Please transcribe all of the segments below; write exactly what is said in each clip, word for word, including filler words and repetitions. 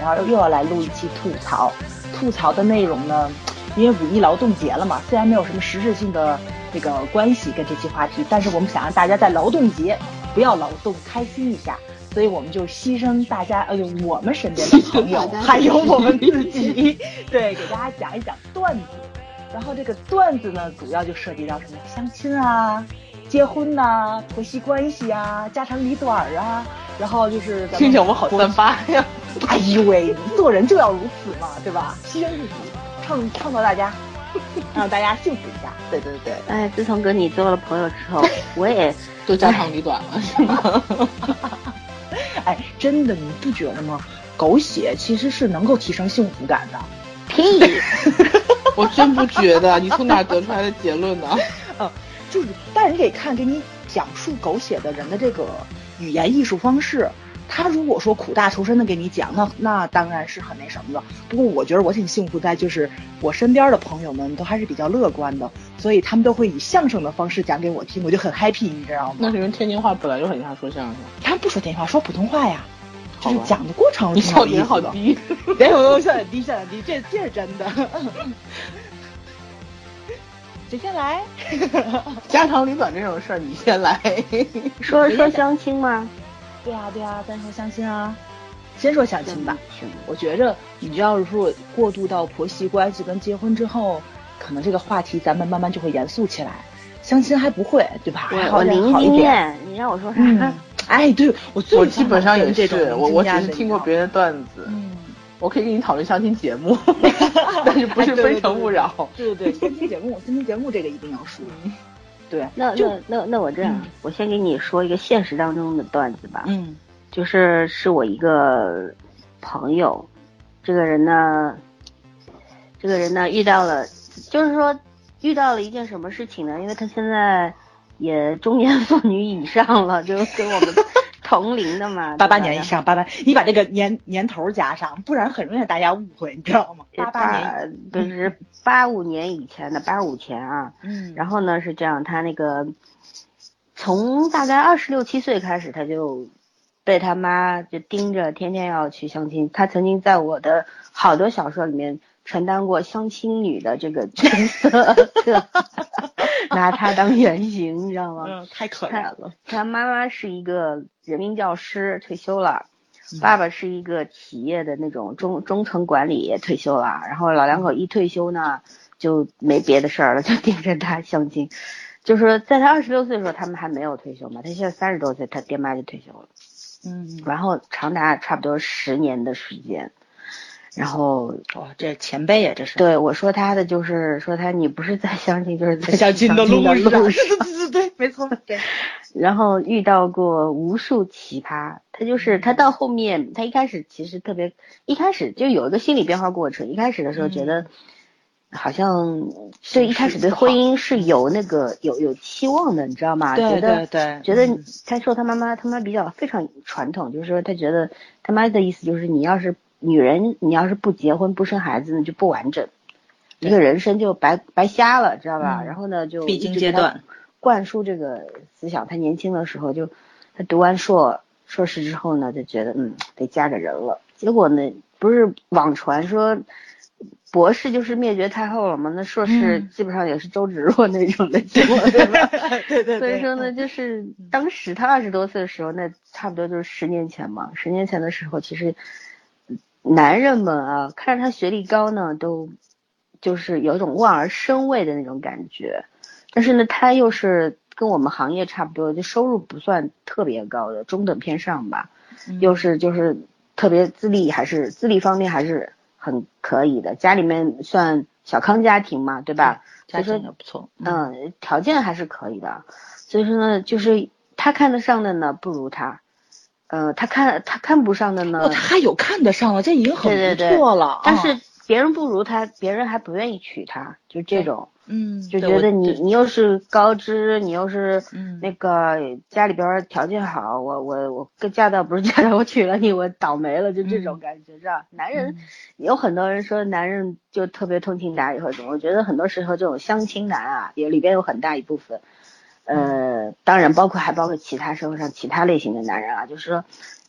要又要来录一期吐槽，吐槽的内容呢，因为五一劳动节了嘛，虽然没有什么实质性的这个关系跟这期话题，但是我们想让大家在劳动节不要劳动，开心一下。所以我们就牺牲大家，呃，我们身边的朋友，还有我们自己，对，给大家讲一讲段子。然后这个段子呢，主要就涉及到什么相亲啊、结婚呐、啊、婆媳关系啊、家长里短啊，然后就是听着我们好三八呀！ 哎呦喂，做人就要如此嘛，对吧？牺牲自己，创创造大家，让大家幸福一下。对对对。 哎，自从跟你做了朋友之后，我也就家长里短了，是吗？ 哎，真的，你不觉得吗？狗血其实是能够提升幸福感的。 屁！ 我真不觉得，你从哪得出来的结论呢？ 嗯，就是但是你得看给你讲述狗血的人的这个语言艺术方式。他如果说苦大仇深的给你讲，那那当然是很那什么的。不过我觉得我挺幸福在，就是我身边的朋友们都还是比较乐观的，所以他们都会以相声的方式讲给我听，我就很 happy， 你知道吗？ 那是因为天津话本来就很像说相声。 他们不说天津话，说普通话呀，就是讲的过程。 你笑点好低， 没有，我笑点低，笑点低，这这是真的。谁先来？ 家长里短这种事儿，你先来。 说说相亲吗？ 对啊对啊，咱说相亲啊，先说相亲吧。我觉着你要是说过渡到婆媳关系跟结婚之后，可能这个话题咱们慢慢就会严肃起来。相亲还不会，对吧？ 我我零经验，你让我说啥？ 嗯、哎，对我最我基本上也是，我我只是听过别人的段子。 嗯， 我可以跟你讨论相亲节目，但是不是非诚勿扰。 对对对，相亲节目，相亲节目这个一定要说。对， 那那那那我这样、嗯，我先给你说一个现实当中的段子吧。 嗯， 就是是我一个朋友，这个人呢，这个人呢遇到了，就是说遇到了一件什么事情呢？因为他现在也中年妇女以上了，就跟我们同龄的嘛， 八八年以上，八八，你把这个年年头加上，不然很容易让大家误会，你知道吗？八八年就是八五年以前的，八五前啊。 嗯。 然后呢是这样，他那个从大概二十六七岁开始，他就被他妈就盯着，天天要去相亲。他曾经在我的好多小说里面承担过相亲女的这个角色，拿他当原型，你知道吗？ 嗯，太可怜了。 他妈妈是一个人民教师，退休了。爸爸是一个企业的那种中中层管理，也退休了。然后老两口一退休呢，就没别的事儿了，就盯着他相亲。就是在他二十六岁的时候，他们还没有退休嘛，他现在三十多岁，他爹妈就退休了。 嗯， 然后长达差不多十年的时间。然后哇，这前辈呀，这是。 对，我说他的就是说他，你不是在相亲，就是在相亲的路上。对对对对，没错。对。 然后遇到过无数奇葩，他就是他到后面，他一开始其实特别，一开始就有一个心理变化过程。一开始的时候觉得，好像对一开始对婚姻是有那个有有期望的，你知道吗？ 对对对。 觉得他说他妈妈，他妈比较非常传统，就是说他觉得他妈的意思就是你要是。女人，你要是不结婚不生孩子，你就不完整，一个人生就白白瞎了，知道吧？嗯、然后呢，就必经阶段灌输这个思想。他年轻的时候就，他读完硕硕士之后呢，就觉得嗯得嫁个人了。结果呢，不是网传说博士就是灭绝太后了吗？那硕士基本上也是周芷若那种的结果，对吧？ 对对对。 所以说呢，就是当时他二十多岁的时候，那差不多就是十年前嘛。十年前的时候，其实。男人们啊，看着他学历高呢，都就是有一种望而生畏的那种感觉。但是呢，他又是跟我们行业差不多，就收入不算特别高的，中等偏上吧。嗯、又是就是特别资历还是资历方面还是很可以的，家里面算小康家庭嘛，对吧？ 家庭也不错， 嗯，嗯条件还是可以的。所以说呢，就是他看得上的呢，不如他。呃，他看他看不上的呢， 哦，他还有看得上的，这已经很不错了。 对对对，但是别人不如他，别人还不愿意娶他，就这种， 嗯， 就觉得你你又是高知，你又是那个家里边条件好，我我我跟嫁到不是嫁到我娶了你，我倒霉了，就这种感觉，是吧？男人有很多人说男人就特别通情达理或者什么，我觉得很多时候这种相亲男啊，也里边有很大一部分。呃，当然包括还包括其他社会上其他类型的男人啊，就是说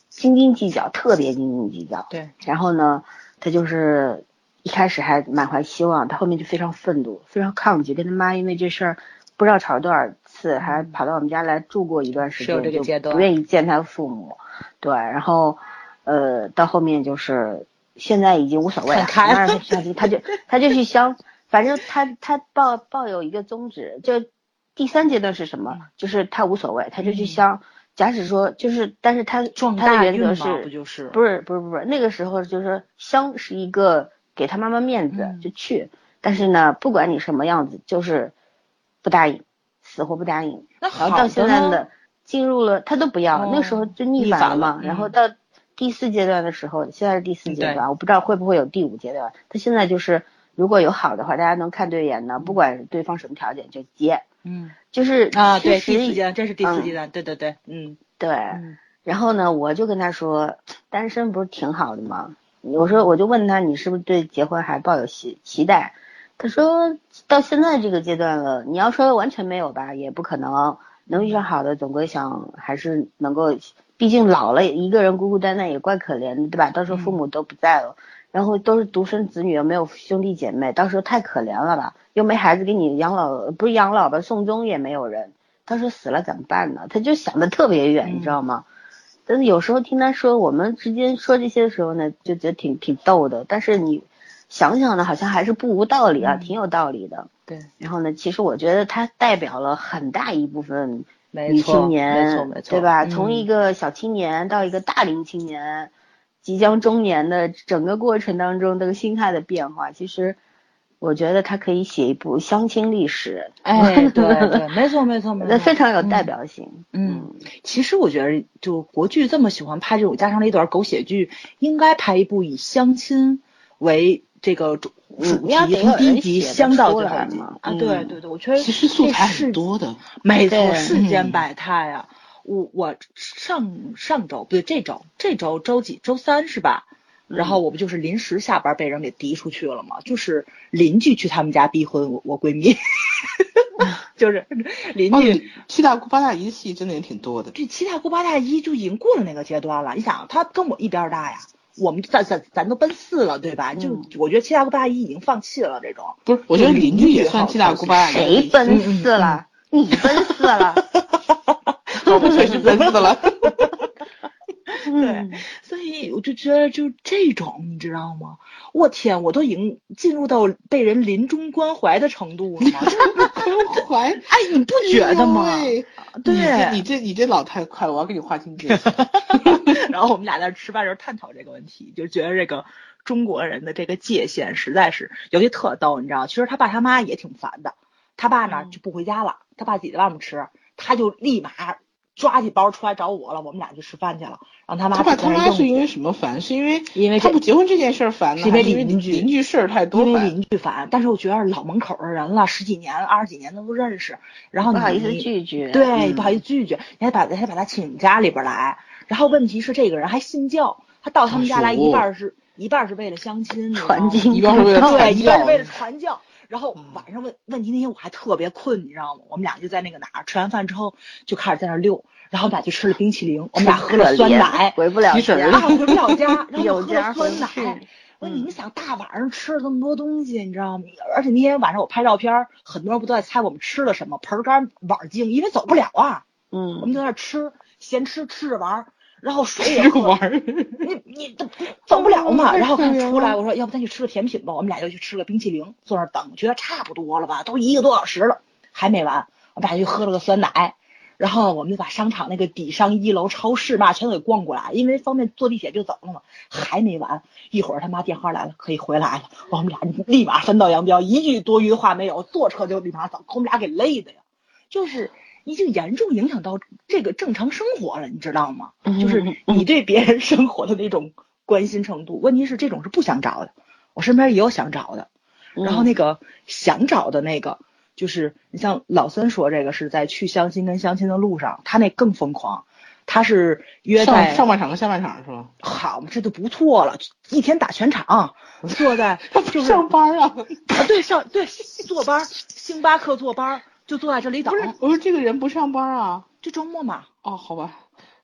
斤斤计较，特别斤斤计较。 对， 然后呢，他就是一开始还满怀希望，他后面就非常愤怒，非常抗拒，跟他妈因为这事儿不知道吵了多少次，还跑到我们家来住过一段时间， 这个阶段就不愿意见他父母。对，然后呃，到后面就是现在已经无所谓了，当然他他就他就去相，反正他他抱抱有一个宗旨，就第三阶段是什么？就是他无所谓，他就去相。嗯假使说就是，但是他他的原则是不就是不是不是不是那个时候就是相是一个给他妈妈面子、嗯、就去，但是呢不管你什么样子就是不答应，死活不答应。然后到现在的进入了他都不要，哦、那时候就逆反了嘛。了嗯、然后到第四阶段的时候，现在是第四阶段，我不知道会不会有第五阶段。他现在就是如果有好的话，大家能看对眼的，不管对方什么条件就接。 嗯， 就是啊，对，第四阶段，这是第四阶段，嗯、对对对，嗯， 对。嗯、然后呢，我就跟他说，单身不是挺好的吗？我说，我就问他，你是不是对结婚还抱有期期待？他说，到现在这个阶段了，你要说完全没有吧，也不可能。能遇上好的，总归想还是能够，毕竟老了一个人孤孤单单也怪可怜的，对吧？到时候父母都不在了。嗯，然后都是独生子女，又没有兄弟姐妹，到时候太可怜了吧？又没孩子给你养老，不是养老吧？送终也没有人，到时候死了怎么办呢？他就想的特别远，你知道吗？但是有时候听他说，我们之间说这些的时候呢，就觉得挺挺逗的。但是你想想呢，好像还是不无道理啊，挺有道理的。 对。 然后呢，其实我觉得他代表了很大一部分女青年， 没错没错， 对吧？从一个小青年到一个大龄青年。即将中年的整个过程当中，这个心态的变化，其实我觉得他可以写一部相亲历史。 哎，对对，没错没错没错， 非常有代表性。 嗯，嗯其实我觉得，就国剧这么喜欢拍这种家长里短狗血剧，应该拍一部以相亲为这个主主题，从第一集相到最后一集啊。对对对，我觉得其实素材很多的， 没错，世间百态啊。我我上上周不对，这周这周周几周三是吧？然后我不就是临时下班被人给提出去了吗？就是邻居去他们家逼婚，我我闺蜜，就是邻居、 哦、七大姑八大姨的戏真的也挺多的。 这七大姑八大姨就已经过了那个阶段了。你想，她跟我一边大呀，我们咱咱咱都奔四了，对吧？就、嗯、我觉得七大姑八大姨已经放弃了这种。 不是，我觉得邻居也算七大姑八大姨。 谁奔四了？嗯、你奔四了。 我们确实奔四了。 对，所以我就觉得就这种，你知道吗？我天，我都已经进入到被人临终关怀的程度了吗？ 关怀？ 哎，你不觉得吗？ 哎、 对， 你这你这老太快了，我要给你划清界限。 然后我们俩在吃饭时候探讨这个问题，就觉得这个中国人的这个界限实在是有些特逗，你知道？其实他爸他妈也挺烦的，他爸呢就不回家了，他爸自己在外面吃，他就立马抓起包出来找我了，我们俩去吃饭去了。然后他妈他爸他妈是因为什么烦？是因为因为他不结婚这件事烦呢？ 是因为邻居邻居事儿太多， 因为邻居烦。但是我觉得老门口的人了，十几年、二十几年都认识，然后你不好意思拒绝， 对，嗯、不好意思拒绝，你还把还把他请家里边来。然后问题是这个人还信教，他到他们家来一半是、哦、一半是为了相亲传经， 一半是为了对，一半是为了传教。然后晚上问问题那天我还特别困，你知道吗？我们俩就在那个哪儿吃完饭之后就开始在那溜。然后我们俩就吃了冰淇淋，我们俩喝了酸奶， 回不了家， 啊，回不了家，然后喝了酸奶。我说你想大晚上吃了这么多东西，你知道吗？而且那天晚上我拍照片，很多人不都在猜我们吃了什么，盆干碗净，因为走不了啊。 嗯， 我们在那吃，闲吃吃着玩，然后水也喝玩， 你你都走不了嘛。然后看出来，我说要不咱去吃个甜品吧，我们俩就去吃个冰淇淋，坐那等，觉得差不多了吧，都一个多小时了，还没完，我们俩就喝了个酸奶。然后我们就把商场那个底商一楼超市嘛全都给逛过来，因为方便坐地铁就走了嘛。还没完，一会儿他妈电话来了，可以回来了，我们俩立马分道扬镳，一句多余的话没有，坐车就立马走，我们俩给累的呀，就是已经严重影响到这个正常生活了，你知道吗？就是你对别人生活的那种关心程度。问题是这种是不想找的，我身边也有想找的，然后那个想找的那个。就是你像老森说这个是在去相亲跟相亲的路上，他那更疯狂，他是约在上, 上半场和下半场是吧？ 好，这就不错了，一天打全场，坐在就是上班啊， 啊对上对坐班，星巴克坐班就坐在这里等。 不是，我说这个人不上班啊， 就周末嘛。 哦，好吧。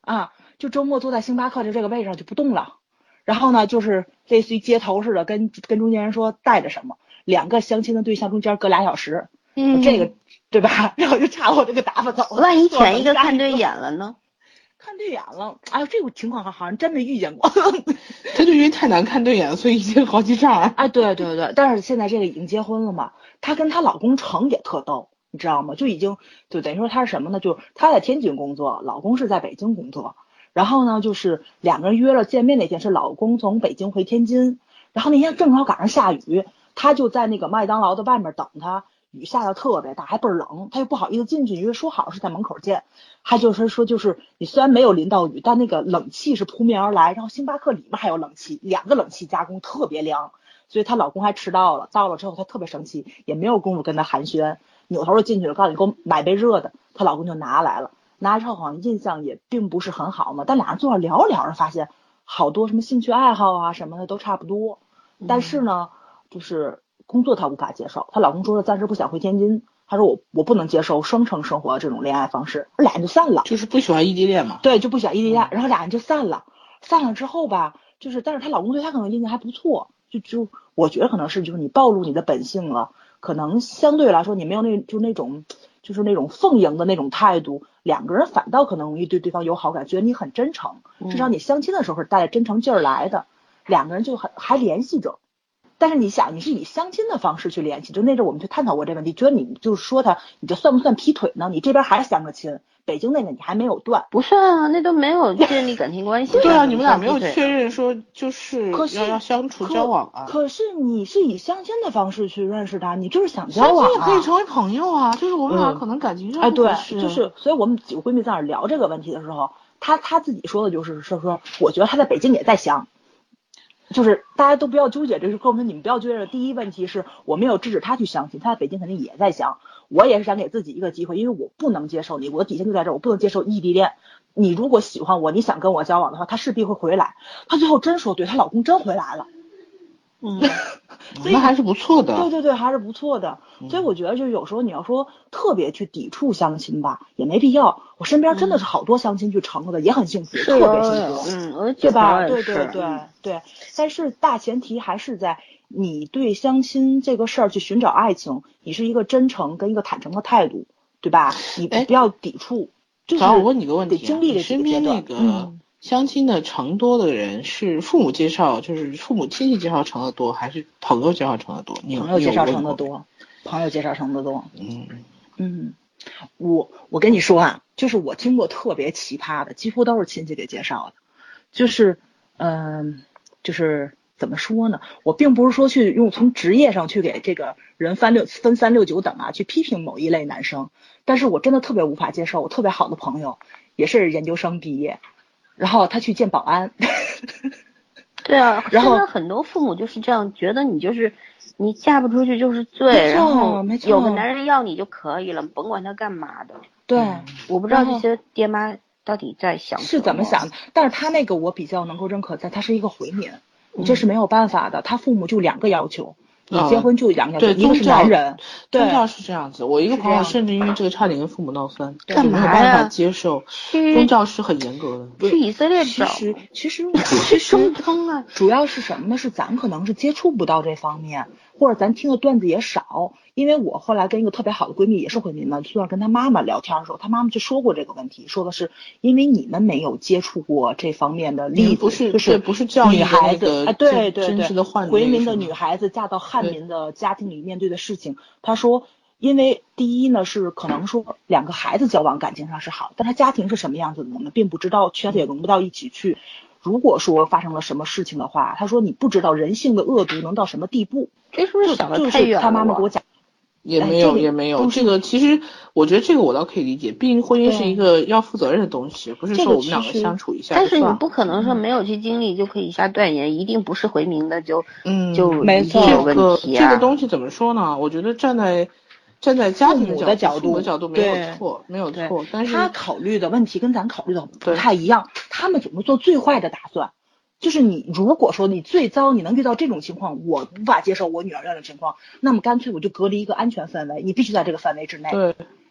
啊，就周末坐在星巴克的这个位置上就不动了。然后呢，就是类似于接头似的，跟跟中间人说带着什么，两个相亲的对象中间隔俩小时， 嗯， 这个对吧？然后就查我这个打发走了。 万一前一个看对眼了呢？ 看对眼了，哎呦，这个情况好好像真没遇见过。 他就因为太难看对眼，所以已经好几场。 哎，对对对，但是现在这个已经结婚了嘛，她跟她老公成也特逗，你知道吗？就已经就等于说她是什么呢？就是她在天津工作，老公是在北京工作。然后呢，就是两个人约了见面那天是老公从北京回天津，然后那天正好赶上下雨，他就在那个麦当劳的外面等他，雨下的特别大，还倍儿冷，他又不好意思进去，因为说好是在门口见，他就是说就是你虽然没有淋到雨，但那个冷气是扑面而来，然后星巴克里面还有冷气，两个冷气加工特别凉，所以她老公还迟到了，到了之后她特别生气，也没有功夫跟他寒暄，扭头就进去了，告诉你给我买杯热的，她老公就拿来了。拿之后好像印象也并不是很好嘛，但俩人坐着聊着聊着发现好多什么兴趣爱好啊什么的都差不多，但是呢，就是工作她无法接受，她老公说暂时不想回天津，她说我我不能接受双城生活这种恋爱方式，俩人就散了， 就是不喜欢异地恋嘛。 对，就不喜欢异地恋，然后俩人就散了，散了之后吧，就是但是她老公对她可能印象还不错，就就我觉得可能是就是你暴露你的本性了，可能相对来说你没有那就那种就是那种奉迎的那种态度，两个人反倒可能容易对对方有好感，觉得你很真诚，至少你相亲的时候是带着真诚劲儿来的，两个人就很还联系着。但是你想，你是以相亲的方式去联系，就那阵我们去探讨过这问题，觉得你就是说他，你这算不算劈腿呢？你这边还是相个亲，北京那个你还没有断， 不算啊，那都没有建立感情关系。 对啊，你们俩没有确认说就是可是要要相处交往啊。 可是你是以相亲的方式去认识他，你就是想交往啊。 相亲也可以成为朋友啊，就是我们俩可能感情上哎，对， 不合适。 就是，所以我们几个闺蜜在那聊这个问题的时候，她她自己说的就是说说，我觉得她在北京也在相。就是大家都不要纠结，这是跟我们你们不要纠结的。第一问题是我没有制止他去相亲，他在北京肯定也在相。我也是想给自己一个机会，因为我不能接受你，我的底线就在这儿，我不能接受异地恋。你如果喜欢我，你想跟我交往的话，他势必会回来。她最后真说对，她老公真回来了。 嗯， 那还是不错的。 对对对，还是不错的。所以我觉得，就有时候你要说特别去抵触相亲吧，也没必要。我身边真的是好多相亲去成了的，也很幸福，特别幸福， 嗯，我对吧？对对对对。但是大前提还是在你对相亲这个事儿去寻找爱情，你是一个真诚跟一个坦诚的态度，对吧？你不要抵触。就是我问你个问题， 得经历这几个阶段。 身边那个相亲的成多的人是父母介绍，就是父母亲戚介绍成的多，还是朋友介绍成的多？ 朋友介绍成的多，朋友介绍成的多。 嗯嗯，我我跟你说啊，就是我听过特别奇葩的，几乎都是亲戚给介绍的，就是嗯、呃，就是怎么说呢？我并不是说去用从职业上去给这个人分六分三六九等啊，去批评某一类男生，但是我真的特别无法接受，我特别好的朋友也是研究生毕业。然后他去见保安， 对啊， 然后现在很多父母就是这样，觉得你就是你嫁不出去就是罪，然后有个男人要你就可以了，甭管他干嘛的。 对， 我不知道这些爹妈到底在想是怎么想的，但是他那个我比较能够认可，在他是一个回民，你这是没有办法的，他父母就两个要求。你结婚就两个， 对， 一个是男人， 宗教是这样子。我一个朋友甚至因为这个差点跟父母闹翻， 干嘛没有办法接受。宗教是很严格的。 去以色列找， 其实其实其实中东啊， 主要是什么呢？是咱可能是接触不到这方面，或者咱听的段子也少。因为我后来跟一个特别好的闺蜜也是回民嘛，就要跟她妈妈聊天的时候，她妈妈就说过这个问题，说的是因为你们没有接触过这方面的例子， 不是就是不是教育女孩子，哎，对对对， 对， 回民的女孩子嫁到汉民的家庭里面对的事情，她说。因为第一呢是可能说两个孩子交往感情上是好，但他家庭是什么样子的我们并不知道，圈子也融不到一起去。如果说发生了什么事情的话，他说你不知道人性的恶毒能到什么地步。 这是不是想的太远了？ 他妈妈给我讲， 也没有、哎、也没有。这个其实我觉得这个我倒可以理解，毕竟婚姻是一个要负责任的东西，不是说我们两个相处一下。 但是你不可能说没有去经历就可以下断言，嗯、一定不是回民的就嗯就没错有问题、 啊、这个东西怎么说呢？我觉得站在。站在家庭的角度， 的角度没有错，没有错。但是他考虑的问题跟咱考虑的不太一样。他们总是做最坏的打算，就是你如果说你最糟，你能遇到这种情况，我无法接受我女儿这样的情况，那么干脆我就隔离一个安全范围，你必须在这个范围之内。 对，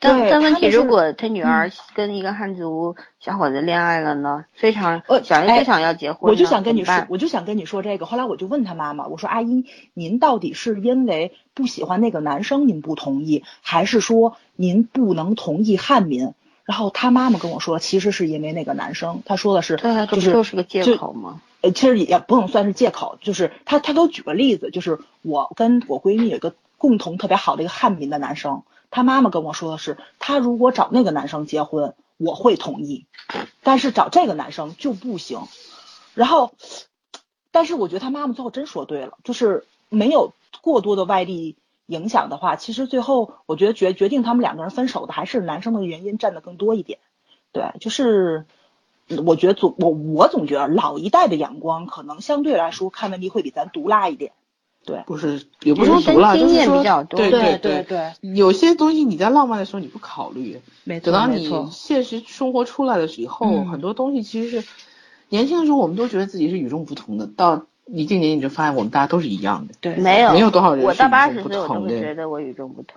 但但问题，如果他女儿跟一个汉族小伙子恋爱了呢？非常想非常要结婚， 我就想跟你说，我就想跟你说这个。后来我就问他妈妈，我说阿姨，您到底是因为不喜欢那个男生您不同意，还是说您不能同意汉民？然后他妈妈跟我说，其实是因为那个男生，他说的是， 对， 就是就是个借口吗？ 呃，其实也不能算是借口，就是他他给我举个例子，就是我跟我闺蜜有一个共同特别好的一个汉民的男生。他妈妈跟我说的是，他如果找那个男生结婚，我会同意，但是找这个男生就不行。然后，但是我觉得他妈妈最后真说对了，就是没有过多的外力影响的话，其实最后我觉得决决定他们两个人分手的还是男生的原因占的更多一点。对，就是我觉得总我我总觉得老一代的眼光可能相对来说看问题会比咱毒辣一点。对， 不是，也不是毒辣，就是说，对对对对， 有些东西你在浪漫的时候你不考虑， 没错， 等到你现实生活出来了以后， 嗯、 很多东西其实是年轻的时候我们都觉得自己是与众不同的，到一定年纪你就发现我们大家都是一样的。 对， 没有没有多少人我到八十岁我都会觉得我与众不同。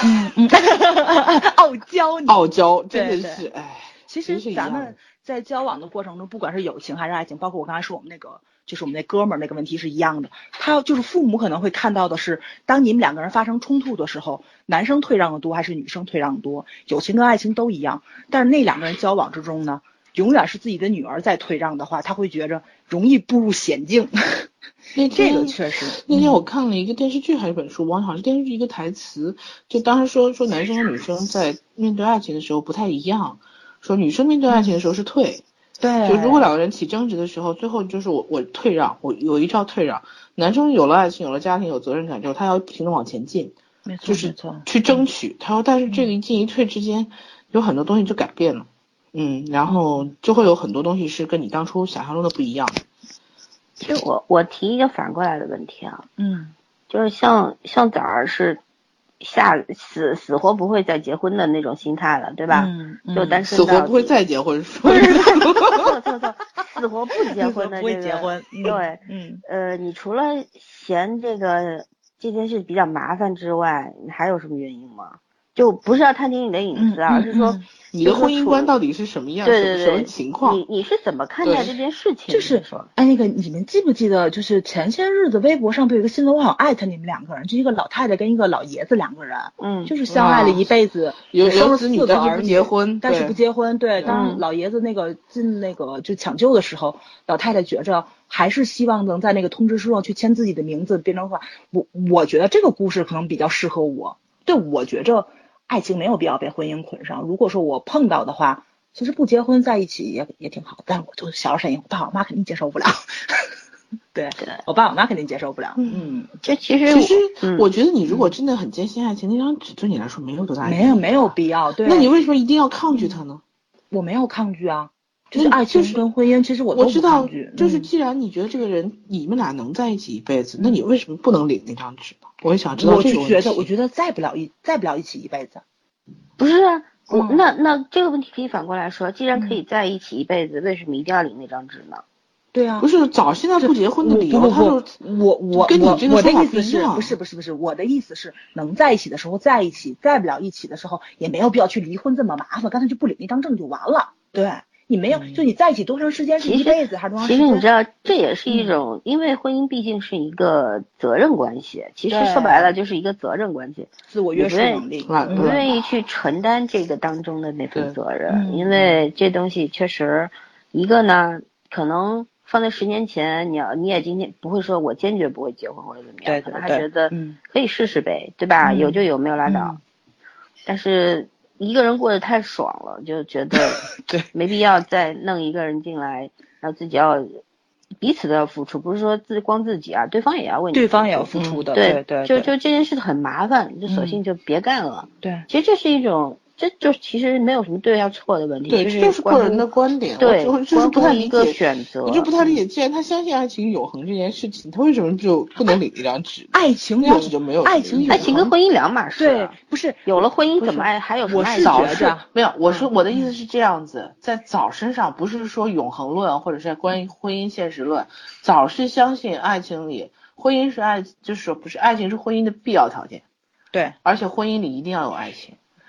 傲娇你， 傲娇真的是，哎， 其实咱们在交往的过程中，不管是友情还是爱情，包括我刚才说我们那个。就是我们那哥们儿那个问题是一样的，他就是父母可能会看到的是，当你们两个人发生冲突的时候，男生退让的多还是女生退让的多？友情跟爱情都一样，但是那两个人交往之中呢，永远是自己的女儿在退让的话，他会觉着容易步入险境。 那这个确实， 那天我看了一个电视剧还是本书，忘了，好像是电视剧一个台词，就当时说说男生和女生在面对爱情的时候不太一样，说女生面对爱情的时候是退。 对， 就如果两个人起争执的时候，最后就是我我退让，我有一招退让。男生有了爱情，有了家庭，有责任感之后，他要不停的往前进， 没错， 就是去争取。他说，但是这个一进一退之间，有很多东西就改变了，嗯，然后就会有很多东西是跟你当初想象中的不一样。 其实我我提一个反过来的问题啊， 嗯， 就是像像崽儿是。下死死活不会再结婚的那种心态了，对吧？ 嗯，嗯就单身死活不会再结婚， 不是错错错，死活不结婚的这个， 不会结婚， 嗯、对， 嗯， 呃，你除了嫌这个这件事比较麻烦之外，你还有什么原因吗？就不是要探听你的隐私， 嗯、 而是说、 嗯、 你的婚姻观到底是什么样， 对对对， 什么情况？ 你你是怎么看待这件事情？ 就是哎，那个你们记不记得，就是前些日子微博上不有一个新闻，我好像艾特你们两个人，就一个老太太跟一个老爷子两个人， 嗯， 就是相爱了一辈子， 有生了四个儿女， 结婚， 但是不结婚。对， 嗯、 当老爷子那个进那个就抢救的时候，老太太觉着还是希望能在那个通知书上去签自己的名字，变成话。我我觉得这个故事可能比较适合我。对，我觉着。爱情没有必要被婚姻捆上。如果说我碰到的话，其实不结婚在一起也也挺好。但我就小点声音，我爸我妈肯定接受不了。对，我爸我妈肯定接受不了。嗯， 这其实其实、 嗯、 我觉得你如果真的很坚信爱情，那张纸对你来说没有多大意义。 没有没有必要。对， 那你为什么一定要抗拒它呢？ 我没有抗拒啊。就是爱情跟婚姻，其实我都不抗拒。 就是既然你觉得这个人你们俩能在一起一辈子，那你为什么不能领那张纸呢？我也想知道这个问题。 我就觉得，我觉得在不了一在不了一起一辈子。 不是啊，我、嗯、那那这个问题可以反过来说，既然可以在一起一辈子，嗯、为什么一定要领那张纸呢？ 对啊， 不是早现在不结婚的理由，他说我我跟你这个我的意思是不是不是不是我的意思是能在一起的时候在一起，在不了一起的时候也没有必要去离婚这么麻烦，干脆就不领一张证就完了。对。你没有，就你在一起多长时间是一辈子还是多长时间？ 其实你知道，这也是一种，嗯、因为婚姻毕竟是一个责任关系。其实说白了就是一个责任关系， 自我约束能力， 不愿意去承担这个当中的那份责任， 嗯、 因为这东西确实，一个呢，可能放在十年前，你要你也今天不会说我坚决不会结婚或者怎么样， 对对对可能还觉得嗯可以试试呗，对吧？ 嗯、 有就有，没有拉倒。 嗯、 但是。一个人过得太爽了，就觉得对没必要再弄一个人进来，然后自己要彼此都要付出，不是说自光自己啊，对方也要为你付出， 对方也要付出的， 嗯、对对 对, 对， 就就这件事很麻烦，就索性就别干了。 嗯、对， 其实这是一种，这就其实没有什么对要错的问题， 对， 就是这就是个人的观点， 对， 我就是不太理解选择， 我就不太理解，既然他相信爱情永恒这件事情，他为什么就不能领一张纸？ 爱情那张纸就没有爱情， 爱情跟婚姻两码事、 啊。对，不是有了婚姻怎么爱还有什么爱？ 早是没有，我说我的意思是这样子，在早身上不是说永恒论，或者是关于婚姻现实论，早是相信爱情里婚姻是爱，就是说不是爱情是婚姻的必要条件。 对， 而且婚姻里一定要有爱情。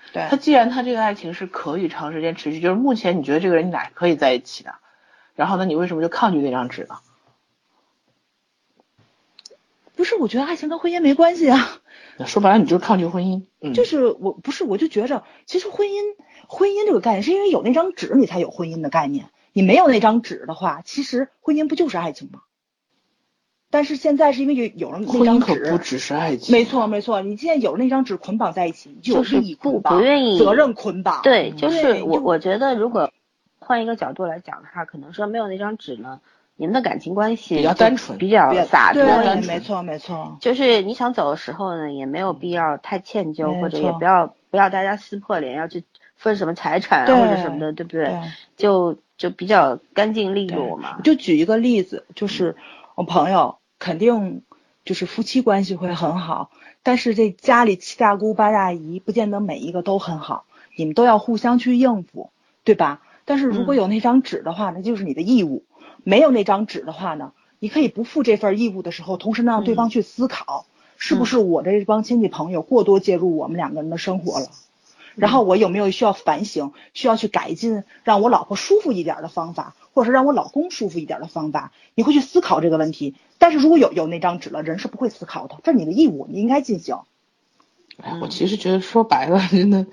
对， 他既然他这个爱情是可以长时间持续，就是目前你觉得这个人你俩可以在一起的，然后呢，你为什么就抗拒那张纸呢？ 不是，我觉得爱情跟婚姻没关系啊。 说白了，你就是抗拒婚姻。嗯， 就是我不是，我就觉着，其实婚姻婚姻这个概念，是因为有那张纸，你才有婚姻的概念。你没有那张纸的话，其实婚姻不就是爱情吗？但是现在是因为有有了那张纸， 婚姻可不只是爱情。 没错没错，你现在有了那张纸捆绑在一起，你就有利益捆绑， 不愿意责任捆绑。 对，就是我就我觉得如果换一个角度来讲的话，可能说没有那张纸呢，你们的感情关系比较单纯， 比较洒脱， 对，没错没错。 就是你想走的时候呢，也没有必要太歉疚，或者也不要不要大家撕破脸要去分什么财产啊或者什么的，对不对？ 对， 就就比较干净利落嘛。 就举一个例子，就是我朋友肯定就是夫妻关系会很好，但是这家里七大姑八大姨不见得每一个都很好，你们都要互相去应付，对吧？但是如果有那张纸的话，那就是你的义务。没有那张纸的话呢，你可以不负这份义务的时候，同时呢让对方去思考，是不是我这帮亲戚朋友过多介入我们两个人的生活了，然后我有没有需要反省，需要去改进，让我老婆舒服一点的方法，或者是让我老公舒服一点的方法，你会去思考这个问题。但是如果有有那张纸了，人是不会思考的，这是你的义务，你应该进行。 哎，我其实觉得说白了，真的。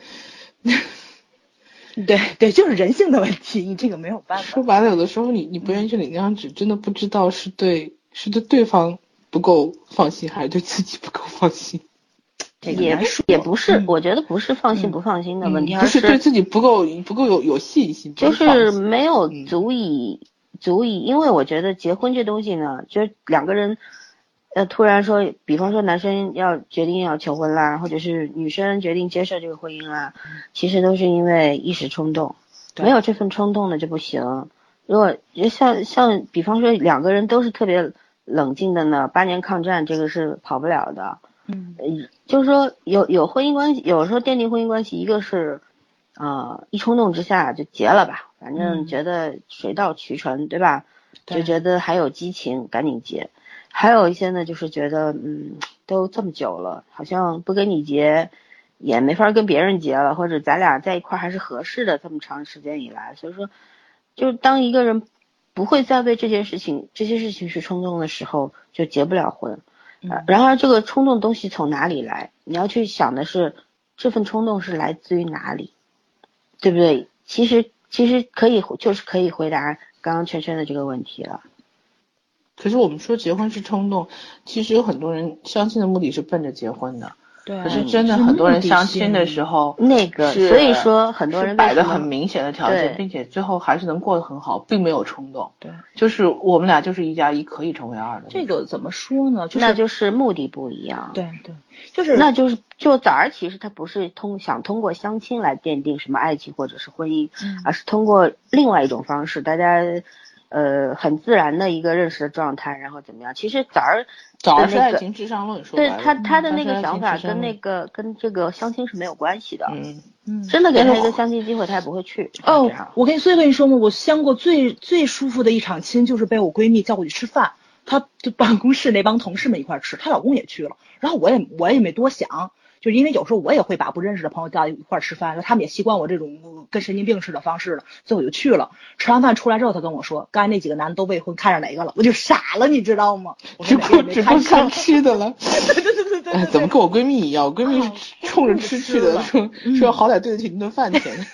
对对，就是人性的问题，你这个没有办法。 说白了，有的时候你你不愿意去领那张纸，真的不知道是对是对对方不够放心，还是对自己不够放心。 也也不是、嗯，我觉得不是放心不放心的问题， 嗯、 而是对自己不够不够有有信心， 就是没有足以、嗯、足以，因为我觉得结婚这东西呢，就是两个人。呃，突然说，比方说男生要决定要求婚啦，或者是女生决定接受这个婚姻啦，其实都是因为一时冲动，没有这份冲动的就不行。如果像像比方说两个人都是特别冷静的呢，八年抗战这个是跑不了的。 嗯， 就是说有有婚姻关系，有时候奠定婚姻关系，一个是啊、呃、一冲动之下就结了吧，反正觉得水到渠成，对吧？就觉得还有激情，赶紧结。还有一些呢，就是觉得，嗯，都这么久了，好像不跟你结，也没法跟别人结了，或者咱俩在一块还是合适的，这么长时间以来，所以说，就是当一个人不会再为这件事情、这些事情去冲动的时候，就结不了婚。嗯、然而，这个冲动东西从哪里来？你要去想的是，这份冲动是来自于哪里，对不对？其实，其实可以，就是可以回答刚刚圈圈的这个问题了。 可是我们说结婚是冲动，其实有很多人相亲的目的是奔着结婚的。 对， 可是真的很多人相亲的时候， 那个所以说很多人摆的很明显的条件，并且最后还是能过得很好，并没有冲动。 对， 就是我们俩就是一加一可以成为二的。 这个怎么说呢？就是那就是目的不一样。 对对，就是那就是就早儿其实他不是通想通过相亲来奠定什么爱情或者是婚姻， 嗯、 而是通过另外一种方式，大家。呃，很自然的一个认识的状态，然后怎么样？其实早儿早儿是爱情至上论，说对他他的那个想法跟那个跟这个相亲是没有关系的。 嗯嗯， 真的给他一个相亲机会，他也不会去。 哦，我跟所以跟你说嘛，我相过最最舒服的一场亲，就是被我闺蜜叫过去吃饭，她就办公室那帮同事们一块吃，她老公也去了，然后我也我也没多想。就是因为有时候我也会把不认识的朋友叫一块吃饭，他们也习惯我这种跟神经病似的方式了，所以我就去了。吃完饭出来之后，他跟我说，刚才那几个男的都未婚，看上哪个了？我就傻了，你知道吗？ 只不只不看吃的了。 对对对对对、哎， 怎么跟我闺蜜一样？我闺蜜是冲着吃去的，说说好歹对得起那顿饭钱。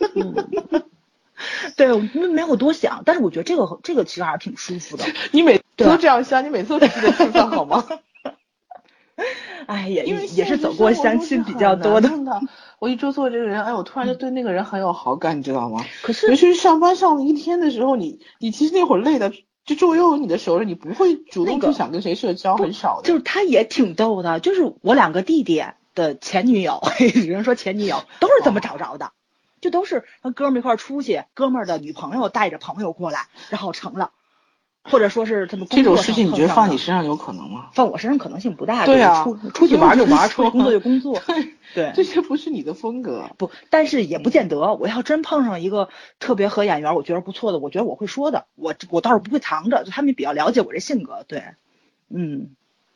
对，我没有多想，但是我觉得这个这个其实还是挺舒服的。 你每次都这样想，你每次都记得吃饭好吗？ 哎，也因为也是走过相亲比较多的。 我一周做这个人，哎，我突然就对那个人很有好感，你知道吗？ 可是， 尤其是上班上了一天的时候，你你其实那会儿累的，就周围有你的熟人，你不会主动去想跟谁社交，很少的。 就是他也挺逗的，就是我两个弟弟的前女友，有人说前女友都是这么找着的，就都是跟哥们一块出去，哥们的女朋友带着朋友过来，然后成了。或者说是他们工作这种事情，你觉得放你身上有可能吗？ 放我身上可能性不大。 对啊， 出出去玩就玩，出去工作就工作。 对对， 这些不是你的风格。 不，但是也不见得。我要真碰上一个特别合眼缘，我觉得不错的，我觉得我会说的。我我倒是不会藏着，就他们比较了解我这性格。对，嗯。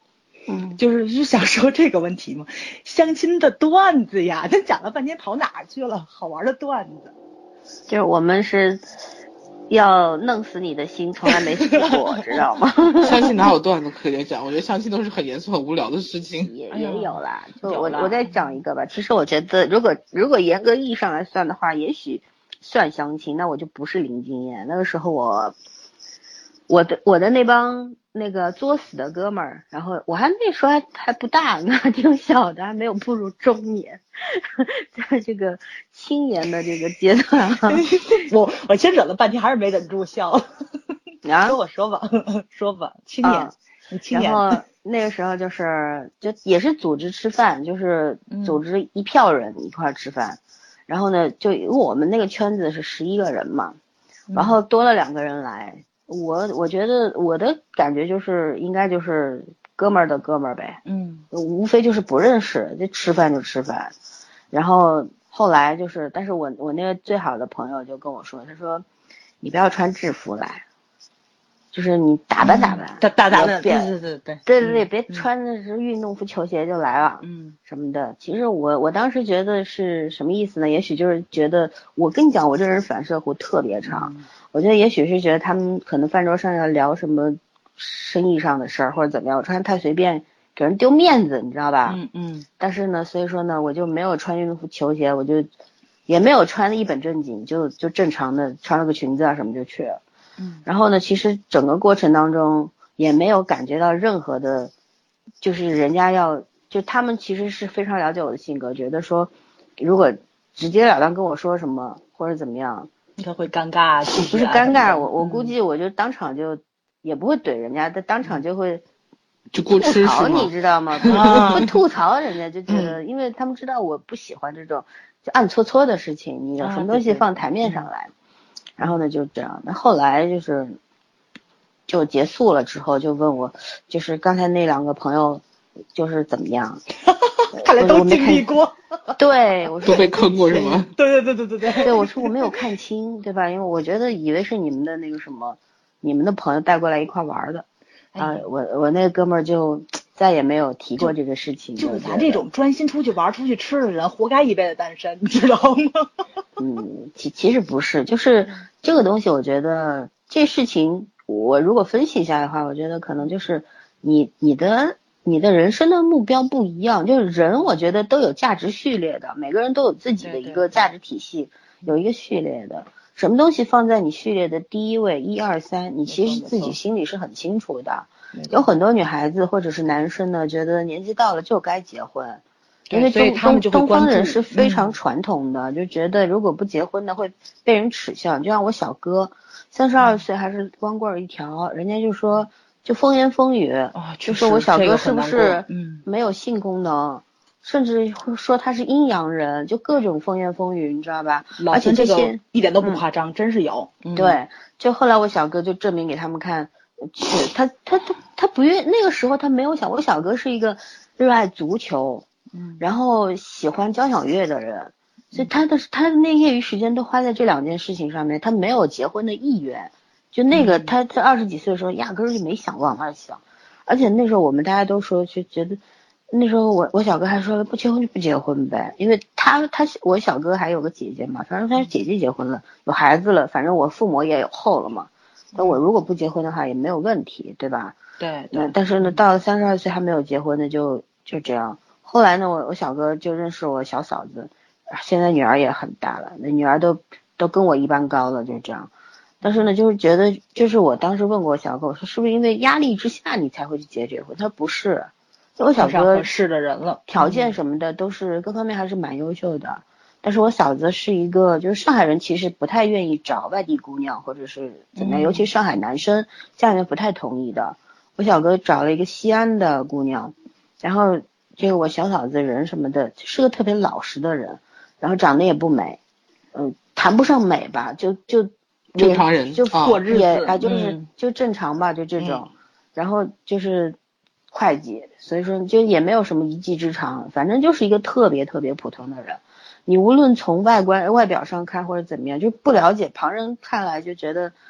嗯， 就是就想说这个问题嘛，相亲的段子呀，咱讲了半天跑哪儿去了？好玩的段子， 就是我们是要弄死你的心，从来没死过，知道吗？ 相亲哪有段子可以讲？我觉得相亲都是很严肃、很无聊的事情。 也哎呦也有啦，就有啦我我再讲一个吧。其实我觉得，如果如果严格意义上来算的话，也许算相亲，那我就不是零经验。那个时候我我的我的那帮那个作死的哥们儿，然后我还那时候还还不大呢，挺小的，还没有步入中年，在这个青年的这个阶段啊。 我我其实忍了半天，还是没忍住笑了。 啊说吧说吧说吧，青年， 啊你青年， 然后那个时候就是就也是组织吃饭，就是组织一票人一块儿吃饭，嗯、然后呢，就因为我们那个圈子是十一个人嘛，然后多了两个人来，我我觉得我的感觉就是应该就是哥们儿的哥们儿呗， 嗯， 无非就是不认识，就吃饭就吃饭，然后后来就是，但是我我那个最好的朋友就跟我说，他说你不要穿制服来。就是你打扮打扮， 打打打扮， 对对对对对对对对，别穿的是运动服球鞋就来了， 嗯， 什么的。其实我我当时觉得是什么意思呢？也许就是觉得，我跟你讲，我这人反射弧特别长。嗯、我觉得也许是觉得他们可能饭桌上要聊什么生意上的事儿或者怎么样，我穿太随便给人丢面子，你知道吧？ 嗯嗯。 但是呢，所以说呢，我就没有穿运动服球鞋，我就也没有穿的一本正经，就就正常的穿了个裙子啊什么就去了。 嗯， 然后呢，其实整个过程当中也没有感觉到任何的，就是人家要，就他们其实是非常了解我的性格，觉得说如果直截了当跟我说什么或者怎么样， 应该会尴尬， 不是尴尬，我我估计我就当场就也不会怼人家，但当场就会就过吃吐槽， 是吗？ 你知道吗？会吐槽人家，就觉得，因为他们知道我不喜欢这种就暗搓搓的事情，你有什么东西放台面上来。然后呢，就这样。那后来就是就结束了之后，就问我，就是刚才那两个朋友，就是怎么样？ 看来都经历过。 对，我说都被坑过是吗？ 对对对对对对。 对，我说我没有看清，对吧？因为我觉得以为是你们的那个什么，你们的朋友带过来一块玩的。啊、呃，我我那个哥们儿就再也没有提过这个事情。 就咱这种专心出去玩、出去吃的人，活该一辈子单身，你知道吗？ 嗯，其其实不是，就是这个东西，我觉得这事情，我如果分析一下的话，我觉得可能就是你你的你的人生的目标不一样。就是人，我觉得都有价值序列的，每个人都有自己的一个价值体系，对对对，有一个序列的。什么东西放在你序列的第一位，一二三，你其实自己心里是很清楚的。有很多女孩子或者是男生呢，觉得年纪到了就该结婚，因为东东东方人是非常传统的，嗯、就觉得如果不结婚的会被人耻笑。就像我小哥，三十二岁还是光棍一条，人家就说就风言风语， 哦、 就说我小哥是不是没有性功能。嗯，甚至会说他是阴阳人，就各种风言风语，你知道吧？而且这些一点都不夸张，嗯、真是有。 嗯、对，就后来我小哥就证明给他们看，是他他他他不愿那个时候他没有想，我小哥是一个热爱足球，嗯，然后喜欢交响乐的人，所以他的他的那业余时间都花在这两件事情上面，他没有结婚的意愿。就那个、嗯、他他二十几岁的时候，压根儿就没想往那想，而且那时候我们大家都说就觉得。那时候我我小哥还说不结婚就不结婚呗，因为他他我小哥还有个姐姐嘛，反正他姐姐结婚了，有孩子了，反正我父母也有后了嘛，那我如果不结婚的话也没有问题，对吧？ 对对。 那但是呢，到了三十二岁还没有结婚的就就这样。后来呢，我我小哥就认识我小嫂子，现在女儿也很大了，那女儿都都跟我一般高了，就这样。但是呢，就是觉得就是我当时问过我小哥，我说是不是因为压力之下你才会去结这婚？他说不是。我小哥合适的人了， 条件什么的都是各方面还是蛮优秀的，但是我嫂子是一个就是上海人，其实不太愿意找外地姑娘或者是怎么样，尤其上海男生家里面不太同意的。我小哥找了一个西安的姑娘，然后这个我小嫂子人什么的是个特别老实的人，然后长得也不美，嗯，谈不上美吧，就就正常人就过日子啊，就是就正常吧，就这种，然后就是。会计，所以说就也没有什么一技之长，反正就是一个特别特别普通的人。你无论从外观外表上看或者怎么样，就不了解，旁人看来就觉得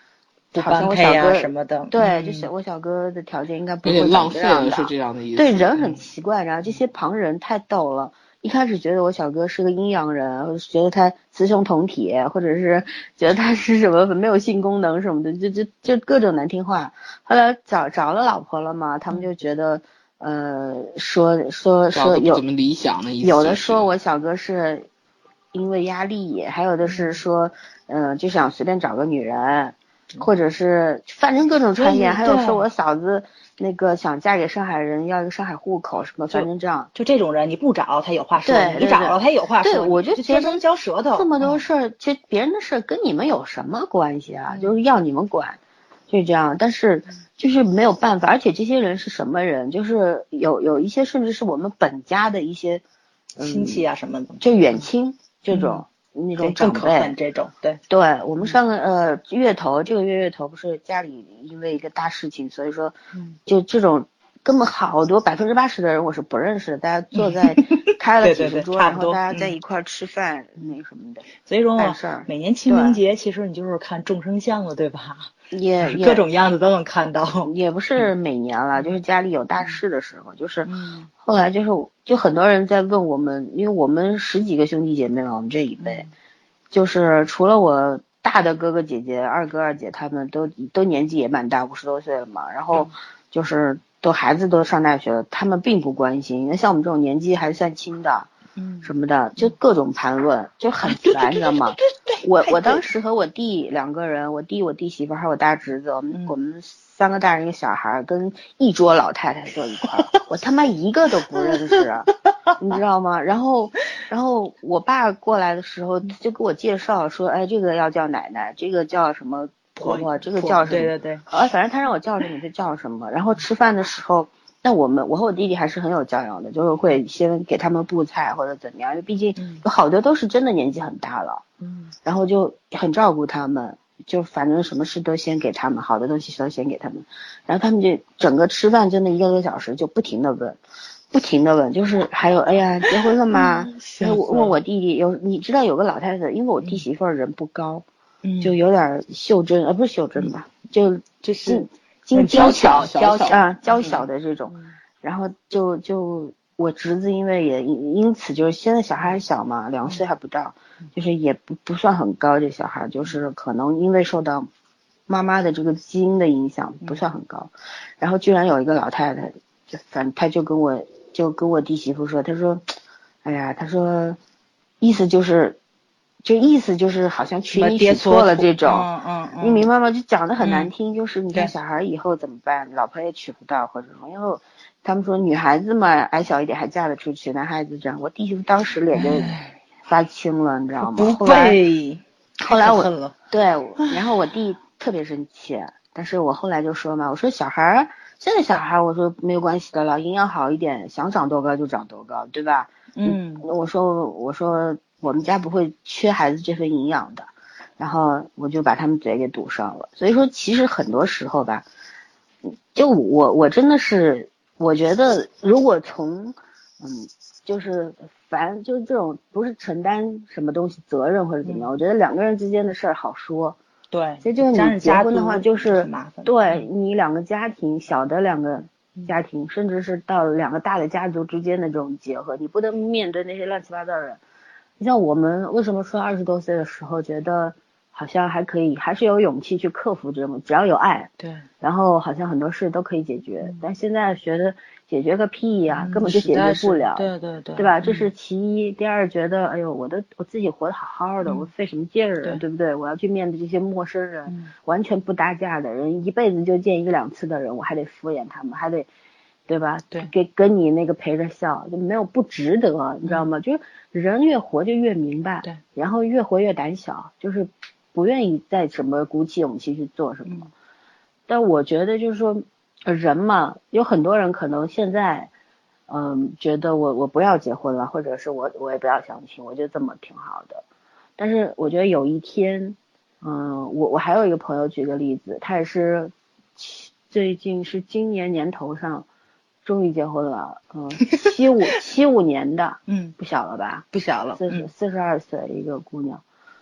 好像我小呀哥什么的， 对， 嗯、 就是我小哥的条件应该不有会点浪费了， 这样的， 是这样的意思。 对，人很奇怪，然后这些旁人太逗了。一开始觉得我小哥是个阴阳人，或者觉得他雌雄同体，或者是觉得他是什么没有性功能什么的，就就就各种难听话。后来找找了老婆了嘛，他们就觉得，呃，说说说有怎么理想的意思、 就是，有的说我小哥是因为压力，还有的是说，嗯、呃，就想随便找个女人。或者是反正各种传言，还有说我嫂子那个想嫁给上海人，要一个上海户口什么，反正这样。 就这种人，你不找他有话说， 对， 你找了他有话说。 对，我就天生嚼舌头。 这么多事儿，其实别人的事儿跟你们有什么关系啊？就是要你们管，就这样。但是就是没有办法，而且这些人是什么人？就是有有一些甚至是我们本家的一些、 嗯、亲戚啊什么的， 就远亲这种。嗯那种长辈， 这种对对，我们上个呃月头，这个月月头不是家里因为一个大事情，所以说，就这种根本好多百分之八十的人我是不认识的，大家坐在开了几十桌， 对对对然后大家在一块吃饭、嗯、那什么的， 所以说办事儿。 每年清明节其实你就是看众生相了，对吧？ 也各种样子都能看到。 也不是每年了，就是家里有大事的时候，就是后来就是就很多人在问我们，因为我们十几个兄弟姐妹嘛，我们这一辈。嗯就是除了我大的哥哥姐姐、二哥二姐，他们都都年纪也蛮大，五十多岁了嘛。然后就是都孩子都上大学了，他们并不关心。那像我们这种年纪还算轻的，嗯，什么的，就各种盘问，就很烦，你知道吗？我我当时和我弟两个人，我弟、我弟媳妇还有我大侄子，我们、嗯、我们三个大人一个小孩，跟一桌老太太坐一块儿，我他妈一个都不认识。你知道吗？然后，然后我爸过来的时候就给我介绍说，哎，这个要叫奶奶，这个叫什么婆婆，这个叫什么？ 对对对。 呃，反正他让我叫什么就叫什么。然后吃饭的时候，那我们我和我弟弟还是很有教养的，就是会先给他们布菜或者怎么样，因为毕竟有好多都是真的年纪很大了，嗯，然后就很照顾他们，就反正什么事都先给他们，好的东西都先给他们，然后他们就整个吃饭真的一个多小时就不停的问。不停的问，就是还有哎呀结婚了吗？然后我问我弟弟有，你知道有个老太太，因为我弟媳妇儿人不高，嗯，就有点袖珍，呃不是袖珍吧，嗯、就就是精娇小娇啊娇小的这种，嗯、然后就就我侄子因为也因此就是现在小孩还小嘛，两岁还不到，就是也不不算很高，这小孩就是可能因为受到妈妈的这个基因的影响不算很高，然后居然有一个老太太，就反正他就跟我。就跟我弟媳妇说，他说，哎呀，他说，意思就是，就意思就是好像娶你娶错了这种， 嗯嗯嗯， 你明白吗？就讲得很难听，嗯、就是你看小孩以后怎么办，老婆也娶不到或者什么，因为他们说女孩子嘛，矮小一点还嫁得出去，男孩子这样，我弟媳妇当时脸就发青了，你知道吗？ 不会， 后来我对，然后我弟特别生气，但是我后来就说嘛，我说小孩。现在小孩我说没有关系的了，营养好一点，想长多高就长多高，对吧？嗯，我说我说我们家不会缺孩子这份营养的，然后我就把他们嘴给堵上了。所以说其实很多时候吧，就我我真的是我觉得如果从嗯就是反正就是这种不是承担什么东西责任或者怎么样，嗯、我觉得两个人之间的事儿好说。 对， 其实就是你结婚的话，就是对你两个家庭，小的两个家庭，嗯、甚至是到两个大的家族之间的这种结合，你不能面对那些乱七八糟的人。你像我们为什么说二十多岁的时候觉得好像还可以，还是有勇气去克服这种，只要有爱， 对， 然后好像很多事都可以解决。嗯、但现在觉得解决个屁呀、啊，嗯、根本就解决不了， 对对对， 对吧？嗯、这是其一。第二，觉得哎呦，我的我自己活得好好的，嗯、我费什么劲儿啊，对, 对不对？我要去面对这些陌生人，嗯、完全不搭架的人，一辈子就见一两次的人，我还得敷衍他们，还得。对吧？ 对， 给跟你那个陪着笑，就没有不值得，你知道吗？嗯、就是人越活就越明白， 对， 然后越活越胆小，就是不愿意再什么鼓起勇气去做什么。嗯、但我觉得就是说，人嘛，有很多人可能现在，嗯，觉得我我不要结婚了，或者是我我也不要相亲，我觉得这么挺好的。但是我觉得有一天，嗯，我我还有一个朋友举个例子，他也是最近是今年年头上。终于结婚了，嗯，七五七五年的， 嗯， 不小了吧？ 不小了， 四十四十二岁一个姑娘，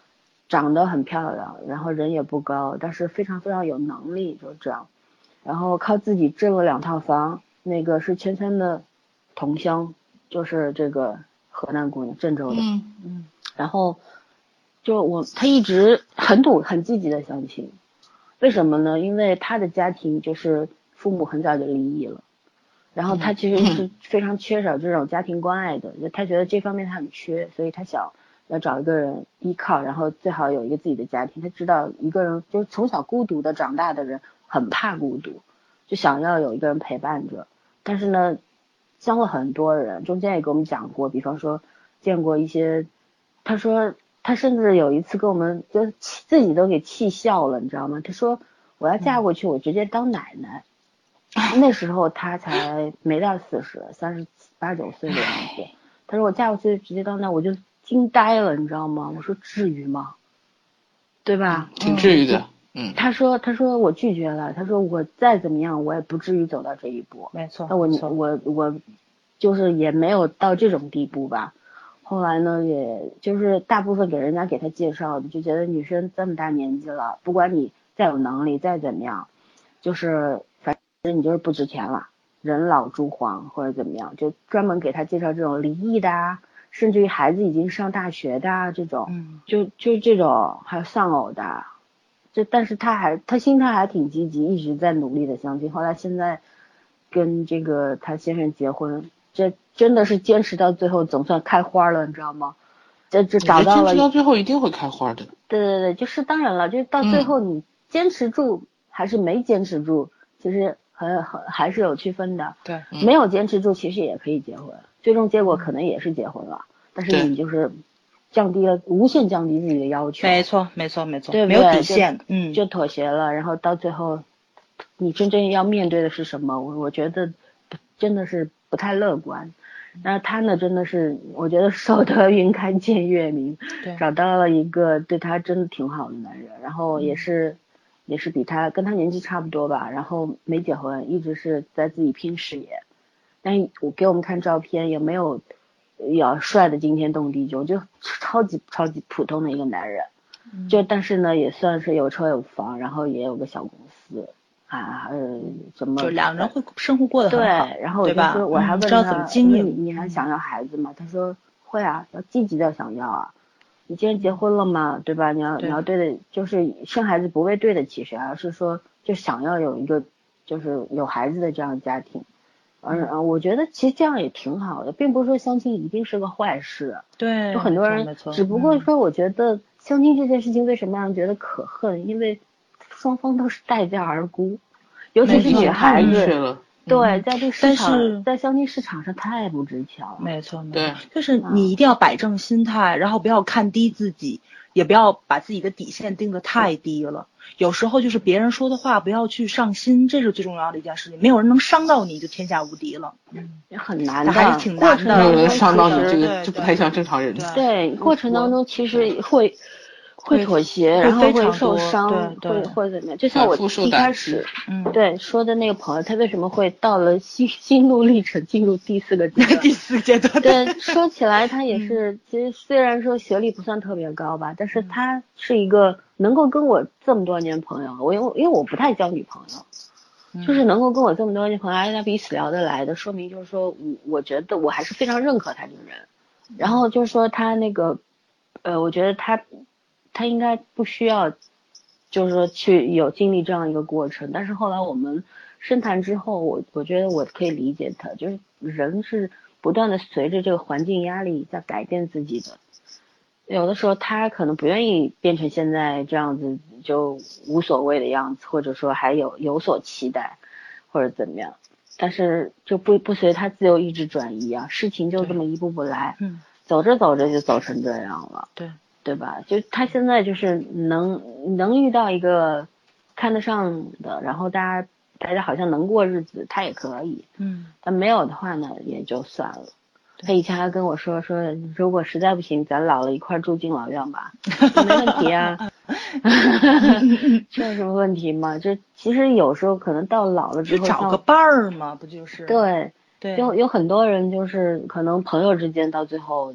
长得很漂亮，然后人也不高，但是非常非常有能力，就这样。然后靠自己挣了两套房，那个是芊芊的同乡，就是这个河南姑娘，郑州的。 嗯嗯。 然后就我他一直很赌很积极的相亲，为什么呢？因为他的家庭就是父母很早就离异了，然后他其实是非常缺少这种家庭关爱的，他觉得这方面他很缺，所以他想要找一个人依靠，然后最好有一个自己的家庭。他知道一个人就是从小孤独的长大的人很怕孤独，就想要有一个人陪伴着。但是呢，相了很多人，中间也给我们讲过，比方说见过一些，他说他甚至有一次跟我们就自己都给气笑了，你知道吗？他说我要嫁过去，我直接当奶奶。嗯、那时候他才没到四十，三十八九岁的样子。他说我嫁过去直接当奶，我就惊呆了，你知道吗？我说至于吗？对吧？ 挺至于的。嗯。 他说他说我拒绝了，他说我再怎么样我也不至于走到这一步。 没错。 那我我我就是也没有到这种地步吧。后来呢，也就是大部分给人家给他介绍的，就觉得女生这么大年纪了，不管你再有能力再怎么样，就是反正你就是不值钱了，人老珠黄或者怎么样，就专门给他介绍这种离异的啊，甚至于孩子已经上大学的啊这种， 嗯， 就就这种，还有丧偶的，就但是他还他心态还挺积极，一直在努力的相亲。后来现在跟这个他先生结婚，这真的是坚持到最后总算开花了，你知道吗？这这找到了， 坚持到最后一定会开花的。 对对对，就是当然了，就是到最后你坚持住、嗯、还是没坚持住，其实还还还是有区分的。 对， 没有坚持住其实也可以结婚，最终结果可能也是结婚了，但是你就是降低了，无限降低自己的要求。 没错没错没错， 对， 没有底线，嗯， 就妥协了，然后到最后你真正要面对的是什么？我我觉得真的是不太乐观。然后他呢，真的是我觉得守得云开见月明，找到了一个对他真的挺好的男人，然后也是、嗯、也是比他跟他年纪差不多吧，然后没结婚，一直是在自己拼事业。但是我给我们看照片也没有要帅的惊天动地，就就超级超级普通的一个男人，嗯、就但是呢也算是有车有房，然后也有个小公司。啊，呃，怎么？ 就两人会生活过得很好， 对，然后我就说，我还问他， 知道怎么经营， 你你还想要孩子吗？他说会啊，要积极的想要啊。你既然结婚了嘛，对吧？你要你要对的，就是生孩子不为对得起谁，而是说就想要有一个就是有孩子的这样的家庭。嗯嗯，我觉得其实这样也挺好的，并不是说相亲一定是个坏事。 对， 就很多人，只不过说我觉得相亲这件事情为什么让人觉得可恨？因为双方都是待价而沽，尤其是女孩子，对，在这市场，在相亲市场上太不值钱了。 没错，对，就是你一定要摆正心态，然后不要看低自己，也不要把自己的底线定得太低了。有时候就是别人说的话不要去上心，这是最重要的一件事情。没有人能伤到你，就天下无敌了。 嗯，也很难的， 还是挺难的。 没有人伤到你，这个就不太像正常人。 对，过程当中其实会。会妥协，然后会受伤，会会怎么样？就像我一开始，嗯，对说的那个朋友，他为什么会到了心心路历程进入第四个阶段？ 第四阶段， 对，说起来他也是，嗯、其实虽然说学历不算特别高吧，但是他是一个能够跟我这么多年朋友，我因为因为我不太交女朋友，嗯、就是能够跟我这么多年朋友，而且他彼此聊得来的，说明就是说我我觉得我还是非常认可他这个人。然后就是说他那个，呃，我觉得他。他应该不需要，就是说去有经历这样一个过程。但是后来我们深谈之后，我我觉得我可以理解他，就是人是不断的随着这个环境压力在改变自己的。有的时候他可能不愿意变成现在这样子就无所谓的样子，或者说还有有所期待，或者怎么样。但是就不不随他自由意志转移啊，事情就这么一步步来，嗯，走着走着就走成这样了。 对。 对吧？就他现在就是能能遇到一个看得上的，然后大家大家好像能过日子，他也可以。嗯。但没有的话呢，也就算了。他以前还跟我说说，如果实在不行，咱老了一块住敬老院吧，没问题啊。这有什么问题吗？就其实有时候可能到老了之后， 就找个伴儿嘛，不就是？ 对。 对。 有有很多人就是可能朋友之间到最后就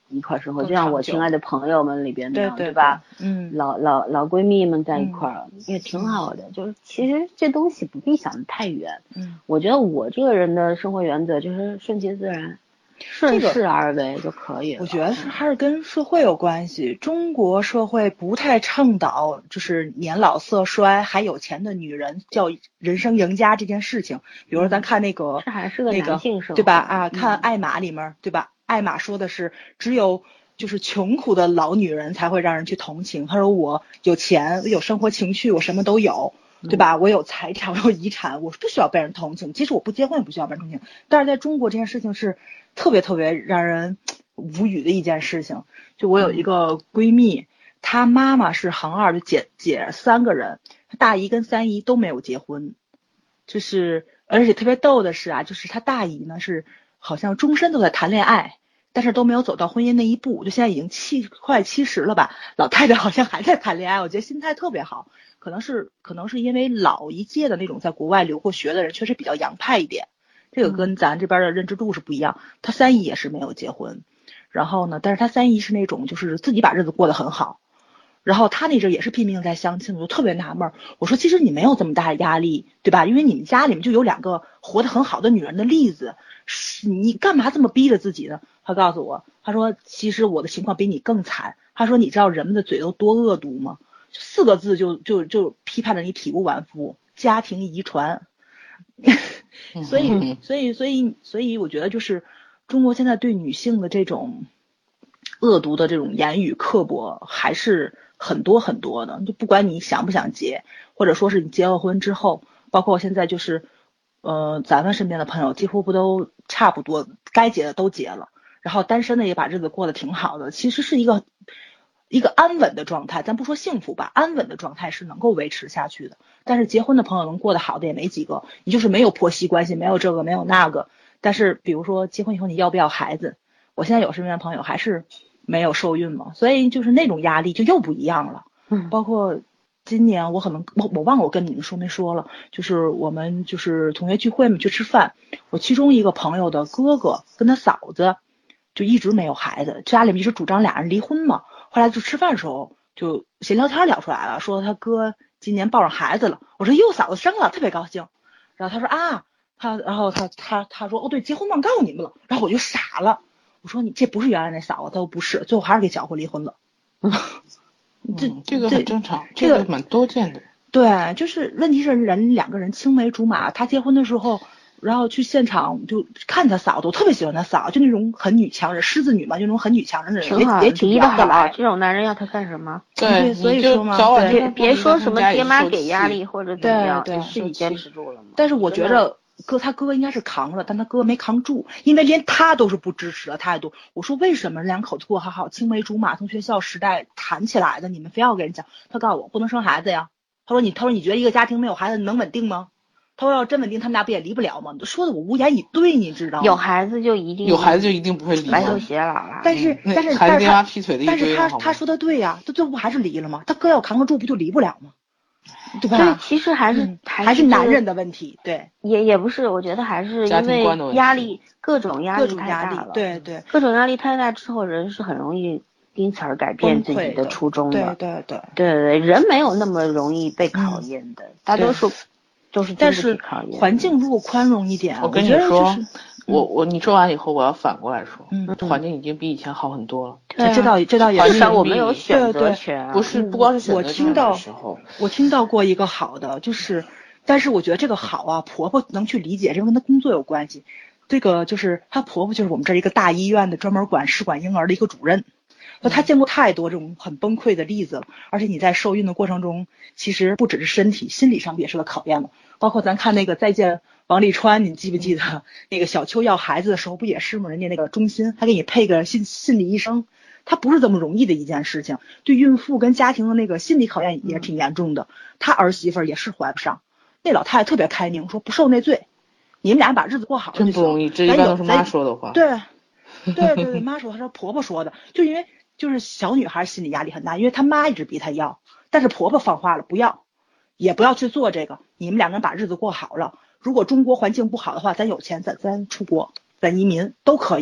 一块生活，就像我亲爱的朋友们里边那样， 对对吧？ 嗯， 老老老闺蜜们在一块儿、嗯、也挺好的。就是其实这东西不必想得太远。 嗯， 我觉得我这个人的生活原则就是顺其自然。顺势而为就可以了。 我觉得是还是跟社会有关系。中国社会不太倡导就是年老色衰还有钱的女人叫人生赢家这件事情。比如说咱看那个， 这还是个男性社会， 对吧？啊，看艾玛里面，对吧？艾玛说的是只有就是穷苦的老女人才会让人去同情。她说我有钱，我有生活情趣，我什么都有。对吧？我有财产，我有遗产，我不需要被人同情。其实我不结婚也不需要被人同情，但是在中国这件事情是特别特别让人无语的一件事情。就我有一个闺蜜，她妈妈是行二，就姐姐三个人，大姨跟三姨都没有结婚。就是而且特别逗的是啊，就是她大姨呢是好像终身都在谈恋爱，但是都没有走到婚姻那一步，就现在已经七快七十了吧，老太太好像还在谈恋爱，我觉得心态特别好。可能是可能是因为老一届的那种在国外留过学的人确实比较洋派一点，这个跟咱这边的认知度是不一样。他三姨也是没有结婚，然后呢，但是他三姨是那种就是自己把日子过得很好，然后他那阵也是拼命在相亲，我就特别纳闷，我说其实你没有这么大的压力，对吧？因为你们家里面就有两个活得很好的女人的例子，你干嘛这么逼着自己呢？他告诉我，他说其实我的情况比你更惨，他说你知道人们的嘴都多恶毒吗？四个字就就就批判着你体无完肤，家庭遗传。所以所以所以所以我觉得就是中国现在对女性的这种恶毒的这种言语刻薄还是很多很多的。就不管你想不想结，或者说是你结了婚之后，包括现在就是呃咱们身边的朋友几乎不都差不多该结的都结了，然后单身的也把日子过得挺好的，其实是一个一个安稳的状态，咱不说幸福吧，安稳的状态是能够维持下去的。但是结婚的朋友能过得好的也没几个，你就是没有婆媳关系，没有这个没有那个。但是比如说结婚以后你要不要孩子，我现在有身边的朋友还是没有受孕嘛，所以就是那种压力就又不一样了。 嗯， 包括今年我可能我我忘了我跟你们说没说了，就是我们就是同学聚会嘛，去吃饭，我其中一个朋友的哥哥跟他嫂子就一直没有孩子，家里面一直主张俩人离婚嘛。后来就吃饭的时候就闲聊天聊出来了，说他哥今年抱上孩子了。我说哟，嫂子生了，特别高兴。然后他说啊，他然后他他他说哦对，结婚忘告诉你们了。然后我就傻了，我说你这不是原来那嫂子，他说不是，最后还是给搅和离婚了。 这、嗯、这个很正常， 这个蛮多见的。 对，就是问题是人两个人青梅竹马，他结婚的时候。然后去现场就看他嫂子，我特别喜欢他嫂，就那种很女强人，狮子女嘛，就那种很女强人的人， 挺好， 也挺离得好。这种男人要他干什么？ 对，所以说嘛， 别别说什么爹妈给压力或者怎么样， 对， 自己坚持住了嘛。 但是我觉着哥他哥应该是扛了，但他哥没扛住，因为连他都是不支持的态度。我说为什么两口子过好好，青梅竹马，从学校时代谈起来的，你们非要给人讲？他告诉我不能生孩子呀。他说你，他说你觉得一个家庭没有孩子能稳定吗？他说要真稳定，他们俩不也离不了吗？说的我无言以对，你知道吗？ 有孩子就一定有孩子就一定不会离， 白头偕老了。 但是、嗯、但是孩子爹妈劈腿的一堆， 但是他他说的对呀、啊，他最后不还是离了吗？他哥要扛得住，不就离不了吗？对吧？ 对，其实还是、 嗯、 还是还是男人的问题，对， 也也不是，我觉得还是因为压力，各种压力太大了， 对对， 各种压力太大之后，人是很容易因此而改变自己的初衷的， 对对对对对，人没有那么容易被考验的，嗯、大多数。就是但是环境如果宽容一点， 我跟你说， 就是、我我你说完以后，我要反过来说， 嗯， 环境已经比以前好很多了。 对、啊，这倒这倒也是，至少我们有选择权、啊， 不是不光是选择权的时候， 我听到过一个好的，就是，但是我觉得这个好啊，婆婆能去理解，这跟她工作有关系。这个就是她婆婆就是我们这儿一个大医院的专门管试管婴儿的一个主任。那他见过太多这种很崩溃的例子了，而且你在受孕的过程中，其实不只是身体，心理上也是个考验了。包括咱看那个《再见王沥川》，你记不记得那个小秋要孩子的时候不也是吗？人家那个中心还给你配个心心理医生，他不是这么容易的一件事情。对孕妇跟家庭的那个心理考验也挺严重的。他儿媳妇也是怀不上，那老太太特别开明，说不受那罪，你们俩把日子过好了就行。 真不容易，这一般都是妈说的话。 对，对对对，妈说，她说婆婆说的，就因为。就是小女孩心理压力很大，因为她妈一直逼她要，但是婆婆放话了，不要，也不要去做这个。你们两个人把日子过好了，如果中国环境不好的话，咱有钱，咱咱出国，咱移民都可以。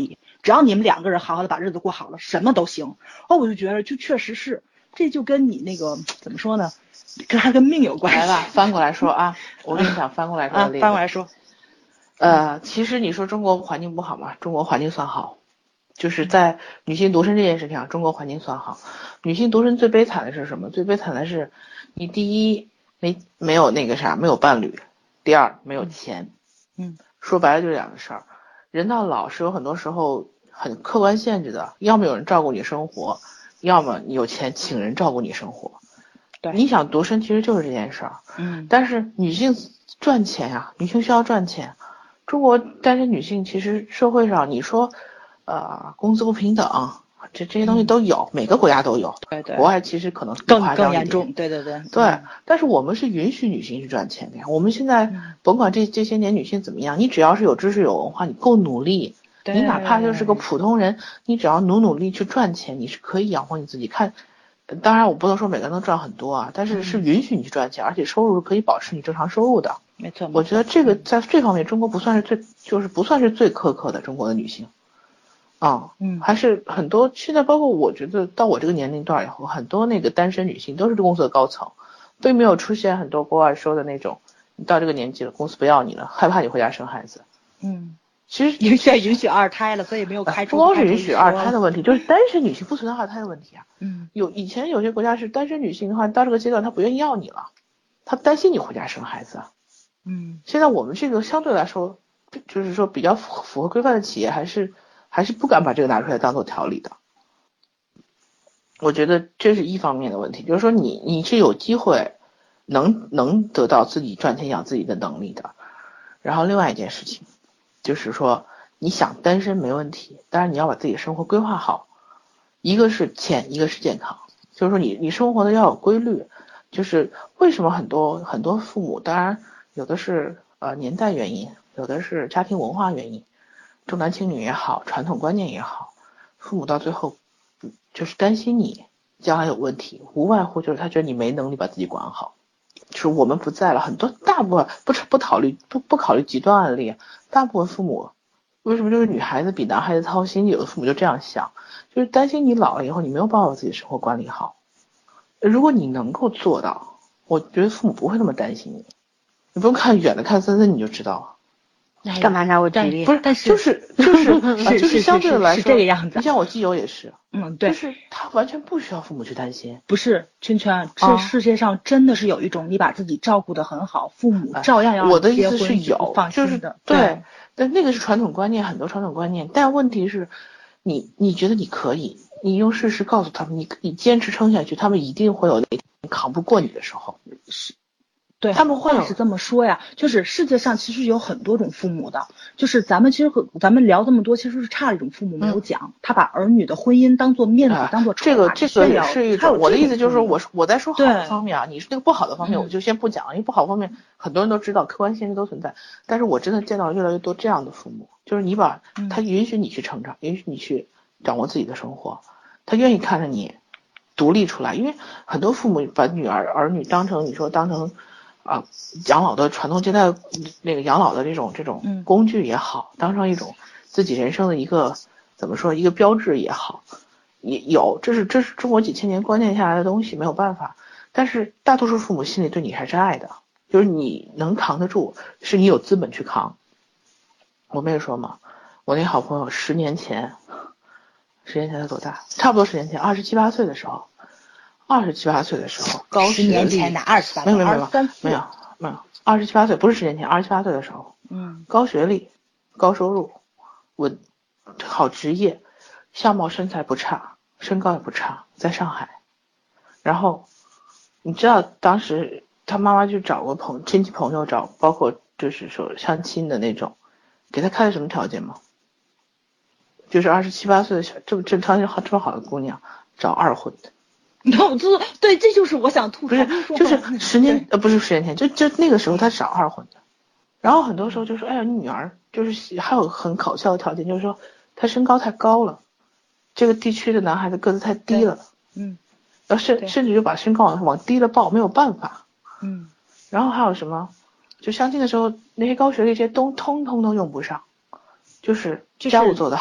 只要你们两个人好好的把日子过好了，什么都行。哦，我就觉得就确实是，这就跟你那个怎么说呢，跟还跟命有关系。 来吧，翻过来说啊，我跟你讲，翻过来说的例子。 啊，翻过来说。 呃，其实你说中国环境不好嘛，中国环境算好，就是在女性独身这件事情上，中国环境算好。女性独身最悲惨的是什么？最悲惨的是，你第一没没有那个啥，没有伴侣；第二没有钱。 嗯， 说白了就是两个事儿。人到老是有很多时候很客观限制的，要么有人照顾你生活，要么你有钱请人照顾你生活。 对， 你想独身其实就是这件事儿。 嗯， 但是女性赚钱呀、啊，女性需要赚钱。中国单身女性其实社会上你说呃工资不平等，这这些东西都有、嗯、每个国家都有。 对对， 国外其实可能更更严重。对对对对、嗯、但是我们是允许女性去赚钱的呀。我们现在甭管这这些年女性怎么样，你只要是有知识有文化，你够努力，你哪怕就是个普通人，你只要努努力去赚钱，你是可以养活你自己。看当然我不能说每个人都赚很多啊，但是是允许你去赚钱、嗯、而且收入是可以保持你正常收入的。 没错， 我觉得这个在这方面中国不算是最就是不算是最苛刻的中国的女性啊，嗯，还是很多现在包括我觉得到我这个年龄段以后，很多那个单身女性都是公司的高层，并没有出现很多国外说的那种你到这个年纪了公司不要你了，害怕你回家生孩子。 嗯， 其实现在允许二胎了，所以没有开除。 不光是允许二胎的问题，就是单身女性不存在二胎的问题啊。 嗯， 有以前有些国家是单身女性的话，到这个阶段她不愿意要你了，她担心你回家生孩子。 嗯， 现在我们这个相对来说，就是说比较符符合规范的企业，还是还是不敢把这个拿出来当做条理的。我觉得这是一方面的问题，就是说你你是有机会能能得到自己赚钱养自己的能力的。然后另外一件事情，就是说你想单身没问题，但是你要把自己的生活规划好，一个是钱，一个是健康，就是说你你生活的要有规律。就是为什么很多很多父母，当然有的是呃年代原因，有的是家庭文化原因，重男轻女也好，传统观念也好，父母到最后就是担心你将来有问题，无外乎就是他觉得你没能力把自己管好。就是我们不在了，很多大部分不不考虑不不考虑极端案例，大部分父母为什么就是女孩子比男孩子操心？有的父母就这样想，就是担心你老了以后你没有办法把自己的生活管理好。如果你能够做到，我觉得父母不会那么担心你。你不用看远的，看森森你就知道了。 干嘛拿我举例？ 不是，但是就是就是啊、就是相对的来说是这个样子。 你像我基友也是， 嗯，对， 就是他完全不需要父母去担心。 不是，圈圈，这世界上真的是有一种你把自己照顾得很好，父母照样要我的意思是有， 放心就是的。 对，但那个是传统观念，很多传统观念。但问题是，你你觉得你可以，你用事实告诉他们，你你坚持撑下去，他们一定会有那天扛不过你的时候。 是。对， 他们话是这么说呀，就是世界上其实有很多种父母的，就是咱们其实和咱们聊这么多，其实是差了一种父母没有讲，嗯、他把儿女的婚姻当做面子，啊、当做这个这个也是一种。我的意思就是说，我我在说好的方面啊，你是那个不好的方面，我就先不讲，因为不好的方面很多人都知道，客观现实都存在。但是我真的见到越来越多这样的父母，就是你把他允许你去成长，嗯、允许你去掌握自己的生活，他愿意看着你独立出来，因为很多父母把女儿儿女当成你说当成。啊，养老的传宗接代，那个养老的这种这种工具也好，嗯、当成一种自己人生的一个怎么说一个标志也好，也有，这是这是中国几千年观念下来的东西，没有办法。但是大多数父母心里对你还是爱的，就是你能扛得住，是你有资本去扛。我没有说嘛，我那好朋友十年前，十年前他多大？差不多十年前，二十七八岁的时候。二十七八岁的时候，高学历。 十年前的二十八， 没有没有没有没有没有，二十七八岁不是十年前，二十七八岁的时候， 嗯， 高学历，高收入，稳，好职业，相貌身材不差，身高也不差，在上海。然后，你知道当时他妈妈去找过朋亲戚朋友找，包括就是说相亲的那种，给他开了什么条件吗？就是二十七八岁的小这么这条件好这么好的姑娘找二婚的。 我这对，这就是我想吐槽， 不是，就是十年呃，不是十年前，就就那个时候他找二婚的，然后很多时候就说，哎呀，你女儿就是还有很搞笑的条件，就是说她身高太高了，这个地区的男孩子个子太低了， 嗯， 然后甚甚至就把身高往往低了报，没有办法， 嗯， 然后还有什么，就相亲的时候那些高学历这些都通通都用不上，就是家务做得好，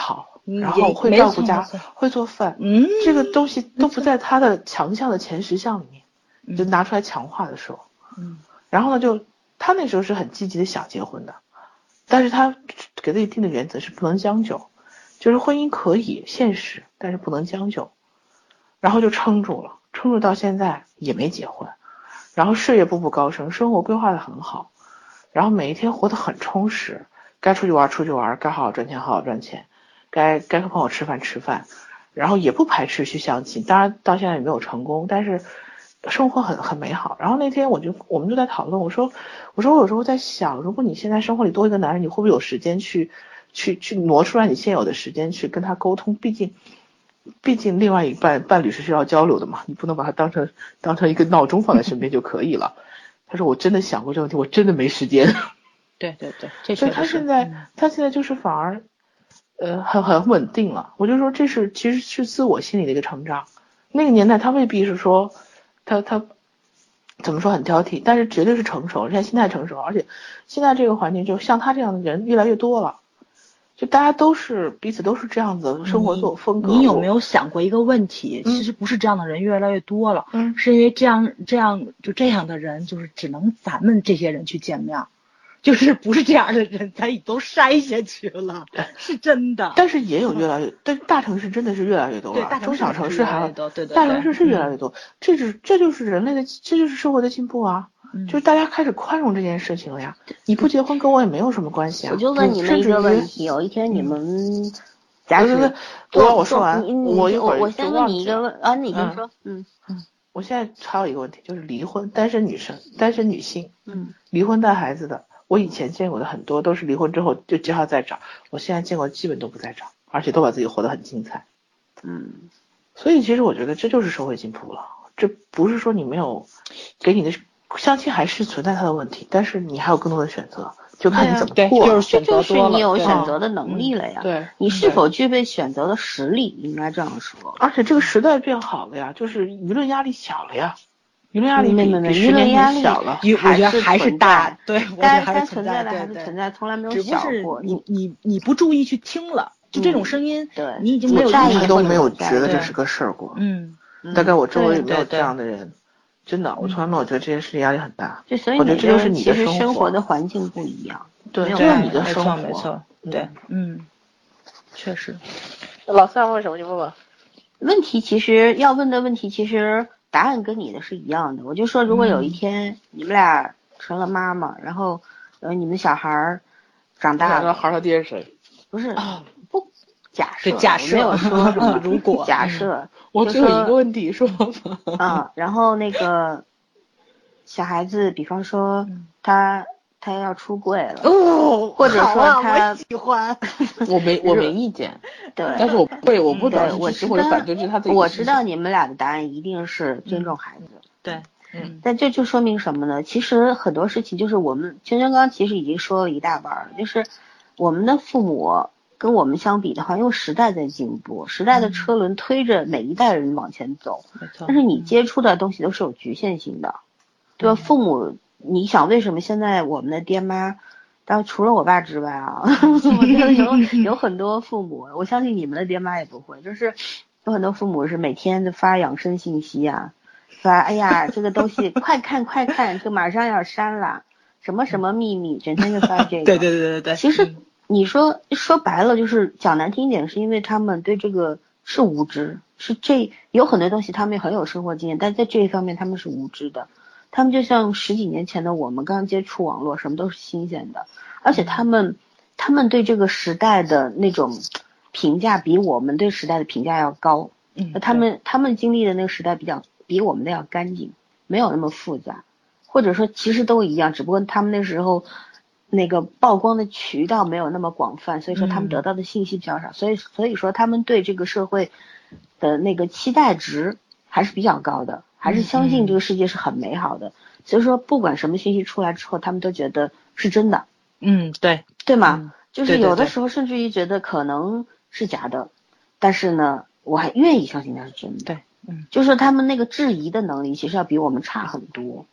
然后会照顾家，会做饭， 嗯， 这个东西都不在他的强项的前十项里面，就拿出来强化的时候， 嗯， 然后呢，就他那时候是很积极的想结婚的，但是他给自己定的原则是不能将就，就是婚姻可以现实，但是不能将就，然后就撑住了，撑住到现在也没结婚，然后事业步步高升，生活规划的很好，然后每一天活得很充实，该出去玩出去玩，该好好赚钱好好赚钱，该该和朋友吃饭吃饭，然后也不排斥去相亲，当然到现在也没有成功，但是生活很很美好。然后那天我就我们就在讨论，我说我说我有时候在想，如果你现在生活里多一个男人，你会不会有时间去去去挪出来你现有的时间去跟他沟通？毕竟毕竟另外一半伴侣是需要交流的嘛，你不能把他当成当成一个闹钟放在身边就可以了。他说我真的想过这个问题，我真的没时间。 对对对，这所以他现在、嗯、他现在就是反而呃很很稳定了。我就说这是其实是自我心理的一个成长。那个年代他未必是说他他怎么说很挑剔，但是绝对是成熟，现在心态成熟，而且现在这个环境就像他这样的人越来越多了。就大家都是彼此都是这样子生活做风格。 你有没有想过一个问题？ 嗯、 其实不是这样的人越来越多了， 嗯， 是因为这样这样就这样的人就是只能咱们这些人去见面，就是不是这样的人咱已都筛下去了，是真的。 但是也有越来越，但大城市真的是越来越多了， 对，大城市中小城市还有， 对对对， 大城市是越来越多，嗯、这是这就是人类的，这就是社会的进步啊。就是大家开始宽容这件事情了呀，你不结婚跟我也没有什么关系啊。 我就问你们一个问题，有一天你们，假使我让我说完， 我一会儿我先问你一个问啊，你先说，嗯嗯，我现在还有一个问题，就是离婚，单身女生，单身女性， 嗯， 离婚带孩子的，我以前见过的很多都是离婚之后就只好再找，我现在见过基本都不再找，而且都把自己活得很精彩， 嗯， 所以其实我觉得这就是社会进步了，这不是说你没有给你的。相亲还是存在它的问题，但是你还有更多的选择，就看你怎么过。 对，就是选择多了，就是你有选择的能力了呀。 对，嗯、 你是否具备选择的实力，应该这样说。 而且这个时代变好了呀，就是舆论压力小了呀，舆论压力比比十年前小了， 我觉得还是大，对， 但是存在的还是存在，从来没有小过。 你你你不注意去听了，就这种声音， 对， 你已经没有意识都没有觉得这是个事儿过。 嗯， 大概我周围没有这样的人。真的，我从来没有觉得这件事情压力很大。 就所以我觉得这就是你的生活，其实生活的环境不一样。 对，这是你的生活， 没错，对，嗯，确实。 老三问什么就问吧。 问题其实要问的问题，其实答案跟你的是一样的。我就说，如果有一天你们俩成了妈妈，然后呃你们小孩长大了， 孩他爹是谁？ 不是，不假设， 假设没有说什么如果假设。 我只有一个问题说啊，然后那个小孩子，比方说他他要出柜了， 哦， 或者说他我喜欢， 我没我没意见， 对， 但是我不会，我不对，我知道， 反对，这是他自己。 我知道你们俩的答案一定是尊重孩子， 对，嗯， 但这就说明什么呢？其实很多事情就是我们圈圈刚其实已经说了一大半了，就是我们的父母。跟我们相比的话，因为时代在进步，时代的车轮推着每一代人往前走， 没错。 但是你接触的东西都是有局限性的，对吧？父母，你想为什么现在我们的爹妈，当然除了我爸之外啊，我觉得有有很多父母，我相信你们的爹妈也不会，就是有很多父母是每天就发养生信息啊，发哎呀这个东西快看快看，这马上要删了，什么什么秘密，整天就发这个。 对对对对对。 其实。你说说白了就是讲难听一点，是因为他们对这个是无知，是这有很多东西他们很有生活经验，但在这一方面他们是无知的。他们就像十几年前的我们刚接触网络，什么都是新鲜的，而且他们他们对这个时代的那种评价比我们对时代的评价要高。 嗯， 他们他们经历的那个时代比较比我们的要干净，没有那么复杂，或者说其实都一样，只不过他们那时候。那个曝光的渠道没有那么广泛，所以说他们得到的信息比较少，所以所以说他们对这个社会的那个期待值还是比较高的，还是相信这个世界是很美好的，所以说不管什么信息出来之后，他们都觉得是真的。 嗯，对， 对吗？ 嗯、 就是有的时候甚至于觉得可能是假的，但是呢，我还愿意相信它是真的。 对，嗯， 就是他们那个质疑的能力其实要比我们差很多。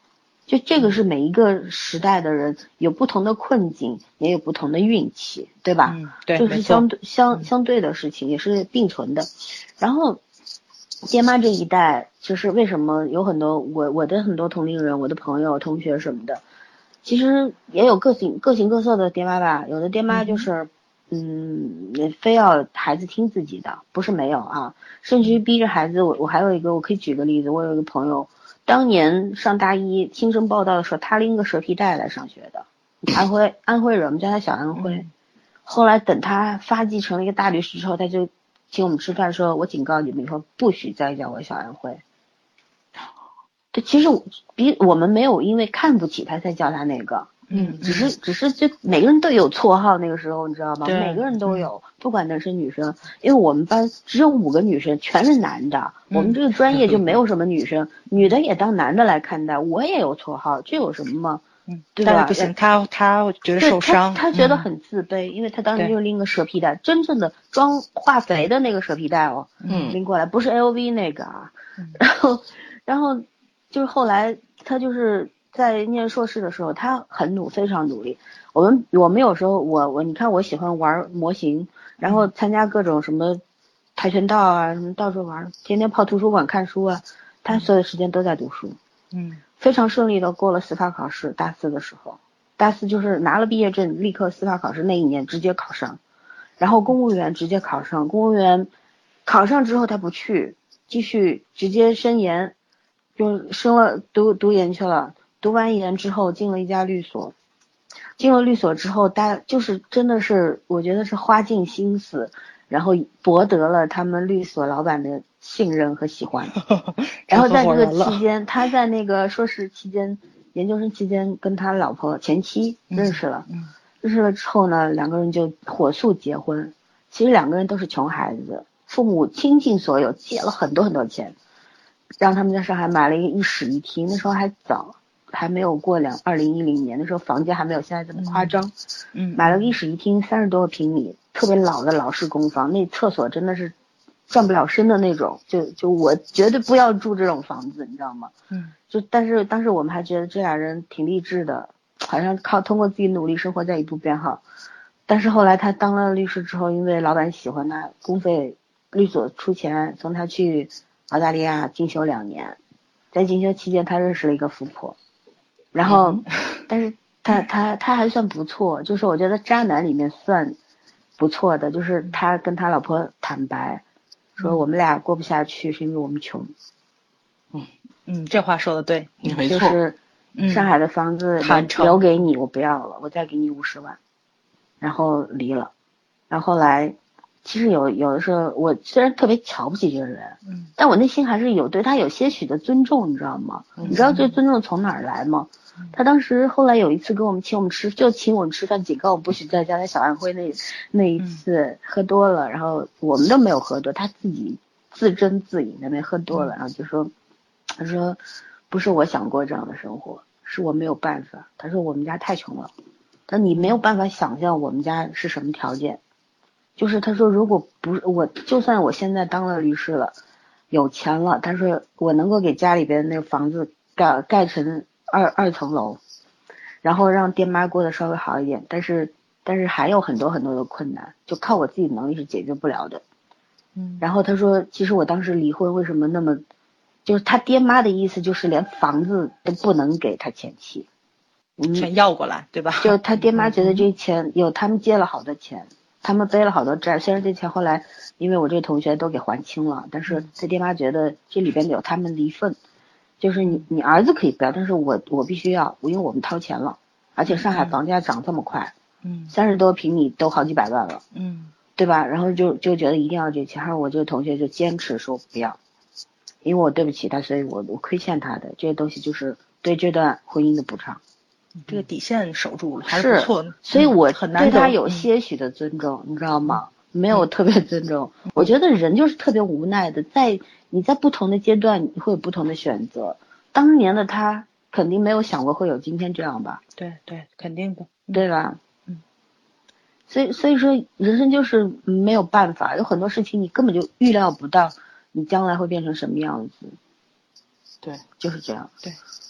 就这个是每一个时代的人有不同的困境，也有不同的运气，对吧？ 嗯，对， 这是相对相相对的事情，也是并存的。然后爹妈这一代，就是为什么有很多我我的很多同龄人，我的朋友、同学什么的，其实也有各形各形各色的爹妈吧。有的爹妈就是嗯，嗯非要孩子听自己的，不是没有啊，甚至于逼着孩子。我我还有一个，我可以举个例子，我有一个朋友。当年上大一新生报道的时候，他拎个蛇皮袋来上学的，安徽安徽人，我们叫他小安徽。后来等他发迹成了一个大律师之后，他就请我们吃饭说，我警告你们以后不许再叫我小安徽。对，其实比我们没有因为看不起他才叫他那个， 嗯， 只是只是就每个人都有绰号，那个时候你知道吗？ 对， 每个人都有，不管男生女生。因为我们班只有五个女生，全是男的， 嗯、 我们这个专业就没有什么女生，女的也当男的来看待。我也有绰号，这有什么吗？ 嗯， 对吧？ 但是不行，他他觉得受伤， 他, 他觉得很自卑、嗯，因为他当时就拎个蛇皮袋，真正的装化肥的那个蛇皮袋哦， 嗯， 拎过来，不是 L V 那个啊。 嗯、 然后，然后就是后来他就是在念硕士的时候，他很努，非常努力。我们我们有时候我我你看我喜欢玩模型，然后参加各种什么跆拳道啊，什么到处玩，天天泡图书馆看书啊，他所有时间都在读书。 嗯。 非常顺利的过了司法考试，大四的时候，大四就是拿了毕业证，立刻司法考试那一年直接考上，然后公务员直接考上，公务员考上之后他不去，继续直接升研，就升了读读研去了，读完研之后进了一家律所，进了律所之后，大就是真的是我觉得是花尽心思，然后博得了他们律所老板的信任和喜欢。然后在这个期间，他在那个硕士期间、研究生期间跟他老婆前妻认识了， 嗯嗯、 认识了之后呢，两个人就火速结婚。其实两个人都是穷孩子，父母倾尽所有，借了很多很多钱，让他们在上海买了一个一室一厅，那时候还早，还没有过两二零一零年，那时候房价还没有现在这么夸张。 嗯， 买了个一室一厅，三十多个平米，特别老的老式公房，那厕所真的是上不了身的那种，就就我绝对不要住这种房子，你知道吗？ 嗯， 就但是当时我们还觉得这俩人挺励志的，好像靠通过自己努力生活在一步变好。但是后来他当了律师之后，因为老板喜欢他，公费律所出钱送他去澳大利亚进修两年，在进修期间他认识了一个富婆，然后、嗯、但是他他他还算不错，就是我觉得渣男里面算不错的，就是他跟他老婆坦白说我们俩过不下去是因为我们穷。 嗯嗯，这话说的对， 没错， 就是上海的房子留给你，我不要了，我再给你五十万，然后离了。然后后来其实有有的时候我虽然特别瞧不起这个人， 嗯， 但我内心还是有对他有些许的尊重，你知道吗？ 嗯、 你知道这尊重从哪儿来吗？嗯、他当时后来有一次跟我们请我们吃，就请我们吃饭，警告我们不许再叫他小安徽那那一次、嗯、喝多了，然后我们都没有喝多，他自己自斟自饮那边喝多了，嗯、然后就说他说不是我想过这样的生活，是我没有办法。他说我们家太穷了，但你没有办法想象我们家是什么条件。就是他说如果不是我，就算我现在当了律师了，有钱了，他说我能够给家里边那个房子盖盖成二二层楼，然后让爹妈过得稍微好一点，但是但是还有很多很多的困难，就靠我自己能力是解决不了的。嗯，然后他说其实我当时离婚为什么那么，就是他爹妈的意思就是连房子都不能给他前妻， 嗯，全要过来，对吧？ 就他爹妈觉得这钱有他们借了好多钱，他们背了好多债，虽然这钱后来因为我这个同学都给还清了，但是他爹妈觉得这里边有他们的一份，就是你你儿子可以不要，但是我我必须要，因为我们掏钱了，而且上海房价涨这么快，嗯，三十多平米都好几百万了，嗯，对吧？然后就就觉得一定要这钱，然后我这个同学就坚持说不要，因为我对不起他，所以我我亏欠他的这些东西就是对这段婚姻的补偿。 这个底线守住了，还是不错的。 所以我对他有些许的尊重，嗯、你知道吗？没有特别尊重。嗯、我觉得人就是特别无奈的，在你在不同的阶段，你会有不同的选择。当年的他肯定没有想过会有今天这样吧？ 对对，肯定的， 对吧？嗯。所以所以说，人生就是没有办法，有很多事情你根本就预料不到，你将来会变成什么样子。 对， 就是这样。 对。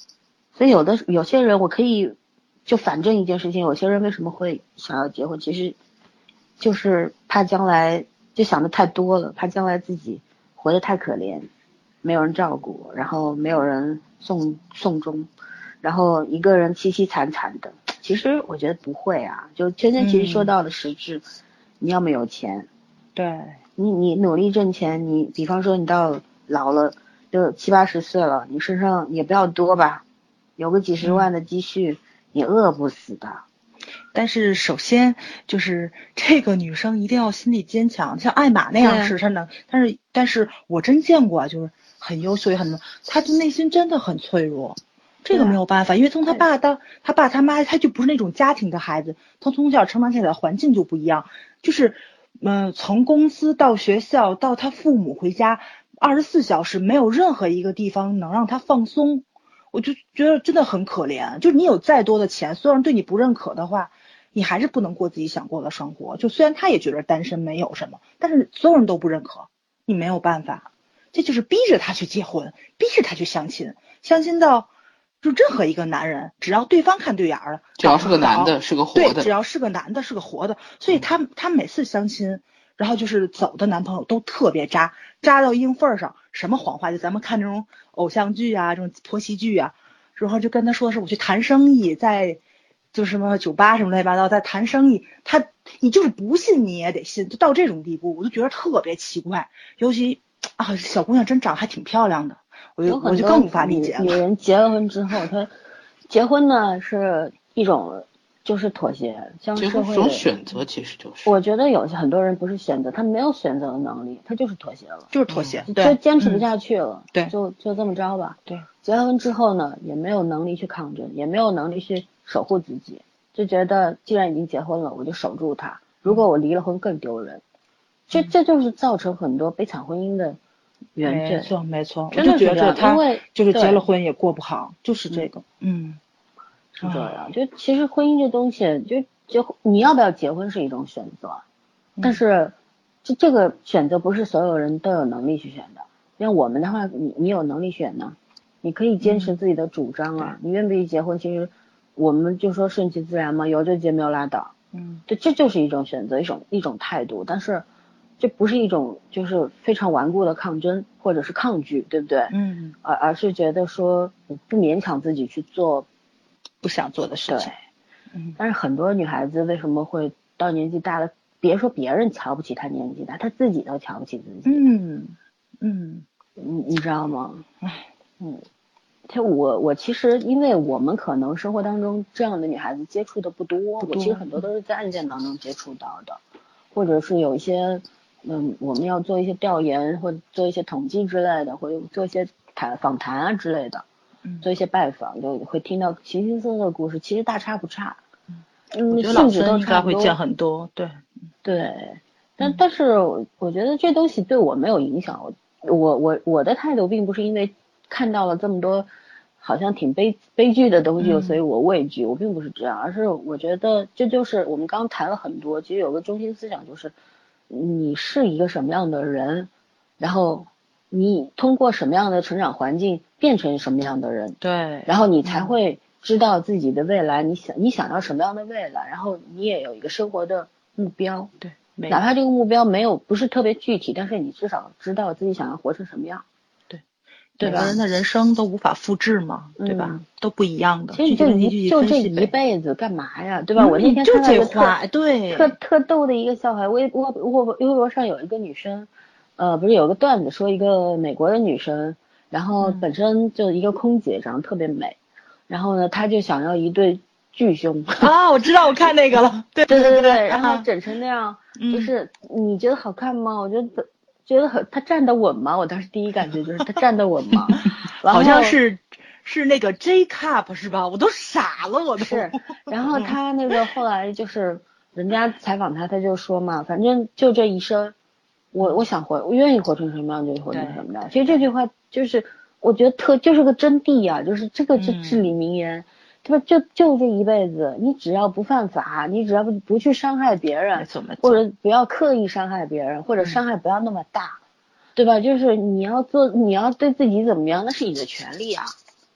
所以有的有些人我可以就反证一件事情，有些人为什么会想要结婚，其实就是怕将来就想的太多了，怕将来自己活得太可怜，没有人照顾，然后没有人送送终，然后一个人凄凄惨惨的。其实我觉得不会啊，就圈圈其实说到了实质，嗯、你要么有钱， 对你你努力挣钱，你比方说你到老了就七八十岁了，你身上也不要多吧，有个几十万的积蓄，嗯、你饿不死的。 但是首先就是这个女生一定要心理坚强，像艾玛那样是她能，但是但是我真见过，就是很优秀也很，她的内心真的很脆弱，这个没有办法，因为从他爸到他爸他妈，他就不是那种家庭的孩子，他从小成长起来的环境就不一样，就是嗯、呃，从公司到学校到他父母回家，二十四小时没有任何一个地方能让他放松。我就觉得真的很可怜，就是你有再多的钱，所有人对你不认可的话，你还是不能过自己想过的生活。就虽然他也觉得单身没有什么，但是所有人都不认可，你没有办法，这就是逼着他去结婚，逼着他去相亲，相亲到就任何一个男人，只要对方看对眼了， 只要是个男的，是个活的， 对，只要是个男的，是个活的，所以他他每次相亲。然后就是走的男朋友都特别渣，渣到硬份上，什么谎话就咱们看这种偶像剧啊，这种婆媳剧啊，然后就跟他说的是我去谈生意，在就什么酒吧什么乱七八糟在谈生意，他你就是不信你也得信，就到这种地步，我就觉得特别奇怪。尤其啊，小姑娘真长还挺漂亮的，我就我就更无法理解了。 女人结了婚之后，她结婚呢是一种。就是妥协，像社会的选择其实就是。 我觉得有些很多人不是选择，他没有选择的能力，他就是妥协了， 就是妥协， 嗯、就坚持不下去了， 嗯、对， 就就这么着吧。 对， 结婚之后呢，也没有能力去抗争，也没有能力去守护自己，就觉得既然已经结婚了，我就守住它。如果我离了婚更丢人，这、嗯、这就是造成很多悲惨婚姻的原罪。 没错没错， 真的是这样， 他因为就是结了婚也过不好，就是这个，嗯。 是这样，就其实婚姻这东西，就就你要不要结婚是一种选择，但是这这个选择不是所有人都有能力去选的。像我们的话，你你有能力选呢，你可以坚持自己的主张啊，嗯、你愿不愿意结婚，其实我们就说顺其自然嘛，有就结没有拉倒，嗯，对，这就是一种选择，一种一种态度，但是这不是一种就是非常顽固的抗争或者是抗拒，对不对？嗯，而而是觉得说不勉强自己去做。 不想做的事情， 嗯，但是很多女孩子为什么会到年纪大了，别说别人瞧不起她年纪大，她自己都瞧不起自己， 嗯嗯， 你你知道吗？唉，嗯，就我我其实因为我们可能生活当中这样的女孩子接触的不多，不多我其实很多都是在案件当中接触到的，或者是有一些嗯我们要做一些调研或者做一些统计之类的，或者做一些谈访谈啊之类的。做一些拜访，就会听到形形色色的故事，其实大差不差。 嗯，我觉得老孙应该会见很多，对对。但、嗯、但是我觉得这东西对我没有影响。我我我的态度并不是因为看到了这么多好像挺悲悲剧的东西，嗯、所以我畏惧。我并不是这样，而是我觉得这就是我们刚刚谈了很多，其实有个中心思想就是，你是一个什么样的人，然后。你通过什么样的成长环境变成什么样的人， 对， 然后你才会知道自己的未来，嗯、你想你想要什么样的未来，然后你也有一个生活的目标， 对， 哪怕这个目标没有不是特别具体，但是你至少知道自己想要活成什么样， 对，对吧？每个人的人生都无法复制嘛，对吧？嗯、都不一样的。 其实就一就这一辈子干嘛呀，对吧？ 嗯、 我那天看到一个特对特特逗的一个笑话，微微微微博上有一个女生。呃，不是有个段子说一个美国的女生，然后本身就一个空姐，长得特别美，嗯、然后呢，她就想要一对巨胸啊，我知道，我看那个了，对对对对对，然后整成那样，嗯、就是你觉得好看吗？我觉得觉得很，她站得稳吗？我当时第一感觉就是她站得稳吗？ 好像是是那个 J Cup 是吧？我都傻了，我都是。然后她那个后来就是人家采访她，她就说嘛，反正就这一生。我我想活，我愿意活成什么样就活成什么样。其实这句话就是，我觉得特就是个真谛啊，就是这个是至理名言，嗯、对吧？就就这一辈子，你只要不犯法，你只要不不去伤害别人，或者不要刻意伤害别人，或者伤害不要那么大，嗯、对吧？就是你要做，你要对自己怎么样，那是你的权利啊。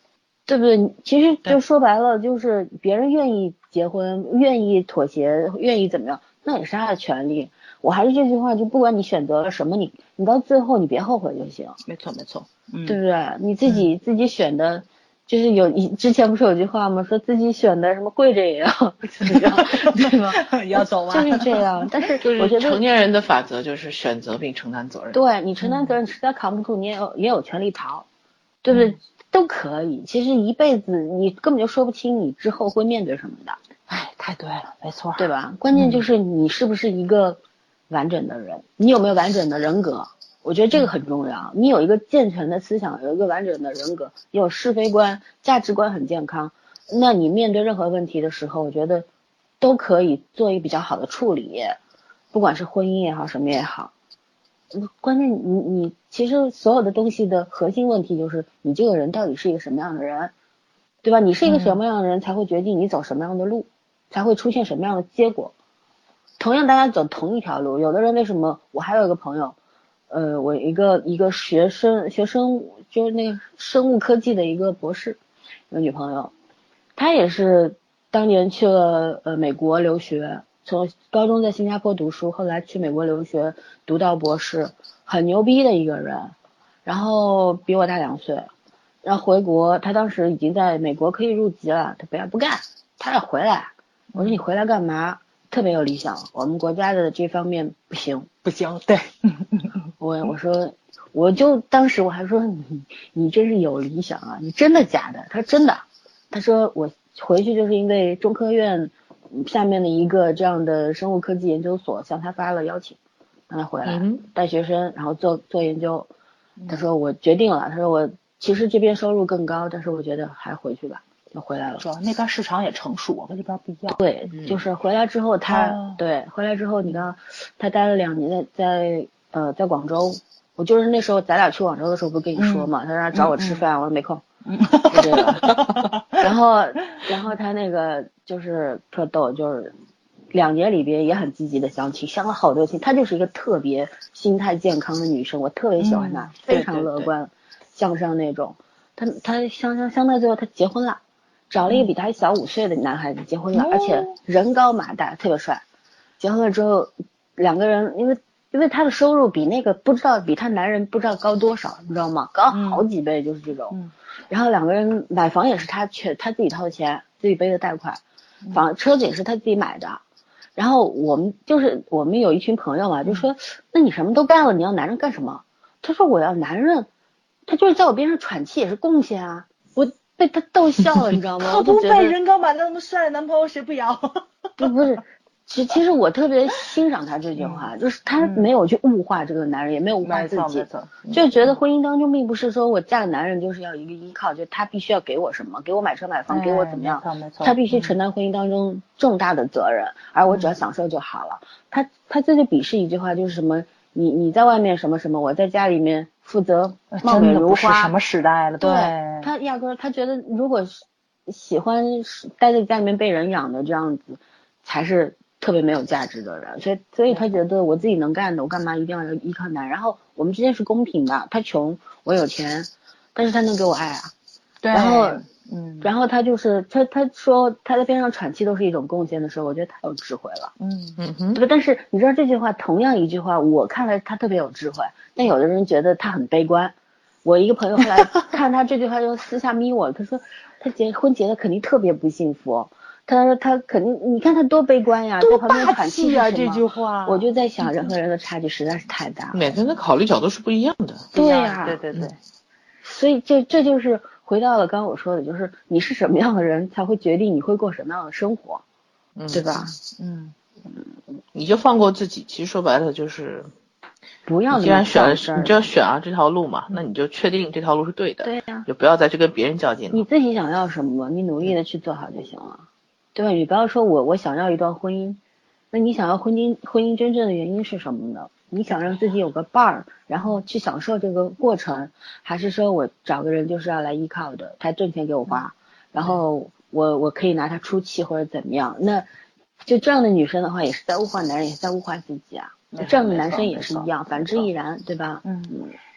对不对？其实就说白了，就是别人愿意结婚，愿意妥协，愿意怎么样，那也是他的权利。我还是这句话，就不管你选择了什么，你你到最后你别后悔就行。 没错没错，嗯， 对不对？你自己、嗯、自己选的，就是有之前不是有句话吗？说自己选的什么跪着也要怎么样，对吗？ 要走完， 就是这样。但是我觉得成年人的法则就是选择并承担责任。 对，你承担责任，你实在扛不住，你也有也有权利逃，对不对？嗯，都可以。其实一辈子你根本就说不清你之后会面对什么的。 哎，太对了，没错， 对吧？关键就是你是不是一个完整的人，嗯、你有没有完整的人格？我觉得这个很重要。你有一个健全的思想，有一个完整的人格，有是非观、价值观很健康，那你面对任何问题的时候，我觉得都可以做一个比较好的处理，不管是婚姻也好，什么也好。关键你你其实所有的东西的核心问题就是你这个人到底是一个什么样的人，对吧？你是一个什么样的人，才会决定你走什么样的路，才会出现什么样的结果。同样大家走同一条路，有的人为什么？我还有一个朋友，呃，我一个一个学生学生就是那个生物科技的一个博士，有女朋友，她也是当年去了呃美国留学。从高中在新加坡读书，后来去美国留学，读到博士，很牛逼的一个人，然后比我大两岁，然后回国，他当时已经在美国可以入籍了，他不要不干，他要回来。我说你回来干嘛？特别有理想，我们国家的这方面不行， 不行，对， 我我说我就当时我还说你你真是有理想啊，你真的假的？他说真的，他说我回去就是因为中科院下面的一个这样的生物科技研究所向他发了邀请，让他回来带学生，然后做做研究。他说我决定了，他说我其实这边收入更高，但是我觉得还回去吧，就回来了。 主要那边市场也成熟，跟这边不一样。 对，嗯、就是回来之后他、哦、对回来之后，你看他待了两年在在呃在广州，我就是那时候咱俩去广州的时候不跟你说嘛，嗯、他让找我吃饭，嗯、我说没空。嗯，就这个，然后，然后他那个就是特逗，就是两年里边也很积极的相亲，相了好多亲。她就是一个特别心态健康的女生，我特别喜欢她，嗯、非常乐观、对对对向上那种。她她相相相到最后，她结婚了，找了一个比她小五岁的男孩子结婚了，嗯、而且人高马大，特别帅。结婚了之后，两个人因为因为她的收入比那个不知道比她男人不知道高多少，你知道吗？高好几倍，就是这种。嗯然后两个人买房也是他全他自己掏钱，自己背的贷款，房车子也是他自己买的。然后我们就是我们有一群朋友嘛，就说那你什么都干了，你要男人干什么？他说我要男人，他就是在我边上喘气也是贡献啊。我被他逗笑了，你知道吗？ 他不被人高马大那么帅的男朋友谁不要？ 不不是。其其实我特别欣赏他这句话，嗯、就是他没有去物化这个男人，嗯、也没有物化自己， 嗯、 就觉得婚姻当中并不是说我嫁个男人就是要一个依靠，就他必须要给我什么，给我买车买房， 哎、 给我怎么样， 没错他必须承担婚姻当中重大的责任，嗯、而我只要享受就好了。他他这就鄙视一句话，就是什么你你在外面什么什么，我在家里面负责貌美如花， 什么时代了？ 对，他压根他觉得如果喜欢待在家里面被人养的这样子，才是特别没有价值的人，所以所以他觉得我自己能干的，我干嘛一定要依靠男人？然后我们之间是公平的，他穷我有钱，但是他能给我爱啊。 对。 然后嗯， 然后他就是他他说他在边上喘气都是一种贡献的时候，我觉得太有智慧了。 嗯嗯哼。 对，但是你知道这句话同样一句话，我看来他特别有智慧，但有的人觉得他很悲观。我一个朋友后来看他这句话就私下咪我，他说他结婚结的肯定特别不幸福。他说他肯定，你看他多悲观呀， 多在旁边喘气啊！这句话， 我就在想，人和人的差距实在是太大了。 每个人的考虑角度是不一样的。 对呀、 啊，对对对。 所以这这就是回到了刚刚我说的，就是你是什么样的人，才会决定你会过什么样的生活， 嗯、 对吧？ 嗯嗯，你就放过自己。其实说白了就是， 不要既然选了，你就要选啊这条路嘛，那你就确定这条路是对的。 对呀、啊， 就不要再去跟别人较劲了。 你自己想要什么，你努力的去做好就行了。对吧？你不要说我我想要一段婚姻，那你想要婚姻婚姻真正的原因是什么呢？你想让自己有个伴儿，然后去享受这个过程，还是说我找个人就是要来依靠的，他挣钱给我花，然后我我可以拿他出气或者怎么样？那就这样的女生的话，也是在物化男人，也是在物化自己啊。这样的男生也是一样，反之亦然，对吧？ 嗯，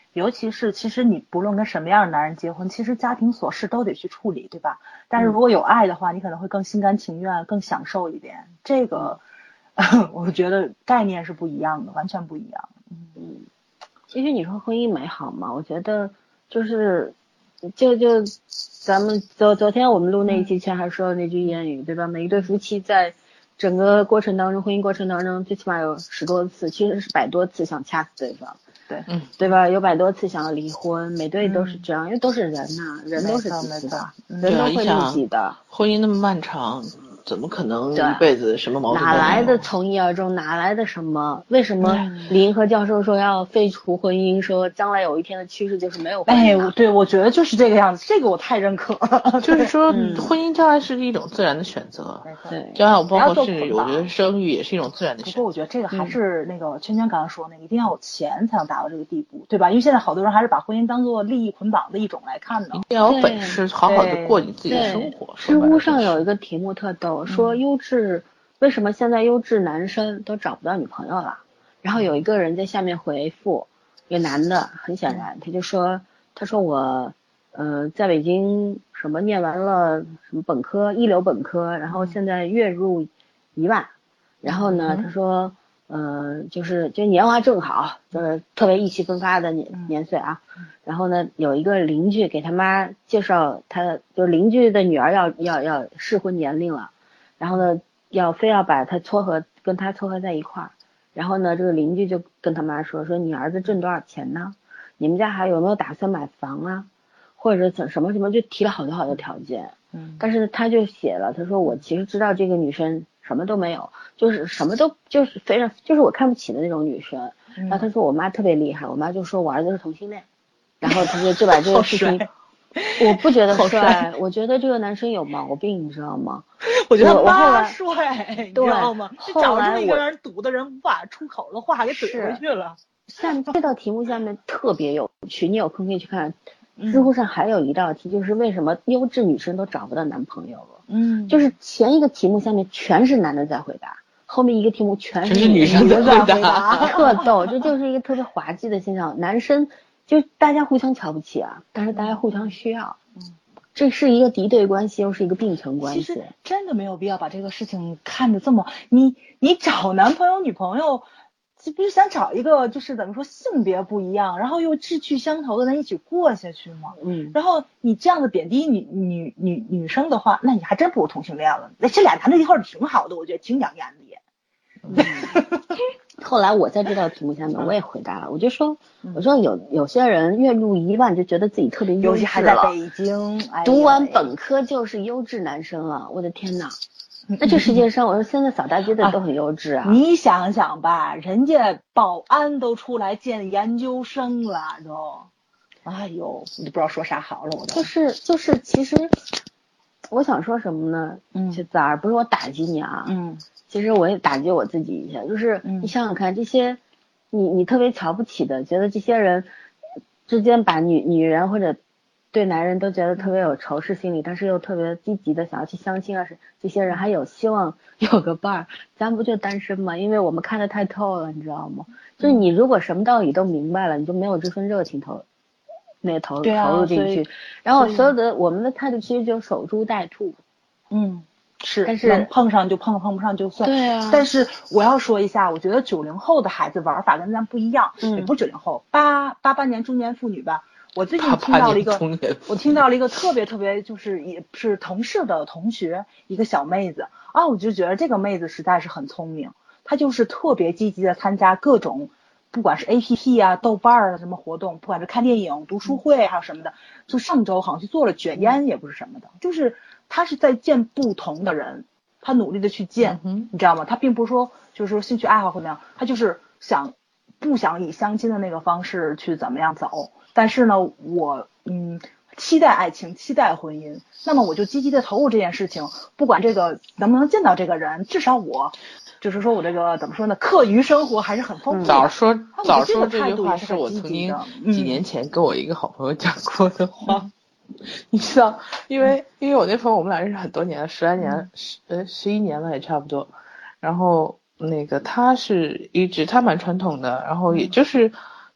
尤其是其实你不论跟什么样的男人结婚，其实家庭琐事都得去处理，对吧？但是如果有爱的话，你可能会更心甘情愿，更享受一点。这个，我觉得概念是不一样的，完全不一样。 嗯，其实你说婚姻美好嘛，我觉得就是就就咱们昨昨天我们录那一期前还说的那句谚语，对吧？每一对夫妻在整个过程当中，婚姻过程当中，最起码有十多次，其实是百多次想掐死对方。 对， 嗯，对吧？有百多次想要离婚，每对都是这样，嗯、因为都是人呐、啊，人都是自私的，人都会利己的。 婚姻那么漫长，怎么可能一辈子什么矛盾都没有？ 哪来的从一而终？哪来的什么？为什么李银河教授说要废除婚姻？说将来有一天的趋势就是没有婚姻、啊？ 哎，对，我觉得就是这个样子，这个我太认可了。 就是说，嗯、婚姻将来是一种自然的选择。 对， 将来我包括是，我觉得生育也是一种自然的选择。 不过我觉得这个还是那个圈圈刚刚说那个，一定要有钱才能达到这个地步，对吧？因为现在好多人还是把婚姻当做利益捆绑的一种来看的。 一定要有本事，好好的过你自己的生活。 知乎上有一个题目特逗，说优质、嗯、为什么现在优质男生都找不到女朋友了？然后有一个人在下面回复，一个男的，很显然他就说，他说我呃在北京什么念完了什么本科，一流本科，然后现在月入一万，然后呢、嗯、他说呃就是就年华正好，就是特别意气风发的年年岁啊。然后呢，有一个邻居给他妈介绍他，就是邻居的女儿要要要适婚年龄了，然后呢，要非要把他撮合跟他撮合在一块儿。然后呢，这个邻居就跟他妈说说你儿子挣多少钱呢？你们家还有没有打算买房啊？或者怎什么什么，就提了好多好多条件。嗯，但是他就写了，他说我其实知道这个女生什么都没有，就是什么都就是非常就是我看不起的那种女生。嗯、然后他说我妈特别厉害，我妈就说我儿子是同性恋。然后他就就把这个事情，我不觉得帅，我觉得这个男生有毛病，你知道吗？ 我觉得我后来帅，你知道吗？ 后来我一个人堵的人无法出口的话给怼回去了。 像这道题目下面特别有趣，你有空可以去看。知乎上还有一道题，就是为什么优质女生都找不到男朋友了？嗯，就是前一个题目下面全是男的在回答，后面一个题目全是女生在回答， 特逗，这就是一个特别滑稽的现象。男生就大家互相瞧不起啊，但是大家互相需要，嗯，这是一个敌对关系，又是一个并存关系。 其实真的没有必要把这个事情看得这么，你你找男朋友女朋友，这不是想找一个就是怎么说性别不一样，然后又志趣相投的人一起过下去吗？嗯，然后你这样的贬低女女女女生的话，那你还真不如同性恋了。那这俩男的一块儿挺好的，我觉得挺养眼的也。 嗯后来我在这道题目下面我也回答了，我就说，我说有有些人月入一万就觉得自己特别优质了， 尤其还在北京，哎、 读完本科就是优质男生了，我的天哪！那这世界上，我说现在扫大街的都很优质啊。 啊你想想吧，人家保安都出来见研究生了都，哎呦，你都不知道说啥好了，我都。 就是就是，其实我想说什么呢？嗯，小崽儿，不是我打击你啊，嗯。其实我也打击我自己一下，就是你想想看，这些你你特别瞧不起的，觉得这些人之间把女女人或者对男人都觉得特别有仇视心理，但是又特别积极的想要去相亲啊，是这些人还有希望有个伴儿，咱不就单身吗？因为我们看得太透了，你知道吗？就是你如果什么道理都明白了，你就没有这份热情投那个投投入进去，然后所有的我们的态度其实就守株待兔， 嗯。是， 但是能碰上就碰，碰不上就算。 对啊。 但是我要说一下，我觉得九零后的孩子玩法跟咱不一样，嗯、也不是九零后，八八八年中年妇女吧。我最近听到了一个，我听到了一个特别特别，就是也是同事的同学，一个小妹子啊，我就觉得这个妹子实在是很聪明，她就是特别积极的参加各种，不管是 A P P 啊、豆瓣啊什么活动，不管是看电影、读书会还有什么的，就上周好像去做了卷烟，也不是什么的，就是他是在见不同的人，他努力的去见，嗯、你知道吗？他并不是说就是说兴趣爱好或怎么样，他就是想不想以相亲的那个方式去怎么样走。但是呢，我嗯期待爱情，期待婚姻，那么我就积极的投入这件事情，不管这个能不能见到这个人，至少我就是说我这个怎么说呢，课余生活还是很丰富的。 早说早说这句话是我曾经几年前跟我一个好朋友讲过的话。嗯你知道，因为因为我那朋友我们俩认识很多年了，十来年，十呃十一年了也差不多。然后那个他是一直他蛮传统的，然后也就是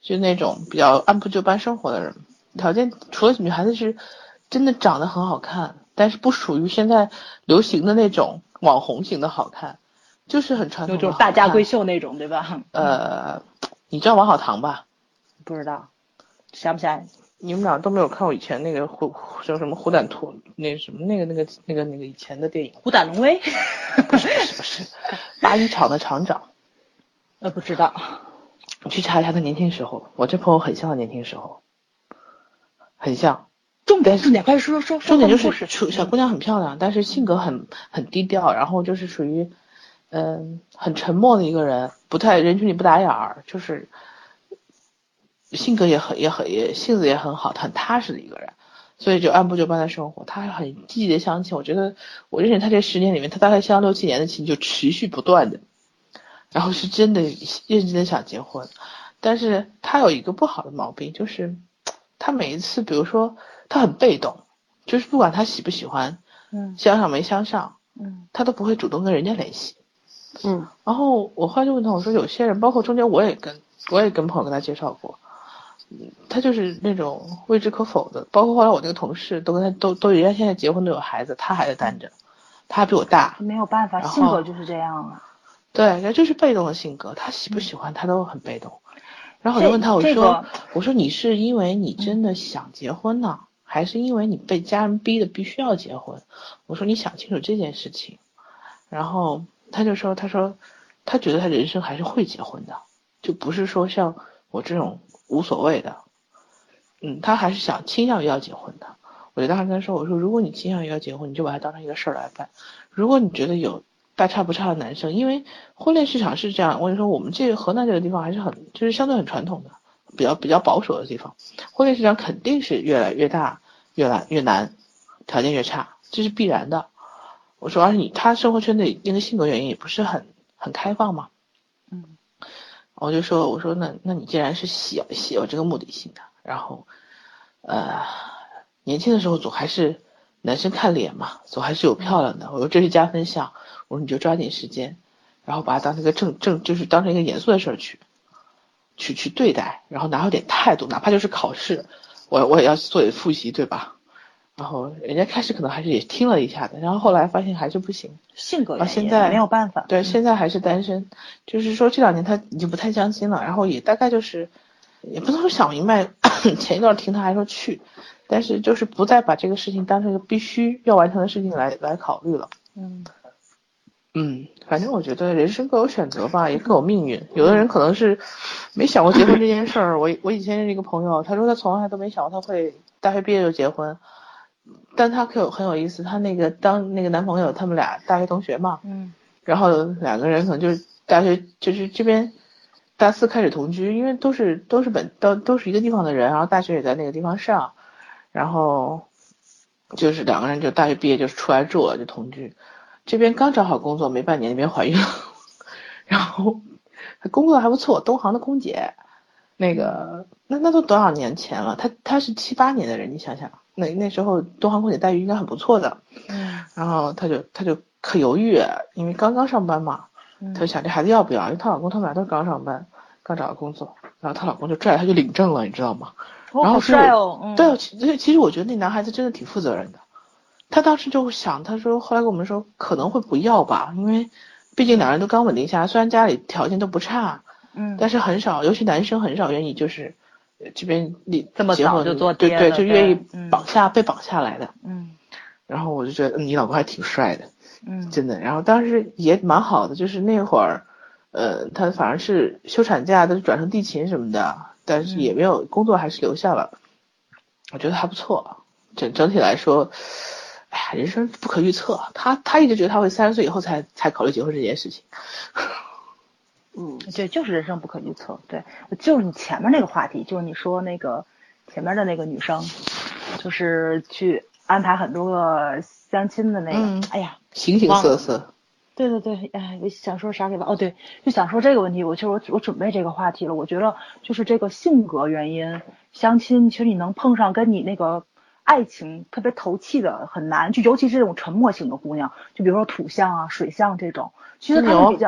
就那种比较按部就班生活的人。条件除了女孩子是真的长得很好看，但是不属于现在流行的那种网红型的好看，就是很传统的好看， 就是大家闺秀那种，对吧？ 呃，你知道王小棠吧？ 不知道，想不起来。 你们俩都没有看过以前那个虎叫什么虎胆兔那什么那个那个那个那个以前的电影？ 虎胆龙威？ 不是不是不是，八一厂的厂长。 呃，不知道。 你去查一下他年轻时候，我这朋友很像他年轻时候，很像。 重点重点快说说说。 重点就是小姑娘很漂亮，但是性格很很低调，然后就是属于嗯、呃、很沉默的一个人，不太人群里不打眼儿，就是性格也很也很也性子也很好，很踏实的一个人，所以就按部就班的生活。他很积极的相亲，我觉得我认识他这十年里面，他大概相六七年的亲就持续不断的，然后是真的认真的想结婚。但是他有一个不好的毛病，就是他每一次比如说他很被动，就是不管他喜不喜欢， 嗯， 相上没相上， 嗯， 他都不会主动跟人家联系。 嗯， 然后我后来就问他，我说有些人，包括中间我也跟我也跟朋友跟他介绍过，他就是那种未知可否的。包括后来我那个同事都跟他都都人家现在结婚都有孩子，他还在单着，他还比我大， 没有办法，性格就是这样啊。 对，人就是被动的性格，他喜不喜欢他都很被动。然后我就问他，我说、 这个、 我说你是因为你真的想结婚呢，嗯、还是因为你被家人逼的必须要结婚？我说你想清楚这件事情。然后他就说，他说他觉得他人生还是会结婚的，就不是说像我这种无所谓的，嗯，他还是想倾向于要结婚的。我就当时跟他说，我说如果你倾向于要结婚，你就把它当成一个事儿来办。如果你觉得有大差不差的男生，因为婚恋市场是这样，我跟你说，我们这个河南这个地方还是很就是相对很传统的，比较比较保守的地方，婚恋市场肯定是越来越大，越来越难，条件越差，这是必然的。我说，而且你他生活圈的那个性格原因也不是很很开放嘛， 嗯， 我就说，我说那那你既然是喜喜有这个目的性的，然后呃年轻的时候总还是男生看脸嘛，总还是有漂亮的，我说这是加分项，我说你就抓紧时间，然后把它当成一个正正就是当成一个严肃的事儿去去去对待，然后拿有点态度，哪怕就是考试，我我也要做点复习，对吧？然后人家开始可能还是也听了一下的，然后后来发现还是不行， 性格原因现在没有办法。 对， 嗯、 现在还是单身，就是说这两年他已经不太相亲了，然后也大概就是也不能说想明白，前一段听他还说去，但是就是不再把这个事情当成一个必须要完成的事情来来考虑了。 嗯嗯，反正我觉得人生各有选择吧，也各有命运。有的人可能是没想过结婚这件事儿。我我以前认识一个朋友，他说他从来都没想过他会大学毕业就结婚，但他可有很有意思，他那个当那个男朋友，他们俩大学同学嘛， 嗯， 然后两个人可能就是大学就是这边大四开始同居，因为都是都是本都都是一个地方的人，然后大学也在那个地方上，然后就是两个人就大学毕业就出来住了，就同居。这边刚找好工作没半年，那边怀孕了，然后工作还不错，东航的空姐，那个那那都多少年前了，他他是七八年的人，你想想，那那时候东航空姐待遇应该很不错的， 嗯， 然后他就他就可犹豫，因为刚刚上班嘛，他就想这孩子要不要，因为她老公他们俩都是刚上班，刚找到工作，然后她老公就拽她去领证了，你知道吗？ 哦、 然后好帅哦，嗯、 对，其实其实我觉得那男孩子真的挺负责任的。他当时就想，他说后来跟我们说可能会不要吧，因为毕竟两人都刚稳定下来，虽然家里条件都不差， 嗯， 但是很少，尤其男生很少愿意就是这边你这么早就做爹对对，就愿意绑下、 嗯、 被绑下来的， 嗯， 然后我就觉得、嗯、你老公还挺帅的， 嗯， 真的，然后当时也蛮好的，就是那会儿，呃，他反而是休产假都是转成地勤什么的，但是也没有工作还是留下了，嗯、我觉得还不错，整整体来说。哎呀，人生不可预测，他他一直觉得他会三十岁以后才才考虑结婚这件事情。 嗯，对，就是人生不可预测。对，就是你前面那个话题，就是你说那个前面的那个女生，就是去安排很多个相亲的那个， 嗯、 哎呀， 形形色色。 对对对，哎，我想说啥给忘哦，对，就想说这个问题，我其实我我准备这个话题了。我觉得就是这个性格原因，相亲其实你能碰上跟你那个。爱情特别投契的很难，就尤其是这种沉默型的姑娘，就比如说土象啊、水象这种，其实她们比较，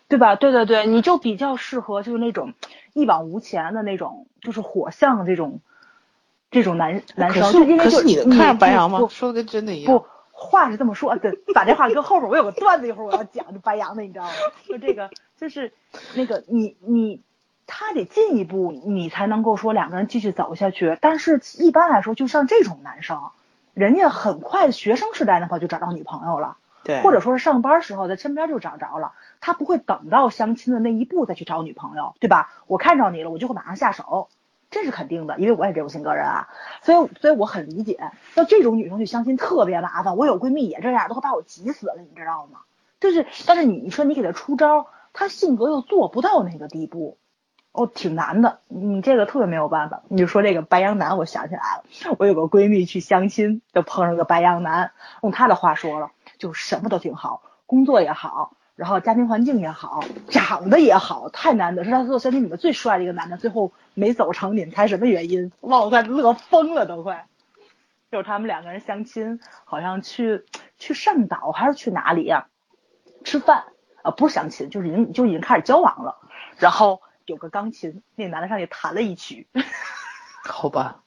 对吧？对对对，你就比较适合就是那种一往无前的那种，就是火象这种这种男男生。 可是因为可就是你能看上白羊吗？ 不说的跟真的一样。 不，话是这么说，对，把这话搁后边，我有个段子一会儿我要讲就白羊的，你知道吗？就这个就是那个你你他得进一步，你才能够说两个人继续走下去。但是一般来说，就像这种男生，人家很快学生时代那会儿就找到女朋友了。 对， 或者说是上班时候在身边就找着了，他不会等到相亲的那一步再去找女朋友，对吧？我看着你了，我就会马上下手，这是肯定的，因为我也这种性格人啊，所以所以我很理解。那这种女生去相亲特别麻烦，我有闺蜜也这样，都会把我急死了，你知道吗？就是，但是你你说你给她出招，她性格又做不到那个地步，哦，挺难的，你这个特别没有办法。你就说这个白羊男，我想起来了，我有个闺蜜去相亲，就碰上个白羊男，用她的话说了。就什么都挺好，工作也好，然后家庭环境也好，长得也好，太难得，是他做相亲里面最帅的一个男的，最后没走成，你们猜什么原因？哇，我快乐疯了都快。就是他们两个人相亲，好像去去上岛还是去哪里呀、啊？吃饭啊，不是相亲，就是已经就已经开始交往了。然后有个钢琴，那男的上去弹了一曲。 好吧。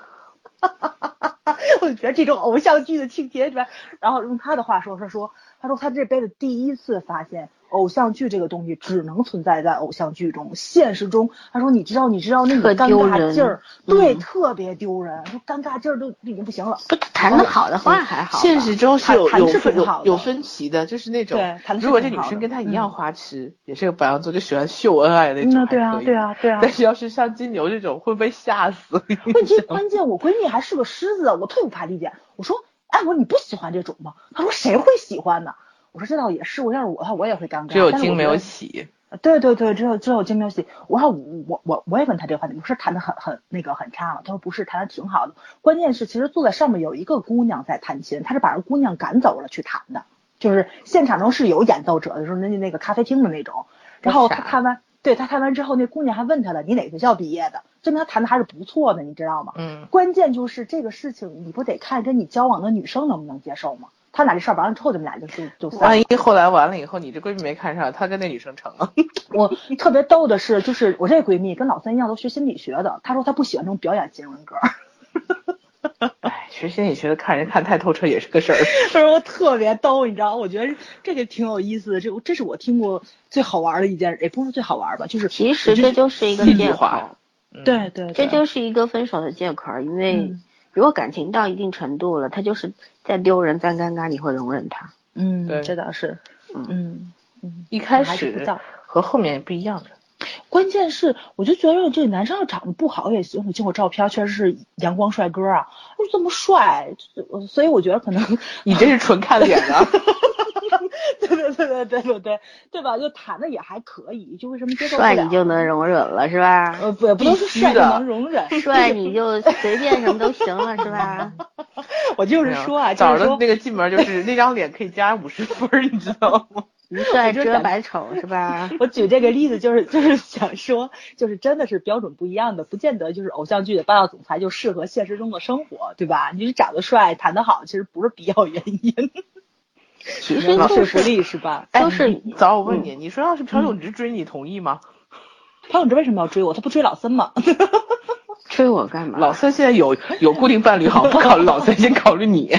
我就觉得这种偶像剧的情节，然后用他的话说，他说，他说他这辈子第一次发现偶像剧这个东西只能存在在偶像剧中，现实中，他说你知道你知道那个尴尬劲儿，对、嗯，特别丢人，就尴尬劲儿都已经不行了。 不谈得好的话还好， 现实中是有有有有分歧的，就是那种对， 如果这女生跟他一样花痴，嗯、也是个白羊座，就喜欢秀恩爱的那种， 嗯，对啊对啊对啊。 但是要是像金牛这种，会被吓死。 问题关键，我闺蜜还是个狮子，我特别不法理解。我说，哎，我说你不喜欢这种吗？她说谁会喜欢呢？我说这倒也是，我要是我的话，我也会尴尬。 只有精没有喜。 对对对，只有只有精没有喜。我说我我我也问他这个话题，我说弹的很很那个很差了，他说不是，弹的挺好的。关键是其实坐在上面有一个姑娘在弹琴，他是把这姑娘赶走了去弹的，就是现场中是有演奏者的，就是那那个咖啡厅的那种。然后他看完，对他看完之后，那姑娘还问他了，你哪个学校毕业的？证明他弹的还是不错的，你知道吗？ 嗯。 关键就是这个事情，你不得看跟你交往的女生能不能接受吗？他俩这事儿完了之后，他们俩就就就散了。 万一后来完了以后，你这闺蜜没看上，他跟那女生成了。 我特别逗的是，就是我这闺蜜跟老三一样，都学心理学的。她说她不喜欢这种表演型人格。 哎，学心理学的看人看太透彻也是个事儿。 她说我特别逗，你知道，我觉得这个挺有意思的。这这是我听过最好玩的一件，也不是最好玩吧，就是其实这就是一个借口。 嗯、对, 对对， 这就是一个分手的借口，因为。嗯如果感情到一定程度了，他就是再丢人再尴尬，你会容忍他。 嗯，对，这倒是。嗯嗯， 一开始和后面不一样的。 关键是，我就觉得这个男生要长得不好也行。我见过照片，确实是阳光帅哥啊，就这么帅，所以我觉得可能你这是纯看脸啊。 对对对对对对对对吧？就谈的也还可以，就为什么接受不了？帅你就能容忍了是吧？ 呃，不，也不能是帅就能容忍， 帅你就随便什么都行了是吧？ 我就是说啊， 早上那个进门就是那张脸可以加五十分，你知道吗？ 一帅遮百丑是吧？ 我举这个例子就是就是想说，就是真的是标准不一样的，不见得就是偶像剧的霸道总裁就适合现实中的生活，对吧？你长得帅、谈得好，其实不是必要原因。 其实说服力是吧？ 就是早我问你，你说要是朴永植追你，同意吗？ 朴永植为什么要追我？他不追老森吗？ 追我干嘛？ 老森现在有有固定伴侣，好，不考虑老森，先考虑你。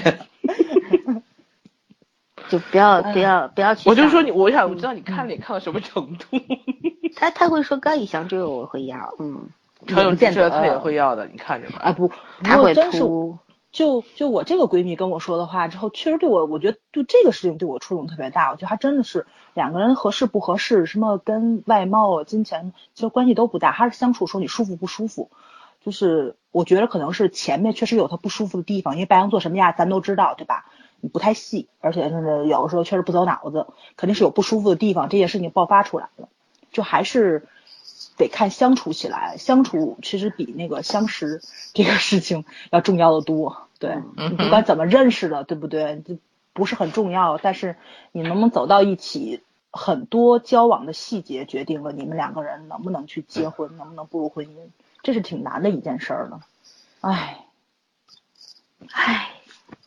就不要不要不要去。 我就说你，我想我知道你看脸看到什么程度。 他他会说高以翔追我，我会要，嗯。 朴永植他也会要的，你看着吧。 啊不， 他会突。就就我这个闺蜜跟我说的话之后，确实对我，我觉得对这个事情对我触动特别大。我觉得还真的是两个人合适不合适，什么跟外貌、金钱其实关系都不大，还是相处说你舒服不舒服。就是我觉得可能是前面确实有他不舒服的地方，因为白羊座什么样咱都知道，对吧？你不太细，而且是有的时候确实不走脑子，肯定是有不舒服的地方，这件事情爆发出来了，就还是。得看相处起来，相处其实比那个相识这个事情要重要的多。对，你不管怎么认识的，对不对？这不是很重要，但是你能不能走到一起，很多交往的细节决定了你们两个人能不能去结婚，能不能步入婚姻，这是挺难的一件事儿呢。唉， 唉，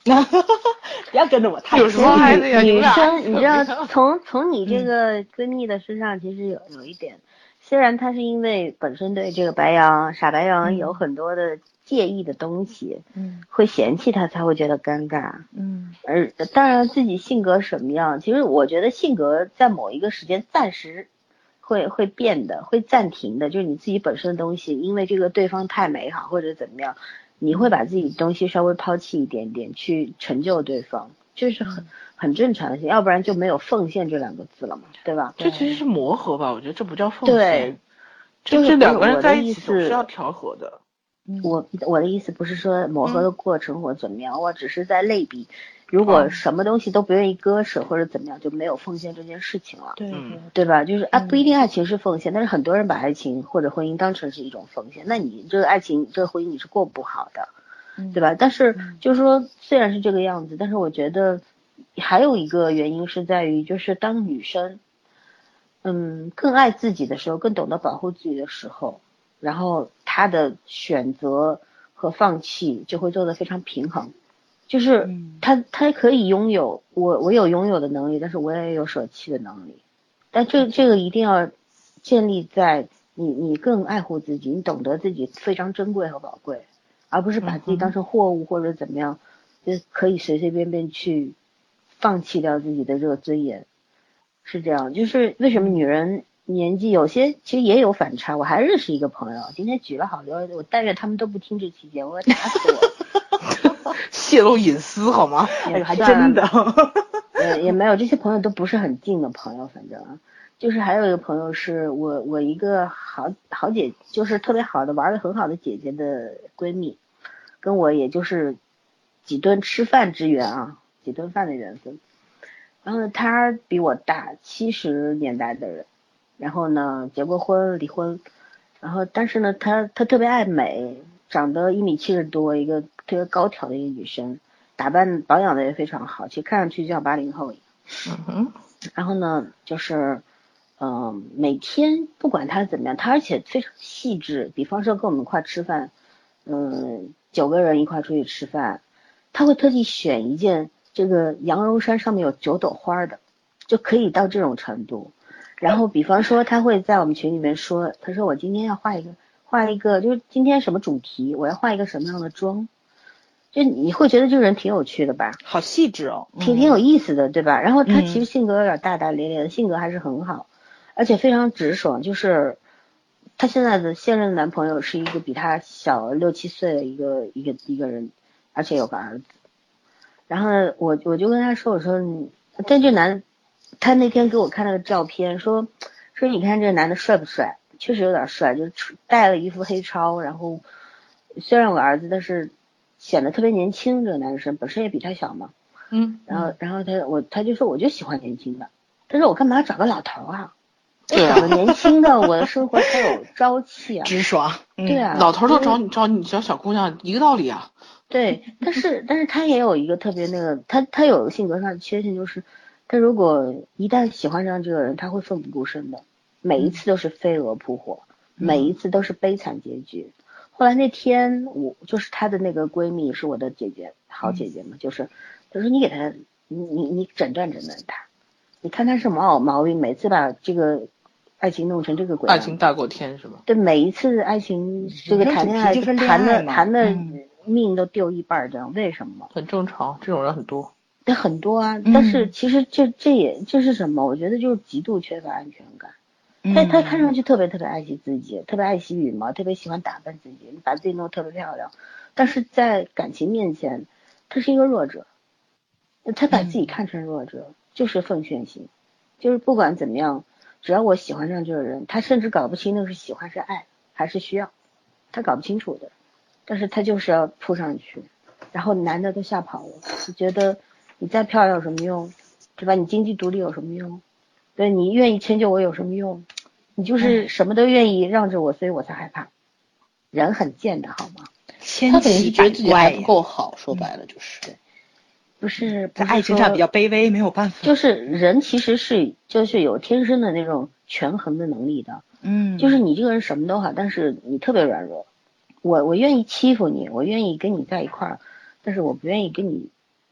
不要跟着我太有什么孩子呀？ 女生， 你你知道，从从你这个闺蜜的身上，其实有有一点，虽然她是因为本身对这个白羊傻白羊有很多的介意的东西， 嗯， 会嫌弃她才会觉得尴尬， 嗯， 而当然自己性格什么样，其实我觉得性格在某一个时间暂时会会变的，会暂停的，就是你自己本身的东西，因为这个对方太美好或者怎么样。你会把自己东西稍微抛弃一点点，去成就对方，这是很很正常的，要不然就没有奉献这两个字了嘛，对吧？ 这其实是磨合吧，我觉得这不叫奉对献， 就是这两个人在一起我的意思总是要调和的。 我我的意思不是说磨合的过程或怎么样，我只是在类比，如果什么东西都不愿意割舍或者怎么样，就没有奉献这件事情了， 对对对吧？就是啊，不一定爱情是奉献，但是很多人把爱情或者婚姻当成是一种奉献，那你这个爱情这个婚姻你是过不好的。对吧？但是就是说，虽然是这个样子，但是我觉得还有一个原因是在于，就是当女生，嗯，更爱自己的时候，更懂得保护自己的时候，然后她的选择和放弃就会做得非常平衡。就是她她可以拥有我我有拥有的能力，但是我也有舍弃的能力。但这这个一定要建立在你你更爱护自己，你懂得自己非常珍贵和宝贵。而不是把自己当成货物或者怎么样，就可以随随便便去放弃掉自己的这个尊严，是这样。就是为什么女人年纪有些其实也有反差。我还认识一个朋友，今天举了好多，我但愿他们都不听这期节目，我打死我。 泄露隐私好吗？ 哎呦，还真的。 呃，也没有，这些朋友都不是很近的朋友，反正。就是还有一个朋友是我我一个好好姐，就是特别好的玩的很好的姐姐的闺蜜，跟我也就是几顿吃饭之缘啊，几顿饭的缘分。然后呢，她比我大，七十年代的人，然后呢结过婚离婚，然后但是呢她她特别爱美，长得一米七十多，一个特别高挑的一个女生，打扮保养的也非常好，其实看上去就像八零后一样。 嗯哼。 然后呢就是嗯、呃，每天不管他怎么样，他而且非常细致。比方说跟我们一块吃饭，嗯，九个人一块出去吃饭，他会特地选一件这个羊绒衫上面有九朵花的，就可以到这种程度。然后比方说他会在我们群里面说，他说我今天要画一个画一个，就是今天什么主题，我要画一个什么样的妆。就你会觉得这个人挺有趣的吧？ 好细致哦， 挺挺有意思的，对吧？然后他其实性格有点大大咧咧的，性格还是很好。而且非常直爽，就是她现在的现任男朋友是一个比她小六七岁的一个一个一个人，而且有个儿子。然后呢，我我就跟他说，我说你，但这男，他那天给我看了个照片，说说你看这男的帅不帅？确实有点帅，就带了一副黑超，然后虽然有个儿子，但是显得特别年轻。这个男生本身也比他小嘛， 嗯， 然后然后他我他就说我就喜欢年轻的，他说我干嘛要找个老头啊？我对啊找个年轻的，我的生活才有朝气啊， 直爽。 对啊， 老头都找你找你找小姑娘一个道理啊。 对，但是但是他也有一个特别那个，他他有性格上的缺陷，就是他如果一旦喜欢上这个人，他会奋不顾身的，每一次都是飞蛾扑火， 嗯、 每一次都是悲惨结局。后来那天我就是她的那个闺蜜，是我的姐姐，好姐姐嘛，嗯、就是她说你给她，你你你诊断诊断她，你看她是毛毛病，每次把这个爱情弄成这个鬼样， 爱情大过天是吧？ 对，每一次爱情这个谈恋爱谈的谈的命都丢一半这样，为什么？ 很正常，这种人很多。 对，很多啊，但是其实这这也这是什么？我觉得就是极度缺乏安全感。他他看上去特别特别爱惜自己，特别爱惜羽毛，特别喜欢打扮自己，把自己弄得特别漂亮，但是在感情面前，他是一个弱者，他把自己看成弱者，嗯、就是奉献型，就是不管怎么样，只要我喜欢上这个人，他甚至搞不清那是喜欢是爱还是需要，他搞不清楚的，但是他就是要扑上去，然后男的都吓跑了，你觉得你再漂亮有什么用，对吧？你经济独立有什么用？对，你愿意迁就我有什么用？你就是什么都愿意让着我，所以我才害怕。人很贱的好吗？ 他等于是觉得自己还不够好，说白了就是， 对，不是在爱情上比较卑微，没有办法。 就是人其实是就是有天生的那种权衡的能力的， 嗯， 就是你这个人什么都好，但是你特别软弱。我我愿意欺负你，我愿意跟你在一块儿，但是我不愿意跟你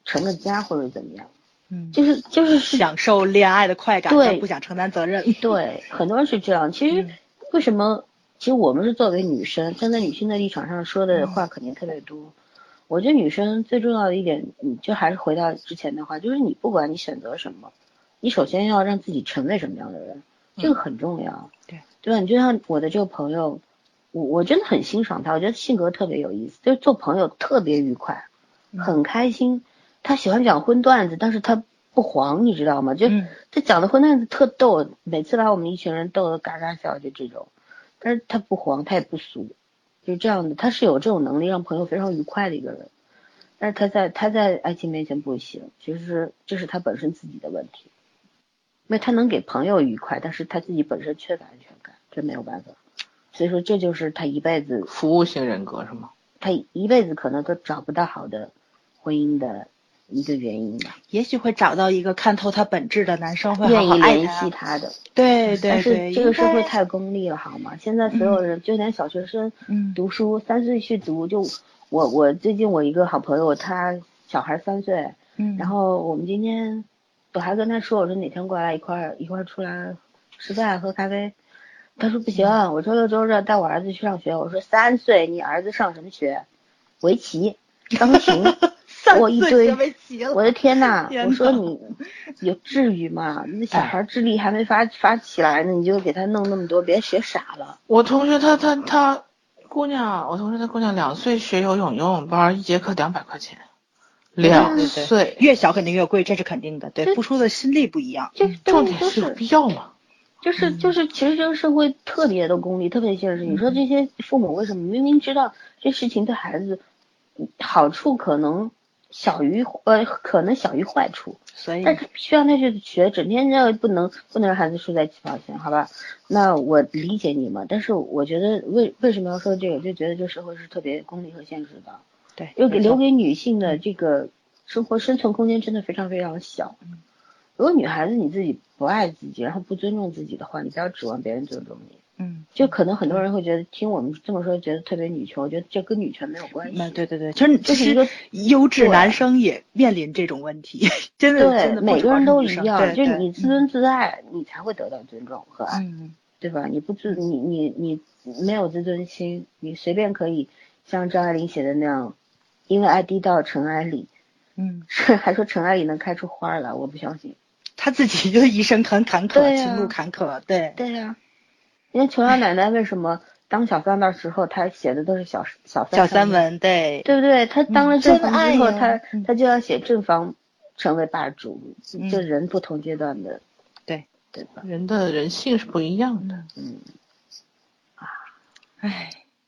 成个家或者怎么样。 嗯， 就是就是享受恋爱的快感，但不想承担责任。 对，很多人是这样。其实为什么？其实我们是作为女生，站在女性的立场上说的话肯定特别多。嗯、我觉得女生最重要的一点，你就还是回到之前的话，就是你不管你选择什么，你首先要让自己成为什么样的人，这个很重要。嗯、 对， 对吧？你就像我的这个朋友，我我真的很欣赏他，我觉得性格特别有意思，就是做朋友特别愉快，很开心。他喜欢讲荤段子，但是他不黄，你知道吗？就他讲的荤段子特逗，每次把我们一群人逗得嘎嘎笑，就这种。但是他不黄，他也不俗，就这样的。他是有这种能力让朋友非常愉快的一个人。但是他在他在爱情面前不行，其实这是他本身自己的问题。因为他能给朋友愉快，但是他自己本身缺乏安全感，这没有办法。所以说这就是他一辈子服务型人格是吗？ 他一辈子可能都找不到好的婚姻的一个原因吧。 也许会找到一个看透他本质的男生，会好愿意好爱联系他的。 对对对。 但是这个社会太功利了，好吗？现在所有人，嗯、就连小学生，嗯，读书三岁去读，就我我最近我一个好朋友，他小孩三岁，嗯，然后我们今天我还跟他说，我说哪天过来一块儿一块儿出来吃饭喝咖啡。他说不行，我周六周日带我儿子去上学。我说三岁，你儿子上什么学？围棋。他说行。我一堆，我的天呐！ 天我说你有至于吗？那小孩智力还没发发起来呢，你就给他弄那么多，别学傻了。 我同学他他他姑娘，我同学他姑娘两岁学游泳，游泳班一节课两百块钱。两岁， 越小肯定越贵，这是肯定的。对，付出的心力不一样。 就重点是有必要吗？ 就是就是，其实这个社会特别的功利，特别现实。你说这些父母为什么明明知道这事情对孩子好处可能小于呃可能小于坏处， 所以但是需要他去学，整天要不能不能让孩子输在起跑线，好吧？那我理解你嘛，但是我觉得为为什么要说这个，就觉得这社会是特别功利和现实的。 对， 又给留给女性的这个生活生存空间真的非常非常小。如果女孩子你自己不爱自己，然后不尊重自己的话，你不要指望别人尊重你。嗯，就可能很多人会觉得听我们这么说觉得特别女权，我觉得这跟女权没有关系。 嗯，对对对，其实其实优质男生也面临这种问题，真的真的每个人都一样，就是你自尊自爱，你才会得到尊重和爱， 嗯， 对吧？你不自你你你没有自尊心，你随便可以像张爱玲写的那样，因为爱低到尘埃里， 嗯， 还说尘埃里能开出花来，我不相信。 他自己就一生很坎坷，情路坎坷，对对呀。因为琼瑶奶奶为什么当小三的时候，她写的都是小小三小三文，对对不对？她当了正房之后，她她就要写正房成为霸主，就人不同阶段的， 对对吧？ 人的人性是不一样的， 嗯啊， 唉。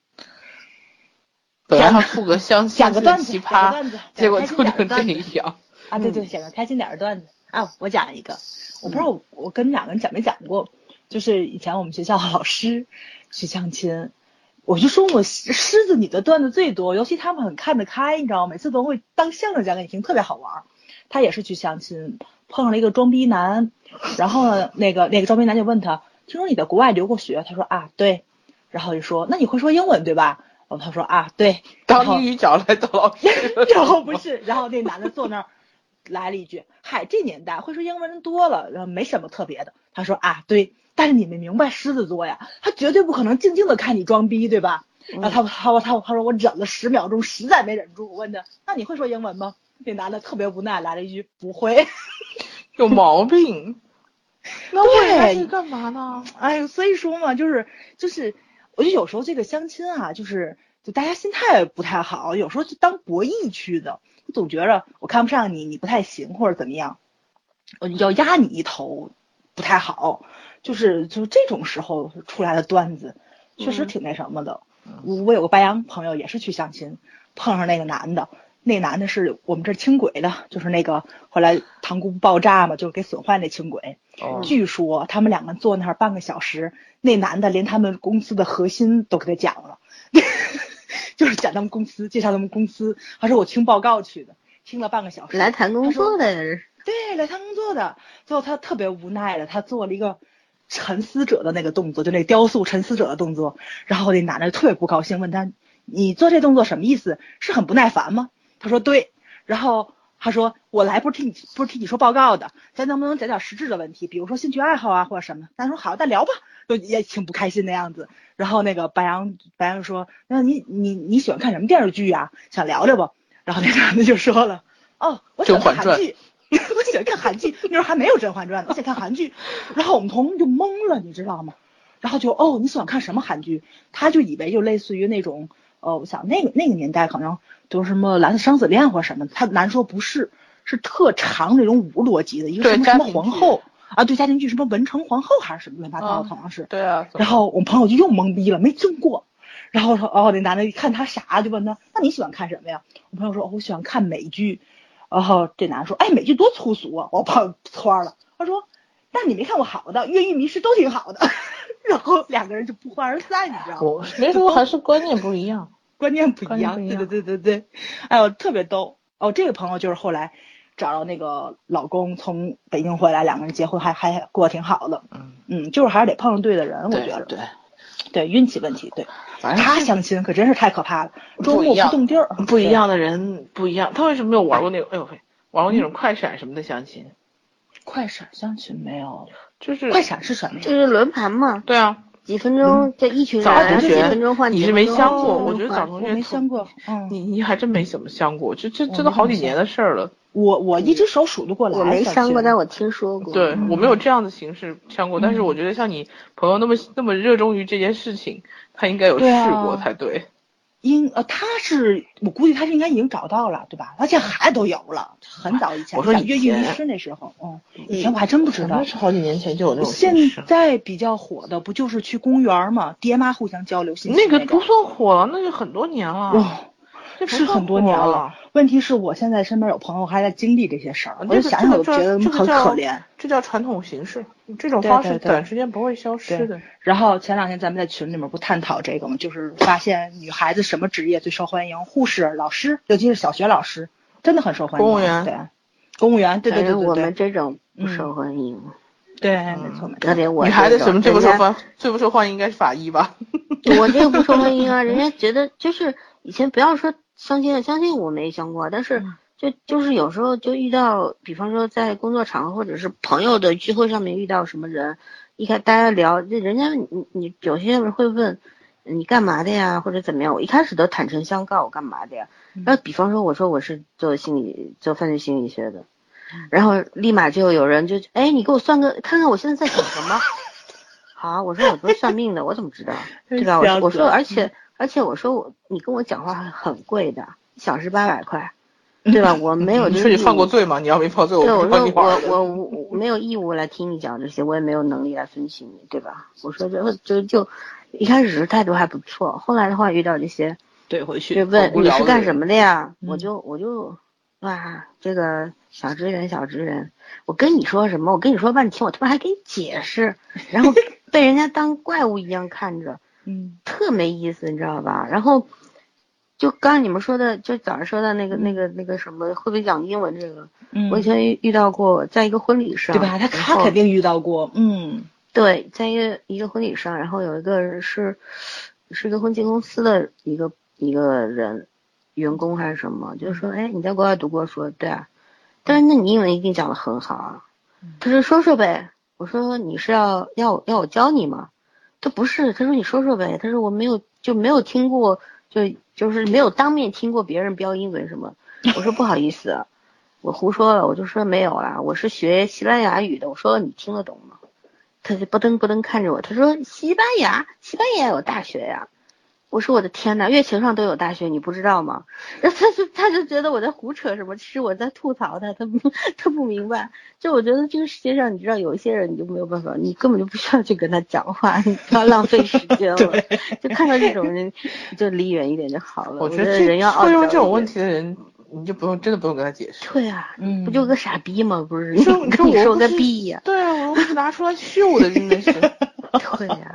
本来附个相讲个段子， 奇葩， 段子结果吐成这样啊！对对，讲个开心点的段子啊！我讲一个，我不知道我我跟两个人讲没讲过，就是以前我们学校老师去相亲，我就说我狮子女的段子最多，尤其他们很看得开，你知道吗？每次都会当相声讲给你听，特别好玩。他也是去相亲，碰上了一个装逼男，然后呢，那个那个装逼男就问他，听说你在国外留过学？他说啊对，然后就说那你会说英文对吧？然后他说啊对， 当英语角来当老师， 然后不是，然后那男的坐那儿来了一句，嗨，这年代会说英文人多了，然后没什么特别的。他说啊对，但是你们明白狮子座呀，他绝对不可能静静的看你装逼，对吧？然后他他他他说我忍了十秒钟，实在没忍住，我问他，那你会说英文吗？那男的特别无奈来了一句不会， 有毛病。那会他是干嘛呢？ 哎呦，所以说嘛，就是就是。我觉得有时候这个相亲啊，就是就大家心态不太好，有时候就当博弈去的，总觉着我看不上你，你不太行或者怎么样，我要压你一头不太好，就是就是这种时候出来的段子，确实挺那什么的。嗯、我有个白羊朋友也是去相亲，碰上那个男的，那男的是我们这轻轨的，就是那个后来塘沽爆炸嘛，就给损坏那轻轨。哦、据说他们两个坐那儿半个小时，那男的连他们公司的核心都给他讲了，就是讲他们公司，介绍他们公司。他说我听报告去的，听了半个小时。 来谈工作的人。 对，来谈工作的。最后他特别无奈的，他做了一个沉思者的那个动作，就那个雕塑沉思者的动作。然后那男的特别不高兴，问他：“你做这动作什么意思？是很不耐烦吗？”他说：“对。”然后他说我来不是替你不是替你说报告的，咱能不能讲点实质的问题，比如说兴趣爱好啊或者什么？咱说好，咱聊吧，就也挺不开心的样子。然后那个白羊白羊说，那你你你喜欢看什么电视剧啊？想聊聊不？然后那男的就说了，哦，我喜欢看韩剧。我喜欢看韩剧，那时候还没有《甄嬛传》呢，我喜欢看韩剧。然后我们同事就懵了，你知道吗？然后就哦，你喜欢看什么韩剧？他就以为就类似于那种，呃，我想那个那个年代可能都是什么《蓝色生死恋》或者什么的。他男说不是，是特长这种五逻辑的一个什么什么皇后啊，对，家庭剧什么文成皇后还是什么乱七八糟的，好像是。 对啊。 然后我们朋友就又懵逼了，没听过。然后说哦，那男的一看他傻，就问他，那你喜欢看什么呀？我朋友说，哦，我喜欢看美剧。然后这男的说，哎，美剧多粗俗啊！我朋友错了，他说，但你没看过好的，《越狱迷失》都挺好的。然后两个人就不欢而散，你知道吗？ 我没说还是观念不一样， 观念不一样，对对对对对。哎呦，特别逗哦！这个朋友就是后来找到那个老公从北京回来，两个人结婚还还过得挺好的。嗯嗯，就是还是得碰上对的人，我觉得。 对对，运气问题。对，他相亲可真是太可怕了，周末不动地儿。 不一样的人不一样，他为什么没有玩过那个？哎呦喂，玩过那种快闪什么的相亲？ 快闪相亲没有， 就是快闪是什么呀？ 就是轮盘嘛。 对啊， 几分钟这一群人， 早同学几分钟换。 你是没相过？我觉得早同学没相过，嗯， 你你还真没怎么相过，这这这都好几年的事儿了。 我我一只手数得过来。 我没相过，但我听说过。 对，我没有这样的形式相过，但是我觉得像你朋友那么那么热衷于这件事情，他应该有试过才对。 应呃，他是我估计他是应该已经找到了，对吧？而且孩子都有了，很早以前。 我说越狱迷失那时候，嗯，以前我还真不知道。 那是好几年前就有那种现在比较火的不就是去公园嘛，爹妈互相交流信息那个不算火了，那就很多年了。 哦，是很多年了。问题是我现在身边有朋友还在经历这些事儿，我就想想我就觉得很可怜。 这叫传统形式，这种方式短时间不会消失的。 然后前两天咱们在群里面不探讨这个吗？就是发现女孩子什么职业最受欢迎？护士、老师，尤其是小学老师，真的很受欢迎。 公务员， 对，公务员，对对对对对。 我们这种不受欢迎。 嗯、对，没错没错。 而且我女孩子什么最不受欢最不受欢迎应该是法医吧？ 我这个不受欢迎啊，人家觉得就是以前不要说相亲了，相亲我没相过，但是。嗯就就是有时候就遇到，比方说在工作场合或者是朋友的聚会上面遇到什么人，一开大家聊，这人家你你有些人会问你干嘛的呀，或者怎么样，我一开始都坦诚相告我干嘛的呀。然后比方说我说我是做心理做犯罪心理学的，然后立马就有人就哎你给我算个看看我现在在想什么。好，我说我不是算命的，我怎么知道，对吧？我我说而且而且我说我你跟我讲话很贵的，一小时八百块。对吧？我没有。 你说你犯过罪吗？你要没犯罪，我不帮你我我我我没有义务来听你讲这些，我也没有能力来分析你，对吧？我说这就就一开始态度还不错，后来的话遇到这些， 怼回去就问你是干什么的呀？嗯、我就我就哇，这个小职员小职员，我跟你说什么？我跟你说半天，我他妈还给你解释，然后被人家当怪物一样看着， 嗯， 特没意思，你知道吧？然后。就刚刚你们说的，就早上说的那个、嗯、那个、那个什么，会不会讲英文这个？嗯，我以前遇到过，在一个婚礼上， 对吧？他他肯定遇到过，嗯， 对，在一个一个婚礼上，然后有一个人是是一个婚庆公司的一个一个人，员工还是什么，就是说，哎，你在国外读过？说对啊，但是那你英文一定讲得很好啊。他说说说呗，我说你是要要要我教你吗？他不是，他说你说说呗，他说我没有就没有听过。就就是没有当面听过别人标英文什么，我说不好意思，我胡说了，我就说没有啦，我是学西班牙语的，我说你听得懂吗？他就不噔不噔看着我，他说西班牙，西班牙有大学呀，我说我的天哪，月球上都有大学，你不知道吗？然后他就他就觉得我在胡扯什么，其实我在吐槽他，他不他不明白。就我觉得这个世界上，你知道有一些人你就没有办法，你根本就不需要去跟他讲话，你不要浪费时间了。就看到这种人就离远一点就好了。我觉得人要会用这种问题的人，你就不用真的不用跟他解释。 对啊， 嗯， 不就个傻逼吗？不是，你跟你说个逼呀、 啊？对啊，我不是拿出来秀的，真的是。 对呀、啊。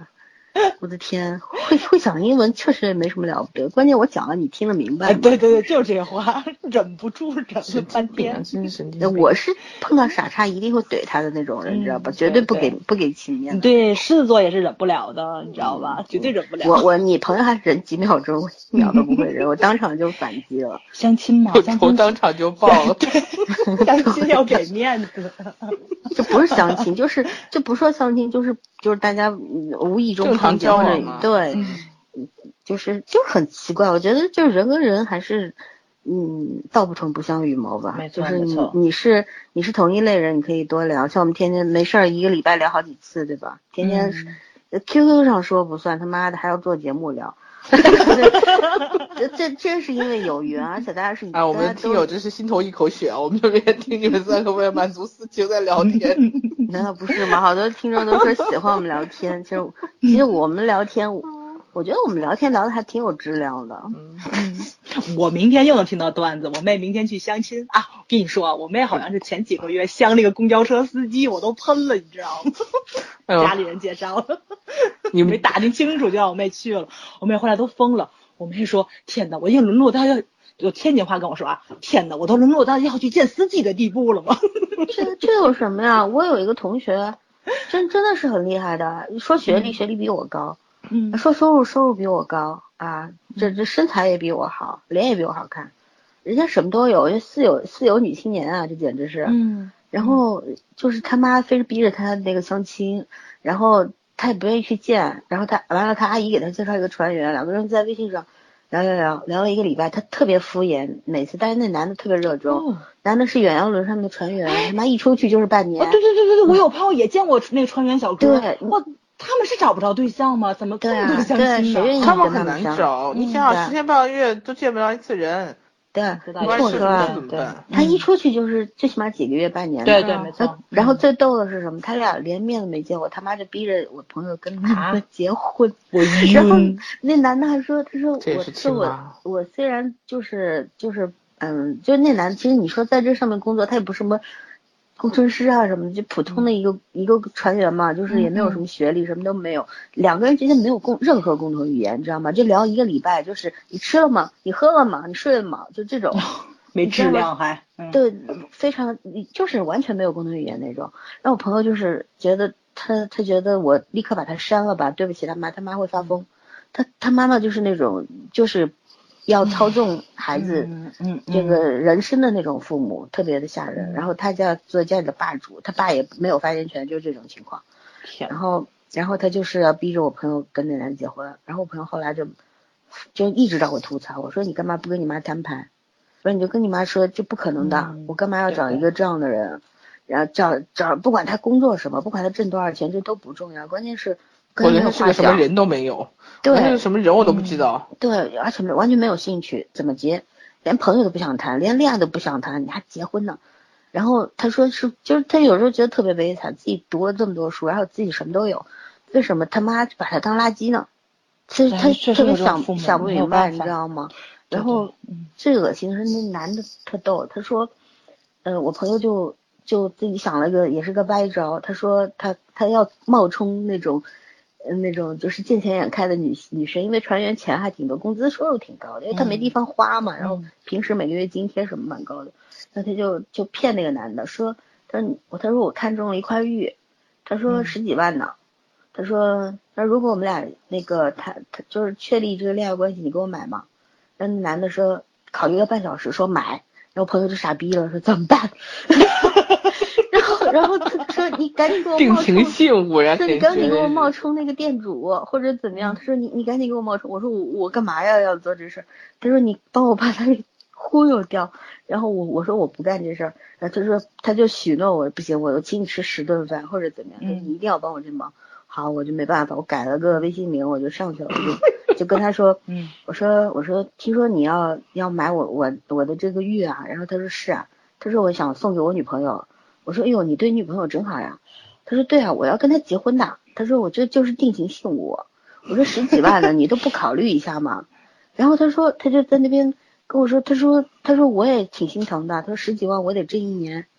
我的天，会会讲英文确实也没什么了不得，关键我讲了你听得明白哎， 吗？ 对对对，就是这话，忍不住忍了半天。 真是神经病。 我是碰到傻叉一定会怼他的那种人，你知道吧？ 嗯绝对不给对不给情面的。 对，狮子座也是忍不了的，你知道吧？绝对忍不了。 我我你朋友还忍几秒钟，我一秒都不会忍，我当场就反击了。 相亲嘛， 我相亲当场就爆了。 对，相亲要给面子。 这不是相亲，就是就不说相亲，就是就是大家无意中正常碰见或者交往嘛对。就是就是很奇怪，我觉得就是人跟人还是，嗯，道不同不相与谋吧。 没错就是你没错你是你是同一类人，你可以多聊，像我们天天没事儿一个礼拜聊好几次，对吧？天天、 嗯、 Q Q 上说不算，他妈的还要做节目聊。这这这是因为有缘，而且大家是啊，我们听友真是心头一口血啊！我们这边听你们三个为了满足私情在聊天， 难道不是吗？好多听众都说喜欢我们聊天，其实其实我们聊天。我觉得我们聊天聊的还挺有质量的。 嗯，我明天又能听到段子。我妹明天去相亲啊，我跟你说，我妹好像是前几个月相那个公交车司机，我都喷了，你知道吗？哎、家里人介绍的，你没打听清楚就让我妹去了，我妹后来都疯了。我妹说：“天哪，我已经沦落到要有天津话跟我说啊，天哪，我都沦落到要去见司机的地步了吗？” 这这有什么呀？我有一个同学，真真的是很厉害的，说学历、嗯、学历比我高。嗯，说收入收入比我高啊，这这身材也比我好，脸也比我好看，人家什么都有，人私有私有女青年啊，这简直是。嗯，然后就是他妈非是逼着他那个相亲，然后他也不愿意去见，然后他完了他阿姨给他介绍一个船员，两个人在微信上聊聊聊聊了一个礼拜，他特别敷衍，每次但是那男的特别热衷，哦、男的是远洋轮上面的船员，他妈一出去就是半年。 哦、对对对对对，我有朋友也见过那个船员小哥。 对， 我。他们是找不着对象吗？怎么这么多相亲呢？ 他们很难找，你想想十天半个月都见不着一次人。 对， 没错， 对，他一出去就是最起码几个月半年。 对对，没错。 然后最逗的是什么？他俩连面都没见过，他妈就逼着我朋友跟他结婚。然后那男的还说：“他说我说我我虽然就是就是嗯，就那男的，其实你说在这上面工作，他也不是什么。”工程师啊什么的，就普通的一个、嗯、一个船员嘛，就是也没有什么学历，嗯、什么都没有。两个人之间没有共任何共同语言，你知道吗？就聊一个礼拜，就是你吃了吗？你喝了吗？你睡了吗？就这种， 没质量还。 嗯、对，非常就是完全没有共同语言那种。然后我朋友就是觉得他他觉得我立刻把他删了吧，对不起他妈，他妈会发疯。他他妈妈就是那种就是。要操纵孩子这个人生的那种父母、嗯嗯、特别的吓人，然后他家做家里的霸主，他爸也没有发言权，就是这种情况。然后然后他就是要逼着我朋友跟那男的结婚，然后我朋友后来就就一直找我吐槽，我说你干嘛不跟你妈摊牌？我说你就跟你妈说这不可能的，嗯、我干嘛要找一个这样的人？然后找找不管他工作什么，不管他挣多少钱，这都不重要，关键是。 我觉得他是个什么人都没有， 对， 他是什么人我都不知道。 嗯、对，而且完全没有兴趣，怎么结，连朋友都不想谈，连恋爱都不想谈，你还结婚呢？然后他说是，就是他有时候觉得特别悲惨，自己读了这么多书，然后自己什么都有，为什么他妈把他当垃圾呢？其实他特别想想不明白，你知道吗？然后最恶心的是那男的特逗，他说，呃，我朋友就就自己想了个也是个歪招，他说他他要冒充那种。嗯，那种就是见钱眼开的女女生，因为船员钱还挺多，工资收入挺高的，因为他没地方花嘛，嗯、然后平时每个月津贴什么蛮高的，那他就就骗那个男的说，他说我他说我看中了一块玉，他说十几万呢，嗯、他说那如果我们俩那个他他就是确立这个恋爱关系，你给我买吗？那男的说考虑了半小时说买，然后朋友就傻逼了，说怎么办？然后，然后他说：“你赶紧给我冒充， 定情信物呀！ 说你赶紧给我冒充那个店主或者怎么样。”他说：“你你赶紧给我冒充。”我说：“我我干嘛呀？要做这事？”他说：“你帮我把他给忽悠掉。”然后我我说：“我不干这事儿。”然后他说：“他就许诺我不行，我请你吃十顿饭或者怎么样。”他说：“你一定要帮我这忙。”好，我就没办法，我改了个微信名，我就上去了，我就就跟他说：“嗯，我说我说听说你要要买我我我的这个玉啊。”然后他说：“是啊。”他说：“我想送给我女朋友。”我说：“哎呦，你对女朋友真好呀。”他说：“对啊，我要跟她结婚的。”他说：“我这就是定情信物。”我说：“十几万的你都不考虑一下吗？”然后他说，他就在那边跟我说，他说他说我也挺心疼的，他说十几万我得挣一年。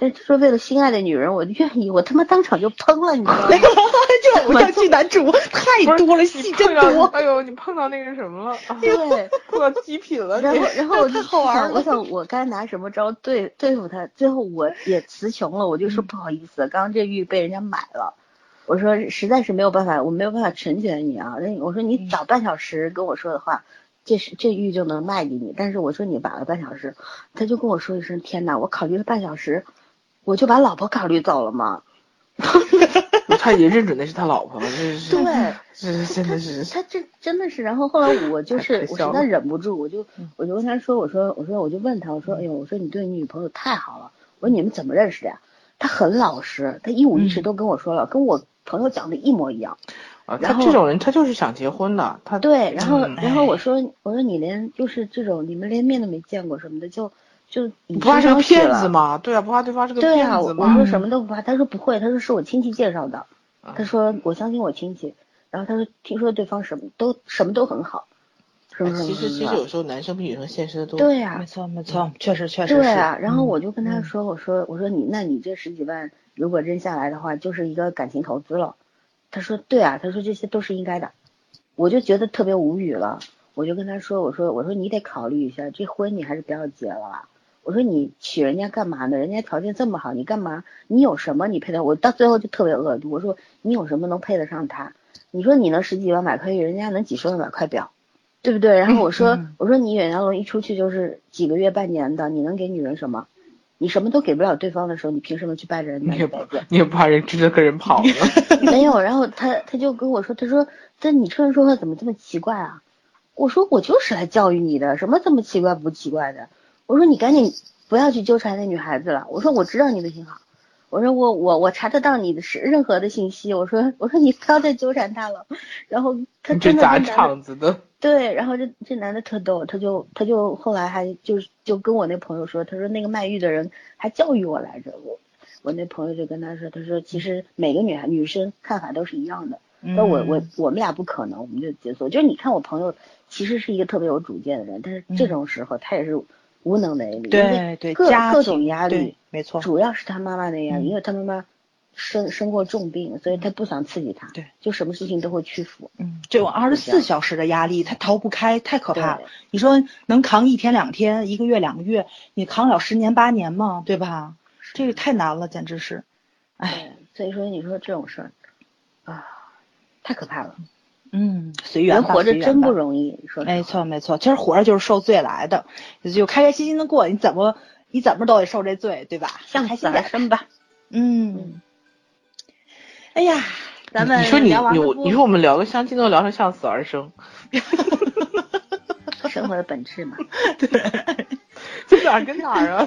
但是说为了心爱的女人，我愿意，我他妈当场就喷了，你知道吗？ 这偶像剧男主太多了，戏真多。 哎呦，你碰到那个什么了？ 对， 碰到极品了。 然后，然后我就好玩了。 我想我该拿什么招对对付他？最后我也词穷了，我就说不好意思，刚刚这玉被人家买了。我说实在是没有办法，我没有办法成全你啊。那我说你早半小时跟我说的话，这是这玉就能卖给你。但是我说你晚了半小时，他就跟我说一声天哪，我考虑了半小时，我就把老婆考虑走了吗？ 他已经认准那是他老婆了，这是对， 是真的是他这真的是。然后后来我就是我实在忍不住，我就我就跟他说，我说我说我就问他，我说哎呦，我说你对你女朋友太好了，我说你们怎么认识的呀？他很老实，他一五一十都跟我说了，嗯、跟我朋友讲的一模一样。 啊，他这种人他就是想结婚的，他对，然后、嗯、然后我说我说你连就是这种你们连面都没见过什么的，就就不怕是个骗子吗？对啊，不怕对方是个骗子吗？ 对啊，我说什么都不怕，他说不会，他说是我亲戚介绍的，嗯、他说我相信我亲戚，然后他说听说对方什么都什么都很好。是是其实其实有时候男生比女生现实的多。 对呀、啊， 没错没错，确实确实对啊，然后我就跟他说，嗯、我说我说你那你这十几万如果扔下来的话，就是一个感情投资了。他说对啊，他说这些都是应该的。我就觉得特别无语了，我就跟他说，我说我说你得考虑一下，这婚你还是不要结了啦。我说你娶人家干嘛呢？人家条件这么好，你干嘛？你有什么你配得？我到最后就特别恶毒，我说你有什么能配得上他？你说你能十几万买块玉，人家能几十万买块表。对不对？然后我说，嗯、我说你远洋龙一出去就是几个月半年的，你能给女人什么？你什么都给不了对方的时候，你凭什么去拜着人家一辈子？ 你也不怕人追着跟人跑了？ 没有，然后他他就跟我说，他说，但你这人说话怎么这么奇怪啊？我说我就是来教育你的，什么这么奇怪不奇怪的？我说你赶紧不要去纠缠那女孩子了。我说我知道你的心好。我说我我我查得到你的是任何的信息，我说我说你不要再纠缠他了。然后他真的砸场子的。 对，然后这这男的特逗，他就他就后来还就就跟我那朋友说，他说那个卖玉的人还教育我来着。我我那朋友就跟他说，他说其实每个女孩女生看法都是一样的，但我我我们俩不可能，我们就解锁。就是你看我朋友其实是一个特别有主见的人，但是这种时候他也是无能为力， 对对， 各各种压力， 没错， 主要是他妈妈的压力，嗯、因为他妈妈生生过重病，所以他不想刺激他， 对， 就什么事情都会屈服。 嗯，这种二十四小时的压力，他逃不开，太可怕了。你说能扛一天两天，一个月两个月，你扛了十年八年吗？对吧？这个太难了，简直是。哎， 所以说你说这种事儿啊，太可怕了。 嗯，随缘吧， 人活着真不容易。说没错没错，其实活着就是受罪来的，就开开心心的过，你怎么你怎么都得受这罪，对吧？ 向死而生吧。 嗯。哎呀，咱们你说你你你说我们聊个相亲都聊成向死而生， 生活的本质嘛。 对，这哪儿跟哪儿啊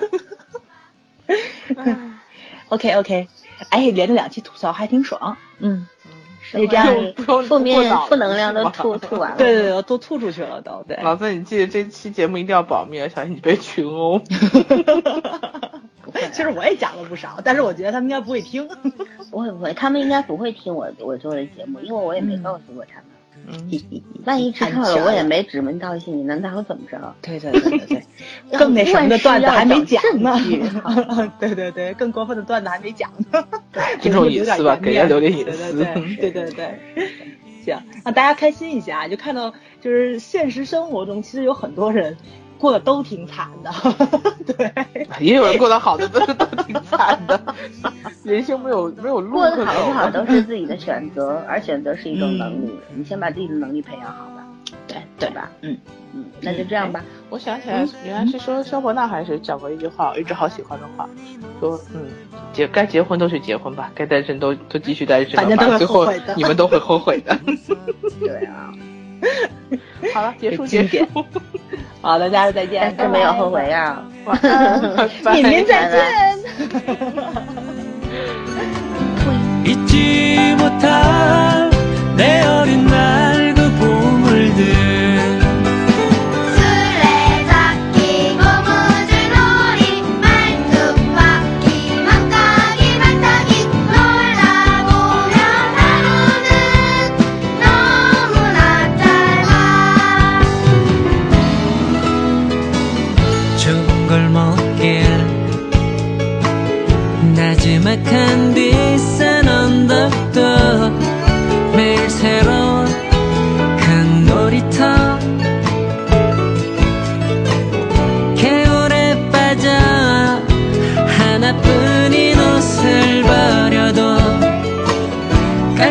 ？OK OK， 哎，连着两期吐槽还挺爽，嗯。 就这样，负面负能量都吐吐完了。 对对对，都吐出去了都。对， 老子你记得这期节目一定要保密，小心你被群殴。 其实我也讲了不少，但是我觉得他们应该不会听。 我我他们应该不会听我我做的节目，因为我也没告诉过他们。 嗯， 万一知道了，我也没指名道姓，你能拿我怎么着？ 对对对对对，更那什么的段子还没讲呢。对对对，更过分的段子还没讲呢。 尊重隐私吧，给人留点隐私。 对对对，行，让大家开心一下，就看到就是现实生活中其实有很多人过得都挺惨的，对， 也有人过得好的，都是都挺惨的。人生没有没有路过得好不好都是自己的选择，而选择是一种能力，嗯、你先把自己的能力培养好吧， 对对吧？嗯嗯，那就这样吧。 我想起来，原来是说萧伯纳还是讲过一句话，我一直好喜欢的话，说嗯，结该结婚都去结婚吧，该单身都都继续单身吧， 反正都会后悔的，你们都会后悔的。 对啊。 好了，结束结束。 好，大家再见。 真没有后悔呀。 敏敏再见。 잊지 못할 내 어린 날 그 보물들 술래잡기 고무줄놀이 말뚝박기 망타기 말타기 놀다 보면 하루는 너무나 짧아 좋은 걸 먹길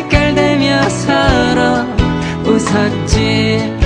깔깔대며 서로 웃었지